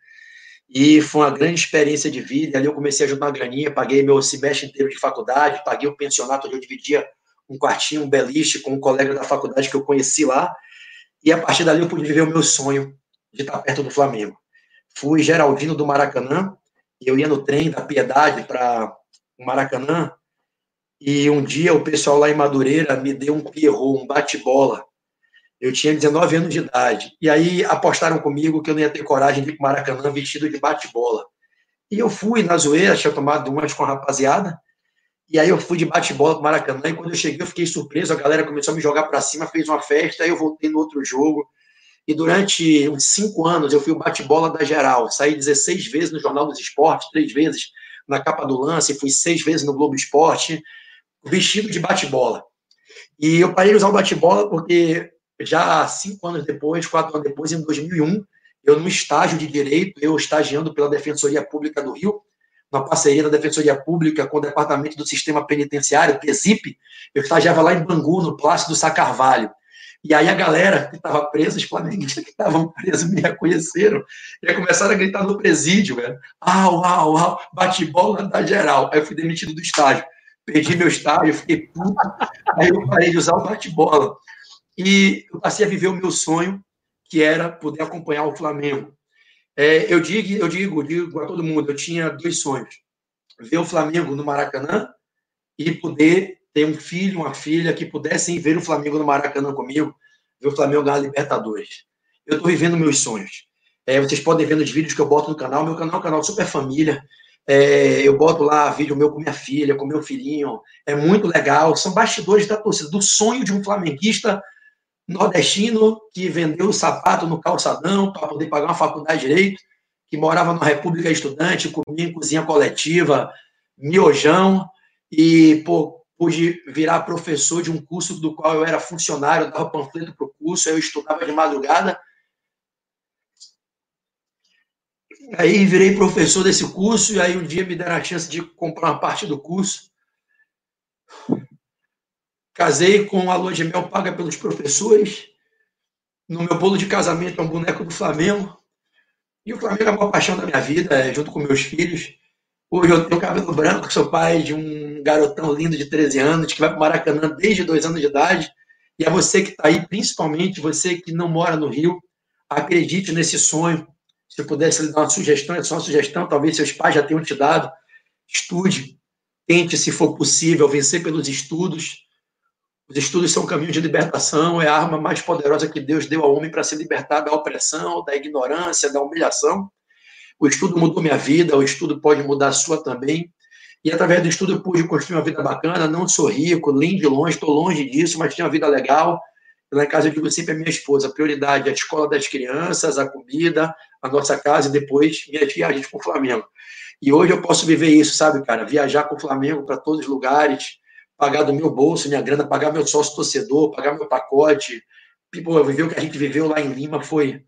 E foi uma grande experiência de vida, ali eu comecei a ajudar uma graninha, paguei meu semestre inteiro de faculdade, paguei o pensionato onde eu dividia um quartinho, um beliche com um colega da faculdade que eu conheci lá, e a partir dali eu pude viver o meu sonho de estar perto do Flamengo. Fui Geraldino do Maracanã, e eu ia no trem da Piedade para o Maracanã, e um dia o pessoal lá em Madureira me deu um pierrot, um bate-bola. Eu tinha dezenove anos de idade, e aí apostaram comigo que eu não ia ter coragem de ir para o Maracanã vestido de bate-bola. E eu fui na zoeira, tinha tomado umas com a rapaziada, e aí eu fui de bate-bola para o Maracanã, e quando eu cheguei eu fiquei surpreso, a galera começou a me jogar para cima, fez uma festa, aí eu voltei no outro jogo, e durante uns cinco anos eu fui o bate-bola da geral, saí dezesseis vezes no Jornal dos Esportes, três vezes na capa do Lance, fui seis vezes no Globo Esporte, vestido de bate-bola. E eu parei de usar o bate-bola porque já cinco anos depois, quatro anos depois, em dois mil e um, eu no estágio de Direito, eu estagiando pela Defensoria Pública do Rio, uma parceria da Defensoria Pública com o Departamento do Sistema Penitenciário, PESIP, eu estagiava lá em Bangu, no Plácido Sá Carvalho. E aí a galera que estava presa, os flamenguistas que estavam presos, me reconheceram, e começaram a gritar no presídio, velho. Au, au, au, bate-bola da geral. Aí eu fui demitido do estágio. Perdi meu estágio, fiquei puto. Aí eu parei de usar o bate-bola. E eu passei a viver o meu sonho, que era poder acompanhar o Flamengo. É, eu, digo, eu digo, digo a todo mundo, eu tinha dois sonhos. Ver o Flamengo no Maracanã e poder ter um filho, uma filha que pudessem ver o Flamengo no Maracanã comigo. ver o Flamengo ganhar a Libertadores. Eu estou vivendo meus sonhos. É, vocês podem ver nos vídeos que eu boto no canal. Meu canal é um canal super família. É, eu boto lá vídeo meu com minha filha, com meu filhinho. É muito legal. São bastidores da torcida, do sonho de um flamenguista nordestino que vendeu o sapato no calçadão para poder pagar uma faculdade de Direito, que morava na República Estudante, comia em cozinha coletiva, miojão, e pô, pude virar professor de um curso do qual eu era funcionário, eu dava panfleto para o curso, eu estudava de madrugada. Aí virei professor desse curso, e aí um dia me deram a chance de comprar uma parte do curso. Casei com a lua de mel paga pelos professores. No meu bolo de casamento é um boneco do Flamengo. E o Flamengo é a maior paixão da minha vida, junto com meus filhos. Hoje eu tenho cabelo branco, sou pai de um garotão lindo de treze anos, que vai para o Maracanã desde dois anos de idade. E é você que está aí, principalmente você que não mora no Rio, acredite nesse sonho. Se eu pudesse lhe dar uma sugestão, é só uma sugestão, talvez seus pais já tenham te dado. Estude, tente, se for possível, vencer pelos estudos. Os estudos são um caminho de libertação, é a arma mais poderosa que Deus deu ao homem para se libertar da opressão, da ignorância, da humilhação. O estudo mudou minha vida, o estudo pode mudar a sua também. E através do estudo eu pude construir uma vida bacana, não sou rico, nem de longe, estou longe disso, mas tinha uma vida legal. Lá em casa eu digo sempre a minha esposa, a prioridade é a escola das crianças, a comida, a nossa casa e depois minhas viagens com o Flamengo. E hoje eu posso viver isso, sabe, cara? Viajar com o Flamengo para todos os lugares, pagar do meu bolso, minha grana, pagar meu sócio torcedor, pagar meu pacote. Pô, viver o que a gente viveu lá em Lima foi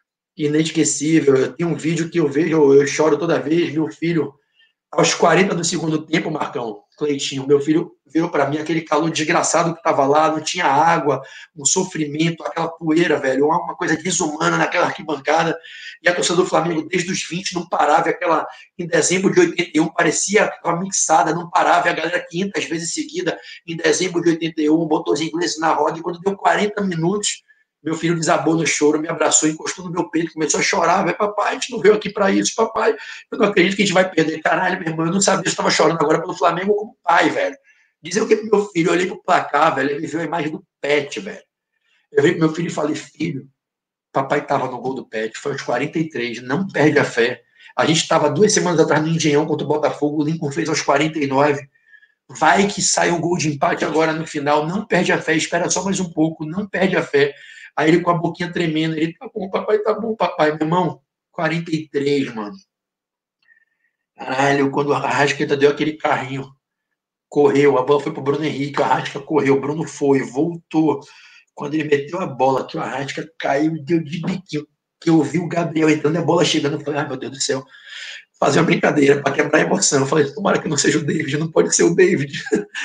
inesquecível. Tem um vídeo que eu vejo, eu choro toda vez, meu filho, aos quarenta do segundo tempo, Marcão, Cleitinho, meu filho virou para mim aquele calor desgraçado que estava lá, não tinha água, um sofrimento, aquela poeira, velho, uma coisa desumana naquela arquibancada, e a torcida do Flamengo desde os vinte não parava, aquela, em dezembro de oitenta e um, parecia aquela mixada, não parava, e a galera quinhentas vezes seguida, em dezembro de oitenta e um, botou os ingleses na roda, e quando deu quarenta minutos, meu filho desabou no choro, me abraçou, encostou no meu peito, começou a chorar. Vai, papai, a gente não veio aqui para isso, papai. Eu não acredito que a gente vai perder. Caralho, meu irmão, eu não sabia se estava chorando agora pelo Flamengo como pai, velho. Dizer o que pro meu filho, eu olhei pro placar, velho, ele viu a imagem do Pet, velho. Eu vi pro meu filho e falei, filho, papai estava no gol do Pet, foi aos quarenta e três, não perde a fé. A gente estava duas semanas atrás no Engenhão contra o Botafogo, o Lincoln fez aos quarenta e nove. Vai que sai o gol de empate agora no final, não perde a fé, espera só mais um pouco, não perde a fé. Aí ele com a boquinha tremendo, ele, tá bom, papai, tá bom, papai. Meu irmão, quarenta e três, mano. Caralho, quando o Arrascaeta deu aquele carrinho, correu, a bola foi pro Bruno Henrique, o Arrasca correu, o Bruno foi, voltou. Quando ele meteu a bola, que o Arrasca caiu, deu de biquinho, que eu vi o Gabriel entrando, a bola chegando, eu falei, ai, meu Deus do céu, fazer uma brincadeira para quebrar a emoção. Eu falei, tomara que não seja o David, não pode ser o David.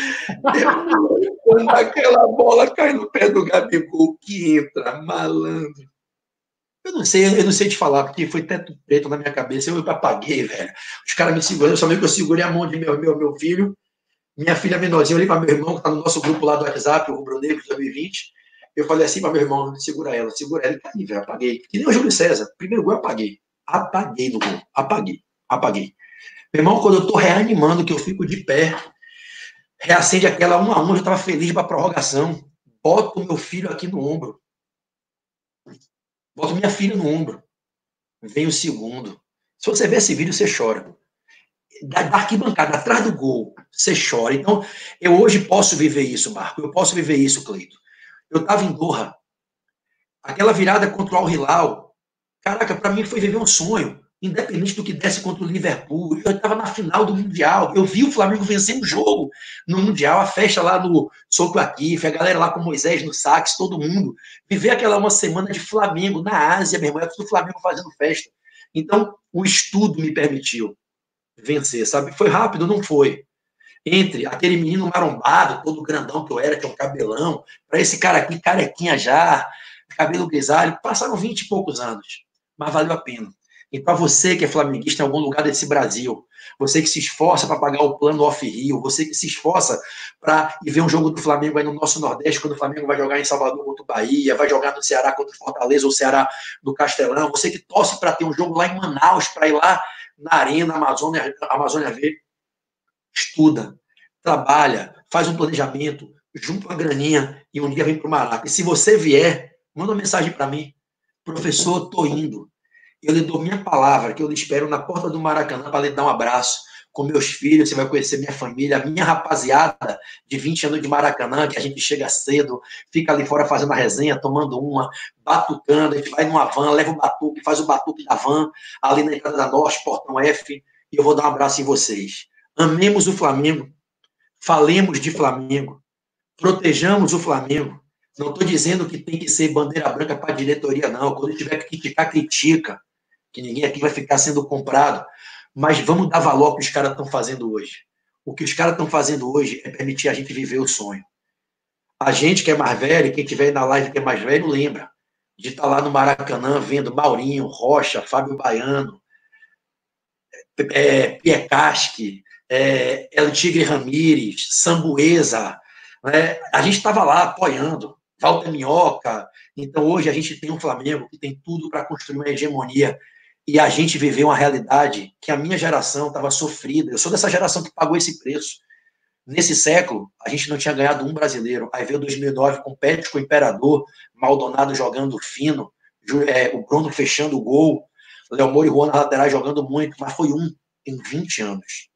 Quando aquela bola cai no pé do Gabigol, que entra, malandro. Eu não sei, eu não sei te falar, porque foi teto preto na minha cabeça, eu apaguei, velho. Os caras me segurando, eu só vi que eu segurei a mão de meu, meu, meu filho, minha filha menorzinha, eu olhei para meu irmão, que está no nosso grupo lá do WhatsApp, o Rubro Negro dois mil e vinte, eu falei assim para meu irmão, segura ela, segura ela, e tá aí, velho, apaguei. Que nem o Júlio César, primeiro gol eu apaguei. Apaguei no gol, apaguei, apaguei. Meu irmão, quando eu tô reanimando, que eu fico de pé, reacende aquela um a um, eu estava feliz para a prorrogação. Boto o meu filho aqui no ombro. Boto minha filha no ombro. Vem o segundo. Se você ver esse vídeo, você chora. Da, da arquibancada, atrás do gol, você chora. Então, eu hoje posso viver isso, Marco. Eu posso viver isso, Cleito. Eu estava em Doha. Aquela virada contra o Al Hilal. Caraca, para mim foi viver um sonho. Independente do que desse contra o Liverpool, eu estava na final do Mundial, eu vi o Flamengo vencendo o jogo no Mundial, a festa lá no Soco Aqui, a galera lá com Moisés no sax, todo mundo, viver aquela uma semana de Flamengo na Ásia, meu irmão, é tudo o Flamengo fazendo festa. Então, o estudo me permitiu vencer, sabe? Foi rápido, não foi. Entre aquele menino marombado, todo grandão que eu era, que é um cabelão, para esse cara aqui, carequinha já, cabelo grisalho, passaram vinte e poucos anos, mas valeu a pena. E para você que é flamenguista em algum lugar desse Brasil, você que se esforça para pagar o plano off-Rio, você que se esforça para ir ver um jogo do Flamengo aí no nosso Nordeste, quando o Flamengo vai jogar em Salvador contra o Bahia, vai jogar no Ceará contra o Fortaleza ou Ceará do Castelão, você que torce para ter um jogo lá em Manaus, para ir lá na Arena Amazônia, Amazônia ver, estuda, trabalha, faz um planejamento, junta uma graninha e um dia vem para o Maraca. E se você vier, Manda uma mensagem para mim. Professor, tô indo. Eu lhe dou minha palavra, que eu lhe espero na porta do Maracanã para lhe dar um abraço. Com meus filhos, você vai conhecer minha família, minha rapaziada de vinte anos de Maracanã, que a gente chega cedo, fica ali fora fazendo a resenha, tomando uma, batucando, a gente vai numa van, leva o batuque, faz o batuque da van, ali na entrada da Norte, Portão F, e eu vou dar um abraço em vocês. Amemos o Flamengo, falemos de Flamengo, protejamos o Flamengo. Não estou dizendo que tem que ser bandeira branca para a diretoria, não. Quando tiver que criticar, critica, que ninguém aqui vai ficar sendo comprado. Mas vamos dar valor ao que os caras estão fazendo hoje. O que os caras estão fazendo hoje é permitir a gente viver o sonho. A gente que é mais velho, quem estiver na live que é mais velho, lembra de estar lá no Maracanã vendo Maurinho, Rocha, Fábio Baiano, é, Piecasque, é, El Tigre Ramírez, Sambuesa, né? A gente estava lá apoiando, Walter Minhoca. Então hoje a gente tem um Flamengo que tem tudo para construir uma hegemonia. E a gente viveu uma realidade que a minha geração estava sofrida. Eu sou dessa geração que pagou esse preço. Nesse século, a gente não tinha ganhado um brasileiro. Aí veio dois mil e nove com o Pet, com o Imperador, Maldonado jogando fino, é, o Bruno fechando o gol, Léo Moura e Juan na lateral jogando muito, mas foi um em vinte anos.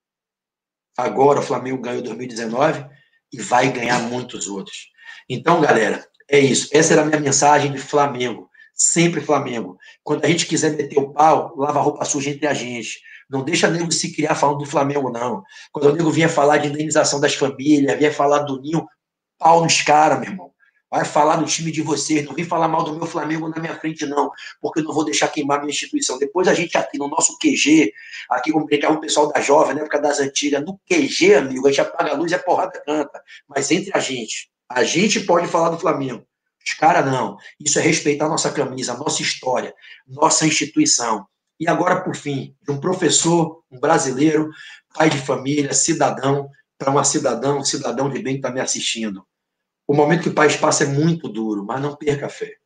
Agora o Flamengo ganhou dois mil e dezenove e vai ganhar muitos outros. Então, galera, é isso. Essa era a minha mensagem de Flamengo. Sempre Flamengo. Quando a gente quiser meter o pau, lava a roupa suja entre a gente. Não deixa nego se criar falando do Flamengo, não. Quando o nego vinha falar de indenização das famílias, vinha falar do Ninho, pau nos caras, meu irmão. Vai falar do time de vocês. Não vem falar mal do meu Flamengo na minha frente, não. Porque eu não vou deixar queimar minha instituição. Depois a gente aqui no nosso Q G, aqui como brincava o pessoal da jovem, na época das antigas, no Q G, amigo, a gente apaga a luz e a porrada canta. Mas entre a gente, a gente pode falar do Flamengo. Os caras não. Isso é respeitar nossa camisa, nossa história, nossa instituição. E agora, por fim, de um professor, um brasileiro, pai de família, cidadão, para uma cidadã, um cidadão de bem que está me assistindo. O momento que o país passa é muito duro, mas não perca a fé.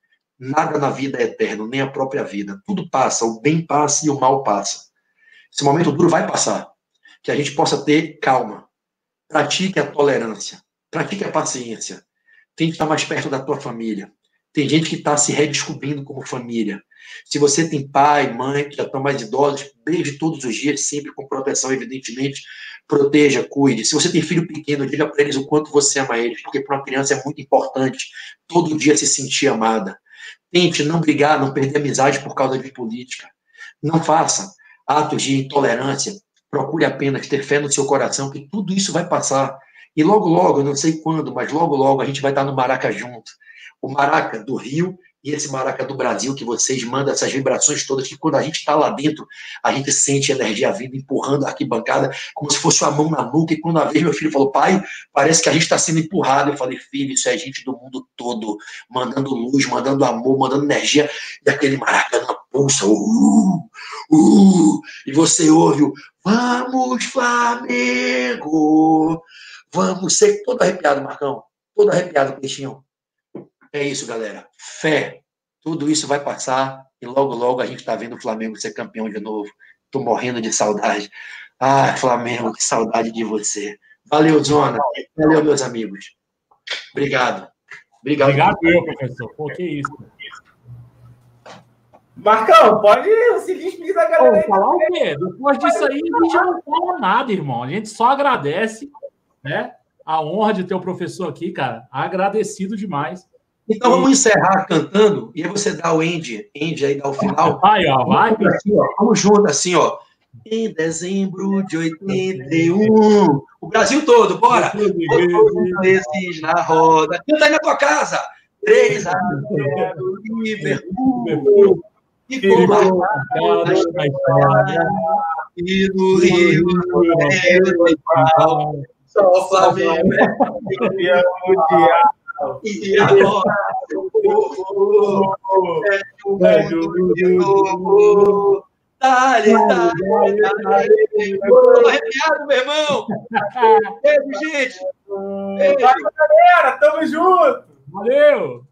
Nada na vida é eterno, nem a própria vida. Tudo passa, o bem passa e o mal passa. Esse momento duro vai passar. Que a gente possa ter calma. Pratique a tolerância. Pratique a paciência. Tente estar mais perto da tua família. Tem gente que está se redescobrindo como família. Se você tem pai, mãe, que já estão mais idosos, beije todos os dias, sempre com proteção, evidentemente. Proteja, cuide. Se você tem filho pequeno, diga para eles o quanto você ama eles, porque para uma criança é muito importante todo dia se sentir amada. Tente não brigar, não perder amizade por causa de política. Não faça atos de intolerância. Procure apenas ter fé no seu coração, que tudo isso vai passar. E logo, logo, eu não sei quando, mas logo, logo a gente vai estar no Maraca junto. O Maraca do Rio e esse Maraca do Brasil, que vocês mandam essas vibrações todas, que quando a gente está lá dentro, a gente sente a energia vindo, empurrando a arquibancada, como se fosse uma mão na nuca. E quando uma vez meu filho falou, pai, parece que a gente está sendo empurrado. Eu falei, filho, isso é gente do mundo todo, mandando luz, mandando amor, mandando energia. E aquele Maraca na pulsa, uh, uh, e você ouve o, vamos, Flamengo! Vamos ser todo arrepiado, Marcão. Todo arrepiado, Peixinho. É isso, galera. Fé. Tudo isso vai passar e logo, logo a gente está vendo o Flamengo ser campeão de novo. Estou morrendo de saudade. Ah, Flamengo, que saudade de você. Valeu, Zona. Valeu, meus amigos. Obrigado. Obrigado. Obrigado eu, professor. Pô, que isso. Marcão, pode se despedir da galera. Pô, falar o quê? Depois disso aí, a gente não fala nada, irmão. A gente só agradece, né? A honra de ter o professor aqui, cara. Agradecido demais. Então e... vamos encerrar cantando e aí você dá o end, end aí, dá o final. Vai, ó, vai. Assim, ó, vamos junto, assim, ó. Em dezembro de oitenta e um. O Brasil todo, bora! Todos esses na roda. Canta aí na tua casa. três a zero Liverpool. E como a história. E no Rio só o Flamengo é campeão mundial. E agora o povo é o mundo de novo. Dale, dale, dale. Tô arrepiado, meu irmão. Beijo, gente. Beijo. Valeu, galera. Tamo junto. Valeu.